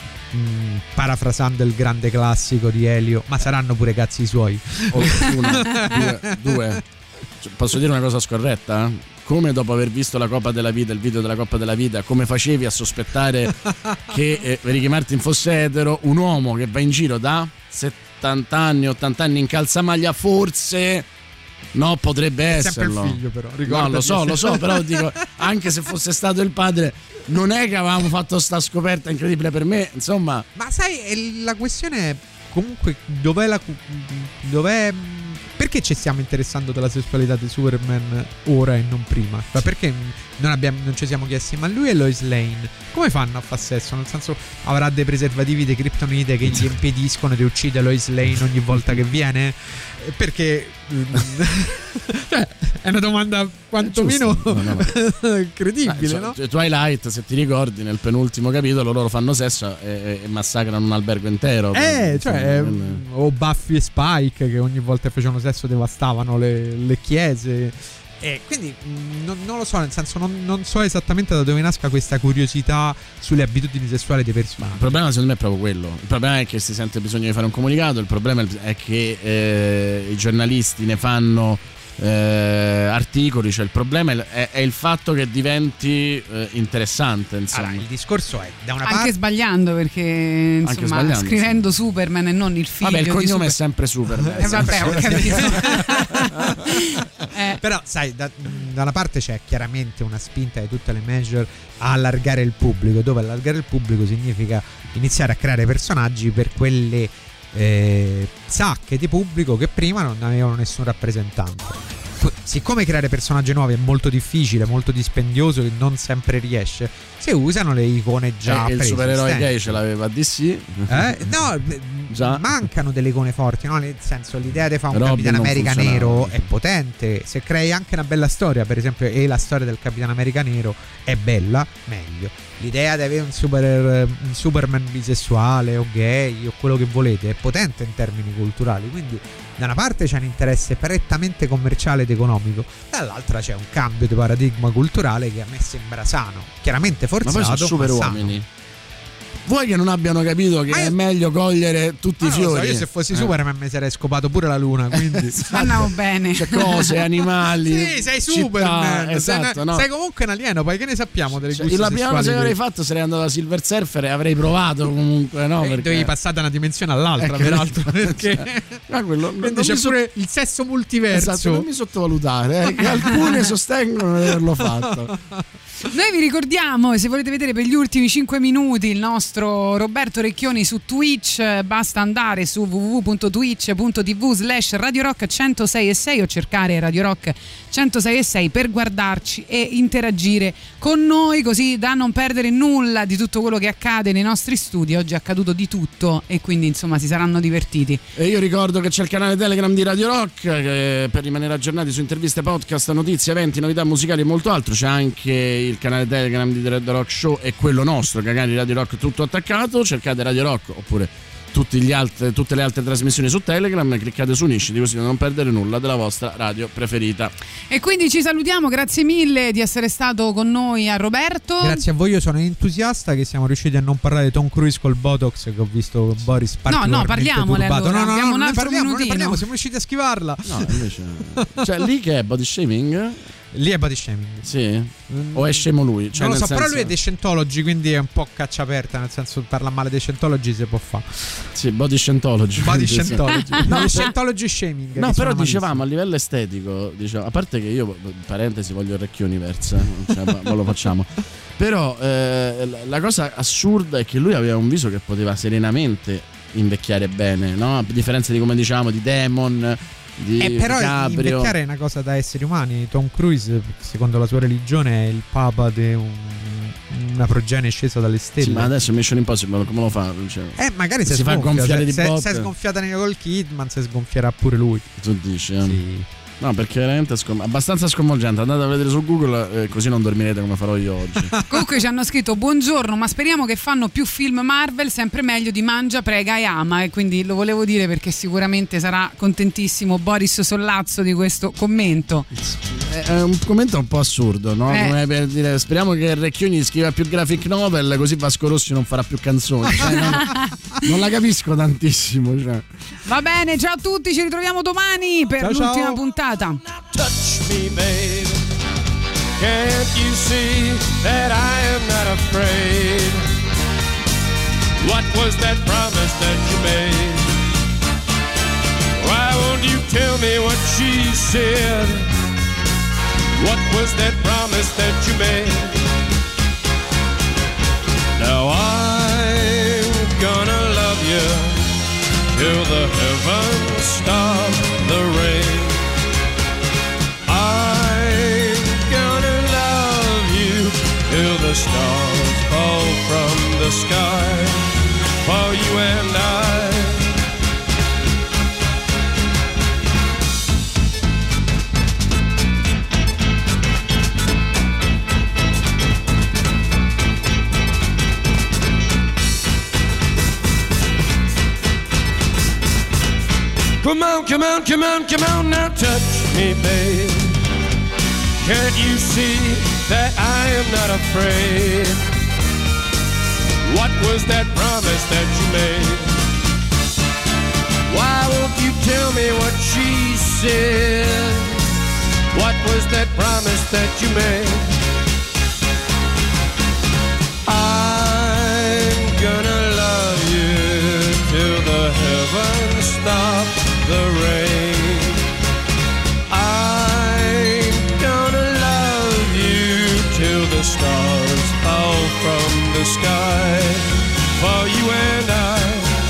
mm, parafrasando il grande classico di Elio, ma saranno pure cazzi suoi. Oh, uno, due, due. Cioè, posso dire una cosa scorretta? Come dopo aver visto la Coppa della Vita, il video della Coppa della Vita, come facevi a sospettare che eh, Ricky Martin fosse etero, un uomo che va in giro da settanta anni, ottanta anni in calzamaglia, forse no, potrebbe È sempre il esserlo. figlio, però, no, ricordati. lo so, lo so, però dico, anche se fosse stato il padre, non è che avevamo fatto sta scoperta incredibile per me, insomma. Ma sai, è la questione è comunque dov'è la cu- dov'è perché ci stiamo interessando della sessualità di Superman ora e non prima? Ma perché non, abbiamo, non ci siamo chiesti, ma lui e Lois Lane come fanno a fare sesso? Nel senso, avrà dei preservativi di kriptonite che gli impediscono di uccidere Lois Lane ogni volta che viene? Perché cioè, è una domanda quantomeno Giusto. No, no, no. credibile, Eh, no? cioè, Twilight, se ti ricordi, nel penultimo capitolo loro fanno sesso e, e massacrano un albergo intero. Eh, Insomma, cioè, quindi- o Buffy e Spike che ogni volta che facevano sesso devastavano le, le chiese. E quindi mh, non, non lo so, nel senso, non, non so esattamente da dove nasca questa curiosità sulle abitudini sessuali dei personaggi. Il problema secondo me è proprio quello. Il problema è che si sente bisogno di fare un comunicato. Il problema è che eh, i giornalisti ne fanno eh, articoli. Cioè il problema è, è, è il fatto che diventi eh, interessante, insomma. Allora, il discorso è da una Anche parte sbagliando, perché insomma sbagliando, scrivendo Superman e non il figlio. Vabbè, il di cognome Super- è sempre Superman. Eh, vabbè, ho capito. Eh. Però sai, da, da una parte c'è chiaramente una spinta di tutte le major a allargare il pubblico, dove allargare il pubblico significa iniziare a creare personaggi per quelle eh, sacche di pubblico che prima non avevano nessun rappresentante. Siccome creare personaggi nuovi è molto difficile, molto dispendioso e non sempre riesce, si usano le icone già Eh, il supereroe preesistenti. gay ce l'aveva D C. Eh? No, Già. mancano delle icone forti, no? Nel senso, l'idea di fare un Robin Capitano non America funzionava. nero è potente. Se crei anche una bella storia, per esempio, e la storia del Capitano America nero è bella, meglio. L'idea di avere un, super, un Superman bisessuale o gay o quello che volete è potente in termini culturali. Quindi da una parte c'è un interesse prettamente commerciale ed economico, dall'altra c'è un cambio di paradigma culturale che a me sembra sano, chiaramente Ma poi forzato, sono super ma sano. uomini. Vuoi che non abbiano capito che Ma è io- meglio cogliere tutti Ma i non lo so, fiori? io se fossi Eh. Superman mi sarei scopato pure la luna, quindi Andiamo bene. C'è cose, animali. Sì, sei città, Superman, esatto, sei, no. sei comunque un alieno, poi che ne sappiamo delle Cioè, guste la prima cosa che sessuali avrei dei- fatto sarei andato da Silver Surfer e avrei provato comunque, no? Eh, Perché dovevi passare da una dimensione all'altra, Ecco, peraltro, perché cioè, ma quello, non quindi mi c'è so- pure il sesso multiverso. Esatto, non mi sottovalutare, eh, che alcune sostengono di averlo fatto. Noi vi ricordiamo, se volete vedere per gli ultimi cinque minuti il nostro Roberto Recchioni su Twitch, eh, basta andare su w w w punto twitch punto t v slash Radio Rock centosei e sei o cercare Radio Rock centosei e sei per guardarci e interagire con noi, così da non perdere nulla di tutto quello che accade nei nostri studi. Oggi è accaduto di tutto e quindi insomma si saranno divertiti. E io ricordo che c'è il canale Telegram di Radio Rock, che per rimanere aggiornati su interviste, podcast, notizie, eventi, novità musicali e molto altro. C'è anche il canale Telegram di Radio Rock Show e quello nostro, canale Radio Rock tutto attaccato. Cercate Radio Rock oppure tutti gli altri, tutte le altre trasmissioni su Telegram e cliccate su unisciti, così da non perdere nulla della vostra radio preferita. E quindi ci salutiamo, grazie mille di essere stato con noi a Roberto. Grazie a voi, io sono entusiasta che siamo riusciti a non parlare di Tom Cruise col Botox, che ho visto Boris particolarmente no, parliamone turbato. allora, No, no, abbiamo no, un non ne altro parliamo, non ne minutino. parliamo, siamo riusciti a schivarla. No, invece cioè lì che è body shaming? Lì è body shaming. Sì? O è scemo lui? Cioè, non lo nel so, però senso- lui è dei Scientology, quindi è un po' caccia aperta, nel senso parla male dei Scientology si può fare. Sì, body Scientology. Body quindi sì. Scientology. No, Scientology shaming. No, che però suona dicevamo a livello estetico, diciamo, a parte che io, parentesi, voglio il Recchioniverse, eh, cioè, ma, ma lo facciamo. Però eh, la- la cosa assurda è che lui aveva un viso che poteva serenamente invecchiare bene, no? A differenza di, come diciamo, di Demon, di Eh, però Caprio. invecchiare è una cosa da esseri umani. Tom Cruise, secondo la sua religione, è il papa di un- una progenie scesa dalle stelle. Sì, ma adesso Mission Impossible come lo fa? Cioè, Eh, magari si si, fa sgonfia, gonfiare se, di se, botte. se è sgonfiata Nicole Kidman, si sgonfierà pure lui. Tu dici? eh? Sì. No, perché è veramente scom- abbastanza sconvolgente. Andate a vedere su Google, eh, così non dormirete come farò io oggi. Comunque ci hanno scritto buongiorno, ma speriamo che fanno più film Marvel, sempre meglio di Mangia, Prega e Ama, e quindi lo volevo dire perché sicuramente sarà contentissimo Boris Sollazzo di questo commento. È un commento un po' assurdo, no? Eh. Come per dire, speriamo che Recchioni scriva più graphic novel, così Vasco Rossi non farà più canzoni. Cioè, non, non la capisco tantissimo. Cioè. Va bene, ciao a tutti, ci ritroviamo domani per Ciao, l'ultima ciao. puntata. Touch me, babe. Can't you see that I am not afraid? What was that promise that you made? Why won't you tell me what she said? What was that promise that you made? Now I'm gonna love you till the heavens stop the rain. I'm gonna love you till the stars fall from the sky for you and I. Come on, come on, come on, come on, now touch me, babe. Can't you see that I am not afraid? What was that promise that you made? Why won't you tell me what she said? What was that promise that you made? I'm gonna love you till the heavens stop the rain. I'm gonna love you till the stars fall from the sky for you and I.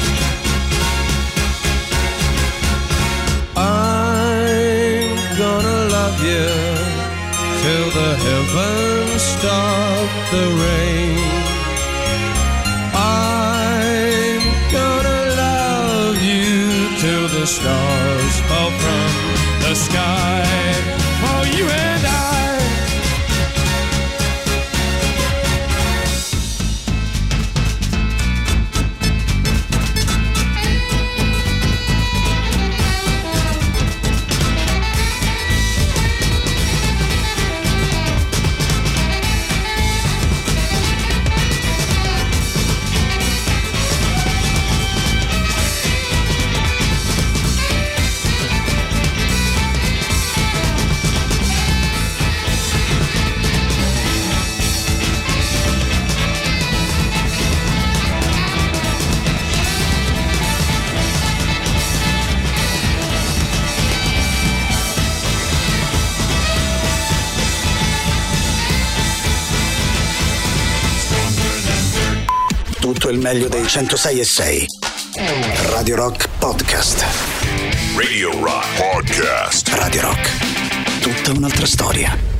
I'm gonna love you till the heavens stop the rain. I'm gonna love you till the stars fall from the sky for you and I. Tutto il meglio dei centosei e sei. Radio Rock Podcast. Radio Rock Podcast. Radio Rock. Tutta un'altra storia.